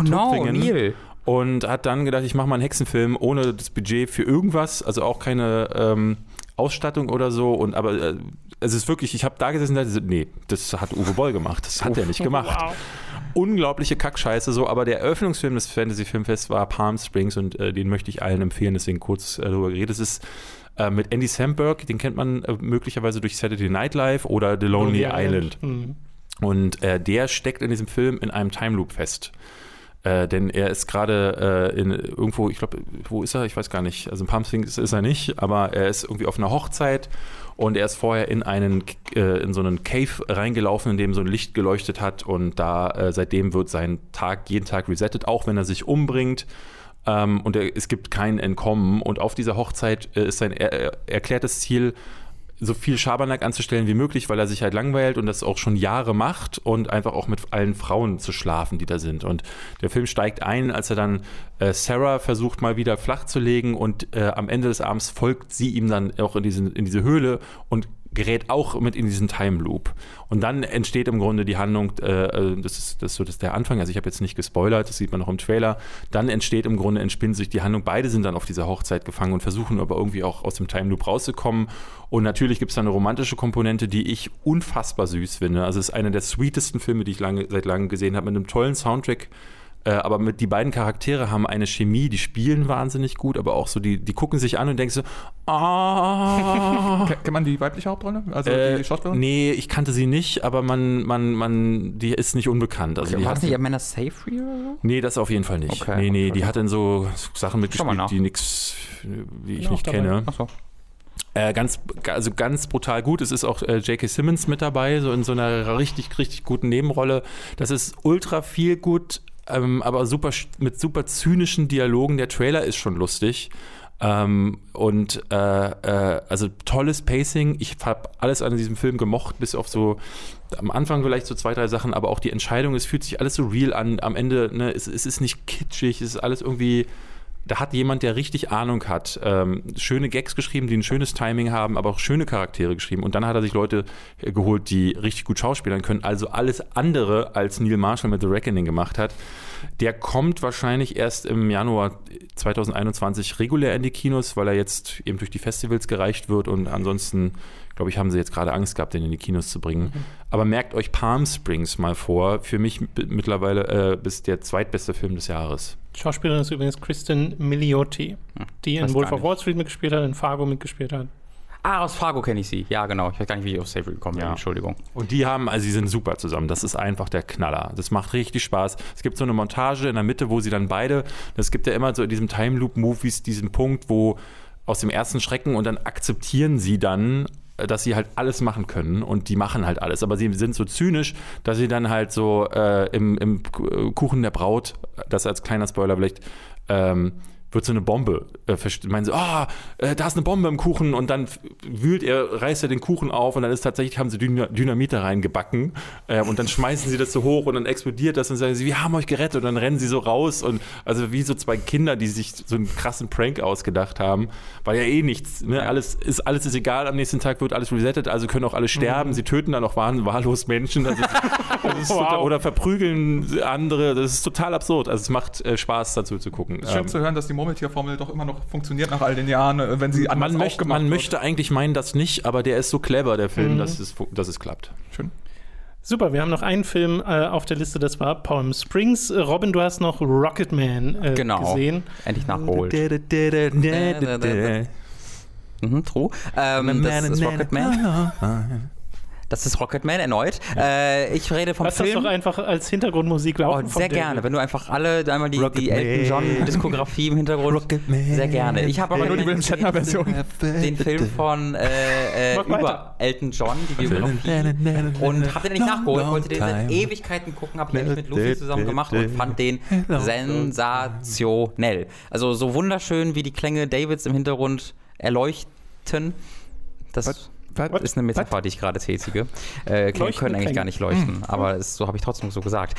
Neil. Und hat dann gedacht, ich mache mal einen Hexenfilm ohne das Budget für irgendwas, also auch keine Ausstattung oder so. Aber es ist wirklich, ich habe da gesessen und dachte, nee, das hat Uwe Boll gemacht, das hat er nicht gemacht. Wow. Unglaubliche Kackscheiße so, aber der Eröffnungsfilm des Fantasy Filmfests war Palm Springs und den möchte ich allen empfehlen, deswegen kurz darüber geredet. Es ist mit Andy Samberg, den kennt man möglicherweise durch Saturday Night Live oder The Lonely Island. Und der steckt in diesem Film in einem Time Loop fest. Denn er ist gerade irgendwo, ich glaube, wo ist er? Ich weiß gar nicht. Also in Palm Springs ist er nicht, aber er ist irgendwie auf einer Hochzeit und er ist vorher in so einen Cave reingelaufen, in dem so ein Licht geleuchtet hat und da seitdem wird sein Tag jeden Tag resettet, auch wenn er sich umbringt. Und es gibt kein Entkommen und auf dieser Hochzeit ist sein erklärtes Ziel, so viel Schabernack anzustellen wie möglich, weil er sich halt langweilt und das auch schon Jahre macht und einfach auch mit allen Frauen zu schlafen, die da sind. Und der Film steigt ein, als er dann Sarah versucht mal wieder flach zu legen und am Ende des Abends folgt sie ihm dann auch in diese Höhle und gerät auch mit in diesen Time Loop. Und dann entsteht im Grunde die Handlung, das ist der Anfang, also ich habe jetzt nicht gespoilert, das sieht man noch im Trailer, dann entspinnt sich die Handlung, beide sind dann auf dieser Hochzeit gefangen und versuchen aber irgendwie auch aus dem Time Loop rauszukommen. Und natürlich gibt es da eine romantische Komponente, die ich unfassbar süß finde. Also es ist einer der sweetesten Filme, die ich seit langem gesehen habe, mit einem tollen Soundtrack. Aber die beiden Charaktere haben eine Chemie, die spielen wahnsinnig gut, aber auch so, die gucken sich an und denken so, Kennt man die weibliche Hauptrolle? Also die Schauspielerin? Nee, ich kannte sie nicht, aber die ist nicht unbekannt. Also War das nicht Amanda Seyfried oder so? Nee, das auf jeden Fall nicht. Okay, nee, die hat in so Sachen mitgespielt, die ich nicht kenne. Ach so. Ganz brutal gut. Es ist auch J.K. Simmons mit dabei, so in so einer richtig, richtig guten Nebenrolle. Das ist ultra viel gut, aber mit super zynischen Dialogen. Der Trailer ist schon lustig. Also tolles Pacing. Ich habe alles an diesem Film gemocht, bis auf so am Anfang vielleicht so 2, 3 Sachen, aber auch die Entscheidung, es fühlt sich alles so real an. Am Ende, ne, es ist nicht kitschig, es ist alles irgendwie. Da hat jemand, der richtig Ahnung hat, schöne Gags geschrieben, die ein schönes Timing haben, aber auch schöne Charaktere geschrieben. Und dann hat er sich Leute geholt, die richtig gut schauspielern können. Also alles andere, als Neil Marshall mit The Reckoning gemacht hat. Der kommt wahrscheinlich erst im Januar 2021 regulär in die Kinos, weil er jetzt eben durch die Festivals gereicht wird. Und ansonsten, glaube ich, haben sie jetzt gerade Angst gehabt, den in die Kinos zu bringen. Aber merkt euch Palm Springs mal vor. Für mich mittlerweile bis der zweitbeste Film des Jahres. Schauspielerin ist übrigens Kristen Milioti, die in Wolf of Wall Street mitgespielt hat, in Fargo mitgespielt hat. Aus Fargo kenne ich sie. Ja, genau. Ich weiß gar nicht, wie ich auf Savory gekommen bin. Entschuldigung. Und die sind super zusammen. Das ist einfach der Knaller. Das macht richtig Spaß. Es gibt so eine Montage in der Mitte, wo sie dann beide, das gibt ja immer so in diesem Time Loop Movies diesen Punkt, wo aus dem ersten Schrecken und dann akzeptieren sie dann, dass sie halt alles machen können und die machen halt alles. Aber sie sind so zynisch, dass sie dann halt so im Kuchen der Braut, das als kleiner Spoiler vielleicht, wird so eine Bombe, meinen sie, da ist eine Bombe im Kuchen und dann reißt er den Kuchen auf und dann ist tatsächlich, haben sie Dynamit da reingebacken und dann schmeißen sie das so hoch und dann explodiert das und sagen sie, wir haben euch gerettet und dann rennen sie so raus und also wie so 2 Kinder, die sich so einen krassen Prank ausgedacht haben, weil ja eh nichts, ne? Alles ist egal, am nächsten Tag wird alles resettet, also können auch alle sterben, sie töten dann auch wahllos Menschen oder verprügeln andere, das ist total absurd, also es macht Spaß dazu zu gucken. Schön zu hören, dass die Murmeltierformel doch immer noch funktioniert nach all den Jahren, wenn sie anders aufgemacht wird. Man möchte eigentlich meinen, das nicht, aber der ist so clever, der Film, dass es klappt. Schön. Super, wir haben noch einen Film auf der Liste, das war Palm Springs. Robin, du hast noch Rocketman gesehen. Endlich nachgeholt. True. Das ist Rocketman. Das ist Rocketman erneut. Ich rede vom Lass Film. das doch einfach als Hintergrundmusik laufen. Sehr gerne, wenn du einfach einmal die Elton John-Diskografie im Hintergrund. Rocketman. Sehr gerne. Ich habe aber nur die William Shatner-Version. Den Film von über Elton John, die Biografie. Und habe den nicht nachgeholt, wollte den seit Ewigkeiten gucken, habe ich nämlich mit Lucy zusammen gemacht und fand den sensationell. Also so wunderschön, wie die Klänge Davids im Hintergrund erleuchten. Das ist eine Metapher, die ich gerade tätige. Klänge können eigentlich gar nicht leuchten, aber so habe ich trotzdem so gesagt.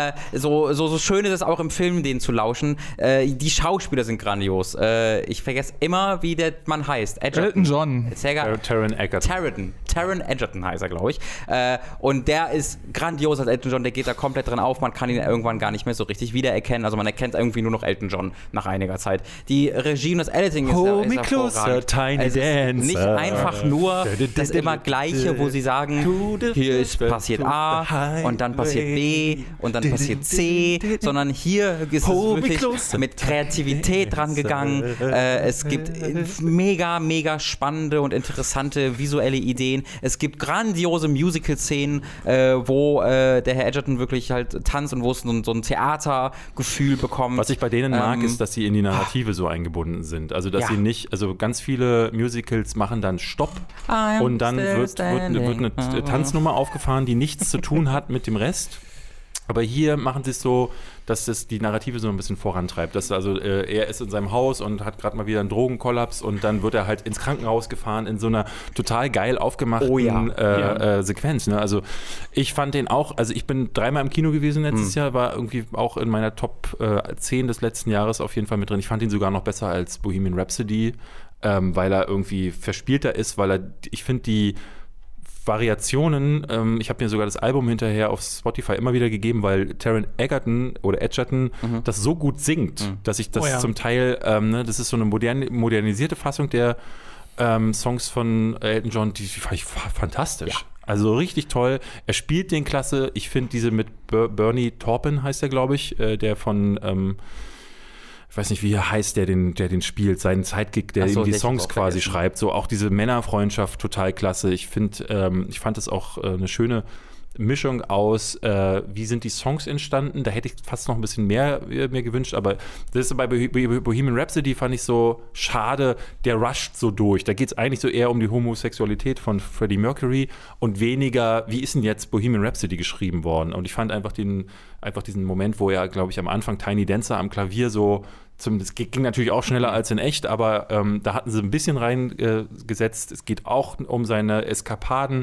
So schön ist es auch im Film, denen zu lauschen. Die Schauspieler sind grandios. Ich vergesse immer, wie der Mann heißt. Elton John. Taron Egerton. Taron Egerton heißt er, glaube ich. Und der ist grandios als Elton John. Der geht da komplett drin auf. Man kann ihn irgendwann gar nicht mehr so richtig wiedererkennen. Also man erkennt irgendwie nur noch Elton John nach einiger Zeit. Die Regie und das Editing ist hervorragend. Es ist nicht einfach nur das immer Gleiche, wo sie sagen, hier passiert A und dann passiert B und dann passiert C, sondern hier ist es wirklich mit Kreativität dran gegangen. Es gibt mega, mega spannende und interessante visuelle Ideen. Es gibt grandiose Musical-Szenen, wo der Herr Egerton wirklich halt tanzt und wo es so ein Theatergefühl bekommt. Was ich bei denen mag, ist, dass sie in die Narrative so eingebunden sind. Also, dass sie nicht, also ganz viele Musicals machen dann Stopp und dann wird eine Tanznummer aufgefahren, die nichts zu tun hat mit dem Rest. Aber hier machen sie es so, dass es die Narrative so ein bisschen vorantreibt. Dass also er ist in seinem Haus und hat gerade mal wieder einen Drogenkollaps und dann wird er halt ins Krankenhaus gefahren in so einer total geil aufgemachten Sequenz. Ne? Also ich fand den auch, also ich bin 3-mal im Kino gewesen letztes Jahr, war irgendwie auch in meiner Top 10 des letzten Jahres auf jeden Fall mit drin. Ich fand ihn sogar noch besser als Bohemian Rhapsody, weil er irgendwie verspielter ist, ich finde die Variationen, ich habe mir sogar das Album hinterher auf Spotify immer wieder gegeben, weil Taron Egerton das so gut singt, dass ich das zum Teil, das ist so eine modernisierte Fassung der Songs von Elton John, die fand ich fantastisch. Ja. Also richtig toll. Er spielt den klasse. Ich finde diese mit Bernie Taupin heißt der, glaube ich, der von ich weiß nicht, wie er heißt, der den spielt, seinen Sidekick, der ihm die Songs quasi schreibt. So auch diese Männerfreundschaft total klasse. Ich fand es auch eine schöne Mischung aus, wie sind die Songs entstanden. Da hätte ich fast noch ein bisschen mehr mir gewünscht, aber das ist bei Bohemian Rhapsody fand ich so schade, der rusht so durch. Da geht es eigentlich so eher um die Homosexualität von Freddie Mercury und weniger, wie ist denn jetzt Bohemian Rhapsody geschrieben worden? Und ich fand einfach diesen Moment, wo er, glaube ich, am Anfang Tiny Dancer am Klavier so das ging natürlich auch schneller als in echt, aber da hatten sie ein bisschen reingesetzt. Es geht auch um seine Eskapaden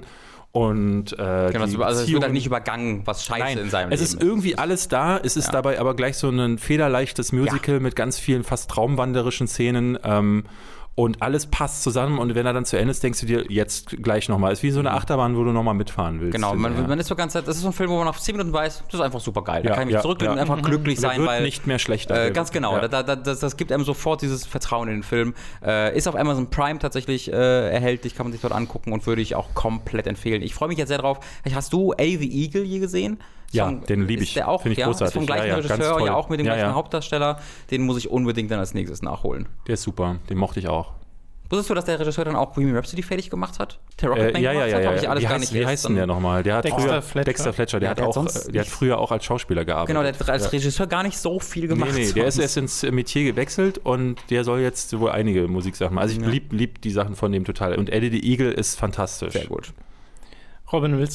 und also es wird halt nicht übergangen, was scheiße in seinem Leben ist. Es ist irgendwie alles da, es ist dabei aber gleich so ein federleichtes Musical mit ganz vielen fast traumwanderischen Szenen und alles passt zusammen und wenn er dann zu Ende ist, denkst du dir jetzt gleich nochmal. Es ist wie so eine Achterbahn, wo du nochmal mitfahren willst. Genau, man ist so ganz, das ist so ein Film, wo man nach 10 Minuten weiß, das ist einfach super geil. Da kann ich mich zurücklehnen und einfach glücklich sein, wird weil nicht mehr schlechter. Ganz genau, das gibt einem sofort dieses Vertrauen in den Film. Ist auf Amazon Prime tatsächlich erhältlich, kann man sich dort angucken und würde ich auch komplett empfehlen. Ich freue mich jetzt sehr drauf. Hast du A the Eagle je gesehen? Ja, den liebe ich. Der auch, finde ich großartig. Ist vom gleichen Regisseur, ja auch mit dem gleichen Hauptdarsteller. Den muss ich unbedingt dann als nächstes nachholen. Der ist super, den mochte ich auch. Wusstest du, dass der Regisseur dann auch Bohemian Rhapsody fertig gemacht hat? Der Rocketman gemacht hat? Hab ich alles gar nicht wie heißt denn der nochmal? Der hat Dexter Fletcher. Der hat früher auch als Schauspieler gearbeitet. Genau, der hat als Regisseur gar nicht so viel gemacht. Nee, der ist erst ins Metier gewechselt und der soll jetzt wohl einige Musiksachen machen. Also ich lieb die Sachen von dem total. Und Eddie the Eagle ist fantastisch. Sehr gut. Robin, gibt's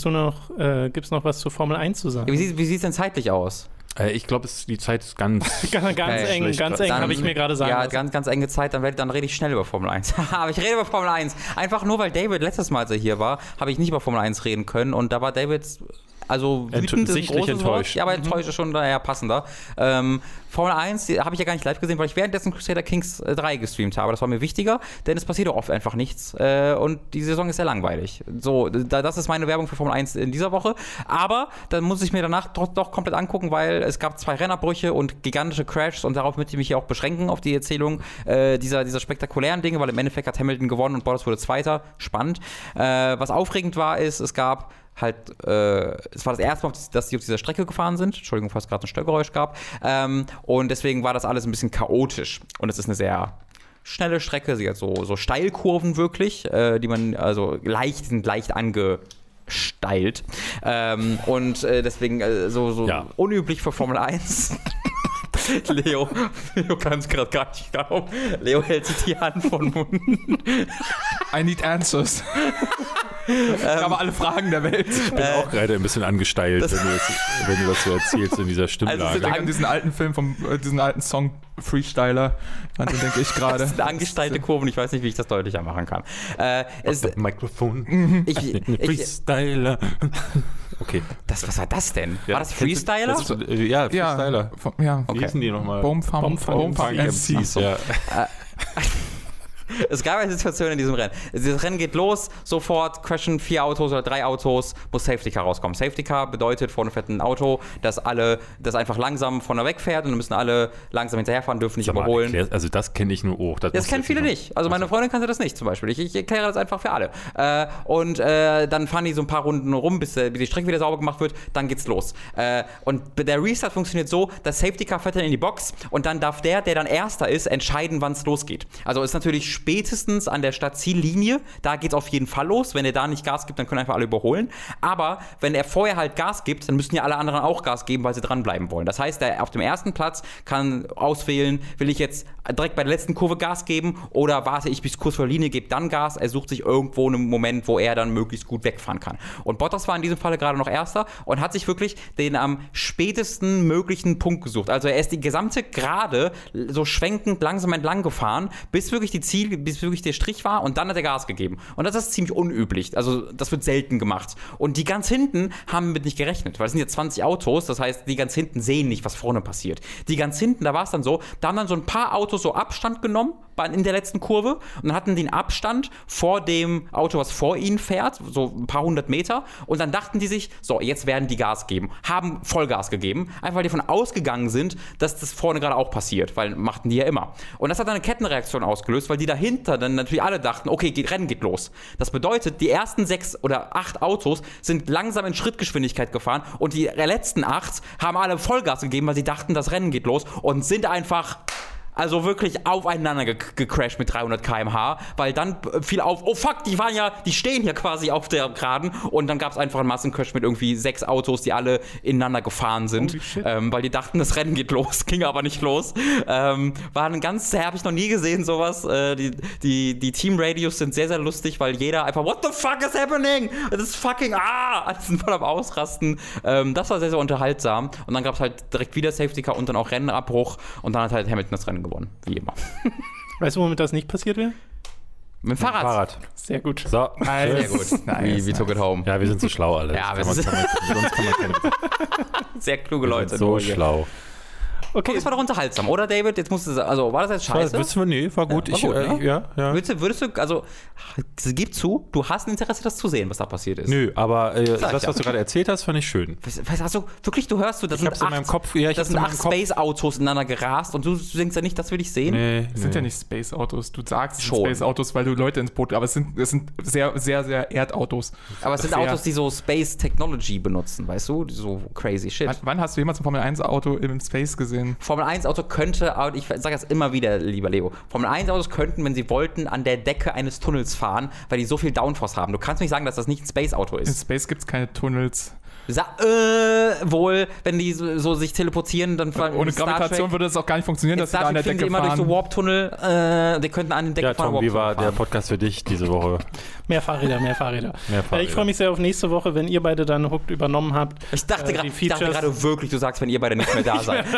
noch was zur Formel 1 zu sagen? Wie sieht es denn zeitlich aus? Ich glaube, die Zeit ist ganz eng, habe ich mir gerade sagen lassen. Ja, ganz enge Zeit, dann rede ich schnell über Formel 1. Aber ich rede über Formel 1. Einfach nur, weil David letztes Mal, als er hier war, habe ich nicht über Formel 1 reden können und da war David also wütend ist ein großes enttäuscht. Wort. Ja, aber enttäuscht ist schon eher passender. Formel 1 habe ich ja gar nicht live gesehen, weil ich währenddessen Crusader Kings 3 gestreamt habe. Das war mir wichtiger, denn es passiert oft einfach nichts. Und die Saison ist sehr langweilig. So, das ist meine Werbung für Formel 1 in dieser Woche. Aber dann muss ich mir danach doch komplett angucken, weil es gab 2 Rennabbrüche und gigantische Crashs und darauf möchte ich mich hier auch beschränken, auf die Erzählung dieser spektakulären Dinge, weil im Endeffekt hat Hamilton gewonnen und Bottas wurde Zweiter. Spannend. Was aufregend war, ist, es gab es war das erste Mal, dass sie auf dieser Strecke gefahren sind. Entschuldigung, falls es gerade ein Störgeräusch gab. Und deswegen war das alles ein bisschen chaotisch. Und es ist eine sehr schnelle Strecke. Sie hat so Steilkurven wirklich, die man, also leicht steilt. Und deswegen so unüblich für Formel 1. Leo kann es gerade gar nicht glauben. Leo hält sich die Hand von Mund. I need answers. Ich habe alle Fragen der Welt. Ich bin auch gerade ein bisschen angesteilt, wenn du das so erzählst in dieser Stimmlage. Also ich denke an diesen alten Film, diesen alten Song Freestyler, an den denke ich gerade. Das sind angesteilte Kurven, ich weiß nicht, wie ich das deutlicher machen kann. Mikrofon. Freestyler. Okay. Was war das denn? War das Freestyler? Freestyler. Ja. Wie hießen die nochmal? Boomfunk MCs. Ja. Es gab eine Situation in diesem Rennen. Das Rennen geht los, sofort crashen 4 Autos oder 3 Autos, muss Safety Car rauskommen. Safety Car bedeutet vorne fährt ein Auto, das einfach langsam vorne wegfährt und dann müssen alle langsam hinterherfahren, dürfen nicht überholen. Also das kenne ich nur auch. Das kennen viele nicht. Also meine Freundin kannte das nicht zum Beispiel. Ich erkläre das einfach für alle. Dann fahren die so ein paar Runden rum, bis die Strecke wieder sauber gemacht wird, dann geht's los. Und der Restart funktioniert so, das Safety Car fährt dann in die Box und dann darf der dann Erster ist, entscheiden, wann es losgeht. Also ist natürlich spätestens an der Startziellinie, da geht es auf jeden Fall los. Wenn er da nicht Gas gibt, dann können einfach alle überholen. Aber wenn er vorher halt Gas gibt, dann müssen ja alle anderen auch Gas geben, weil sie dranbleiben wollen. Das heißt, er auf dem ersten Platz kann auswählen, will ich jetzt direkt bei der letzten Kurve Gas geben oder warte ich bis kurz vor der Linie, gebe dann Gas. Er sucht sich irgendwo einen Moment, wo er dann möglichst gut wegfahren kann. Und Bottas war in diesem Falle gerade noch Erster und hat sich wirklich den am spätesten möglichen Punkt gesucht. Also er ist die gesamte Gerade so schwenkend langsam entlang gefahren, bis wirklich der Strich war und dann hat er Gas gegeben. Und das ist ziemlich unüblich. Also das wird selten gemacht. Und die ganz hinten haben mit nicht gerechnet, weil es sind jetzt 20 Autos, das heißt, die ganz hinten sehen nicht, was vorne passiert. Die ganz hinten, da war es dann so, da haben dann so ein paar Autos so Abstand genommen in der letzten Kurve und dann hatten die einen Abstand vor dem Auto, was vor ihnen fährt, so ein paar 100 Meter und dann dachten die sich, so, jetzt werden die Gas geben. Haben Vollgas gegeben, einfach weil die davon ausgegangen sind, dass das vorne gerade auch passiert, weil machten die ja immer. Und das hat dann eine Kettenreaktion ausgelöst, weil die dahinter dann natürlich alle dachten, okay, Rennen geht los. Das bedeutet, die ersten 6 oder 8 Autos sind langsam in Schrittgeschwindigkeit gefahren und die letzten 8 haben alle Vollgas gegeben, weil sie dachten, das Rennen geht los und sind einfach also wirklich aufeinander gecrashed mit 300 km/h, weil dann fiel auf, oh fuck, die stehen hier quasi auf der Geraden und dann gab es einfach einen Massencrash mit irgendwie 6 Autos, die alle ineinander gefahren sind, weil die dachten, das Rennen geht los, ging aber nicht los. War ein habe ich noch nie gesehen, sowas. Die Team-Radios sind sehr, sehr lustig, weil jeder einfach, what the fuck is happening? Das ist fucking, alle sind voll am Ausrasten. Das war sehr, sehr unterhaltsam und dann gab es halt direkt wieder Safety Car und dann auch Rennenabbruch und dann hat halt Hamilton das Rennen gewonnen, wie immer. Weißt du, womit das nicht passiert wäre? Mit dem Fahrrad. Sehr gut. So, sehr gut. We took it home. Ja, wir sind so schlau alle. Ja, sonst kann man keine. Sehr kluge Leute. So schlau. Okay, das war doch unterhaltsam, oder David? Jetzt musst du sagen, also war das jetzt scheiße? Nee, war gut. Ja. Würdest du, also gib zu, du hast ein Interesse, das zu sehen, was da passiert ist. Nö, aber das, was du gerade erzählt hast, fand ich schön. Also wirklich, du hörst, das sind 8 Space-Autos ineinander gerast und du denkst ja nicht, das will ich sehen? Nee. Es sind ja nicht Space-Autos. Du sagst Space-Autos, weil du Leute ins Boot, aber es sind sehr, sehr, sehr Erdautos. Aber es sind Autos, die so Space-Technology benutzen, weißt du? So crazy shit. Wann hast du jemals ein Formel-1-Auto im Space gesehen? Formel-1-Auto könnte, ich sage das immer wieder, lieber Leo, Formel-1-Autos könnten, wenn sie wollten, an der Decke eines Tunnels fahren, weil die so viel Downforce haben. Du kannst nicht sagen, dass das nicht ein Space-Auto ist. In Space gibt es keine Tunnels. Wohl, wenn die so sich teleportieren, dann ohne Gravitation würde das auch gar nicht funktionieren, dass sie da an der Decke fahren. Immer durch so Warp-Tunnel, die könnten an den Decke fahren. Tom, wie war der Podcast für dich diese Woche? Mehr Fahrräder. Ich freue mich sehr auf nächste Woche, wenn ihr beide dann Hooked übernommen habt. Ich dachte gerade wirklich, du sagst, wenn ihr beide nicht mehr da seid.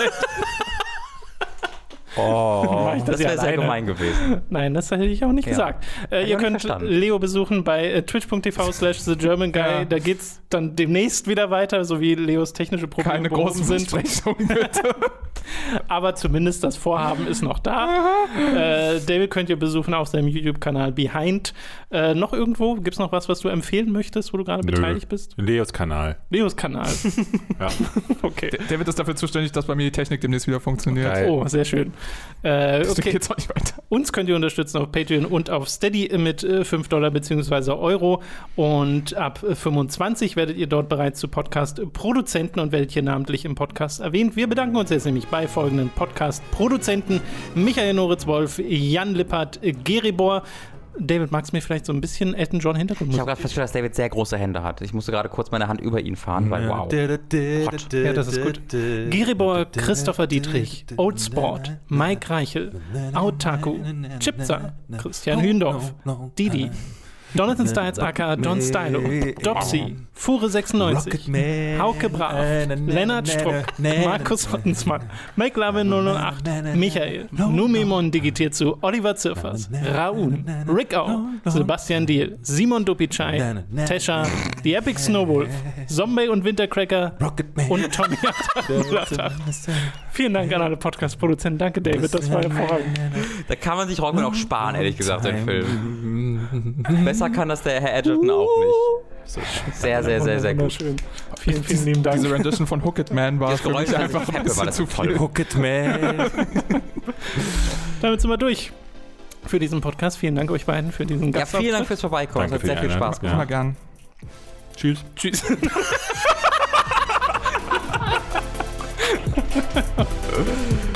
Das wäre sehr gemein gewesen. Nein, das hätte ich auch nicht gesagt. Ihr könnt Leo besuchen bei twitch.tv/TheGermanGuy. Ja. Da geht es dann demnächst wieder weiter, so wie Leos technische Probleme keine großen sind. Bitte. Aber zumindest das Vorhaben ist noch da. David könnt ihr besuchen auf seinem YouTube-Kanal Behind. Noch irgendwo? Gibt es noch was du empfehlen möchtest, wo du gerade beteiligt bist? Leos Kanal. Ja. Okay. David ist dafür zuständig, dass bei mir die Technik demnächst wieder funktioniert. Geil. Oh, sehr schön. Okay. Geht's auch nicht weiter. Uns könnt ihr unterstützen auf Patreon und auf Steady mit $5 bzw. Euro. Und ab 25 werdet ihr dort bereits zu Podcast-Produzenten und werdet hier namentlich im Podcast erwähnt. Wir bedanken uns jetzt nämlich bei folgenden Podcast-Produzenten: Michael Noritz-Wolf, Jan Lippert, Geribor, David, magst du mir vielleicht so ein bisschen Elton John Hintergrund? Ich habe gerade festgestellt, dass David sehr große Hände hat. Ich musste gerade kurz meine Hand über ihn fahren, weil wow. Hot. Ja, das ist gut. Giribor, Christopher Dietrich, Old Sport, Mike Reichel, Autaku, Chipza, Christian Hündorf, Didi, Jonathan Styles aka Don Stylo, Dopsy, Fure96, Hauke Brav, Lennart Struck, Markus Hottensmann, McLovin 008, Michael, Numemon digitiert zu Oliver Zirfers, Raun, Rick Au, Sebastian Diel, Simon Dupicai, Tesha, The Epic Snowwolf, Zombie und Wintercracker und Tommy 888. Vielen Dank an alle Podcast-Produzenten. Danke, David, das war hervorragend. Da kann man sich Rockman auch sparen, ehrlich gesagt, den Film. Besser kann das der Herr Edgerton auch nicht. Sehr, sehr, sehr, sehr gut. Vielen, vielen lieben Dank. Diese Rendition von Hook It Man war Das für mich Geräusch, einfach ein bisschen zu viel. Hook it, man. Damit sind wir durch für diesen Podcast. Vielen Dank euch beiden für diesen Ja, Gastauftritt. vielen Dank fürs Vorbeikommen. Es Danke hat sehr für die viel Spaß Einladung. gemacht. Immer gern. Tschüss. Tschüss.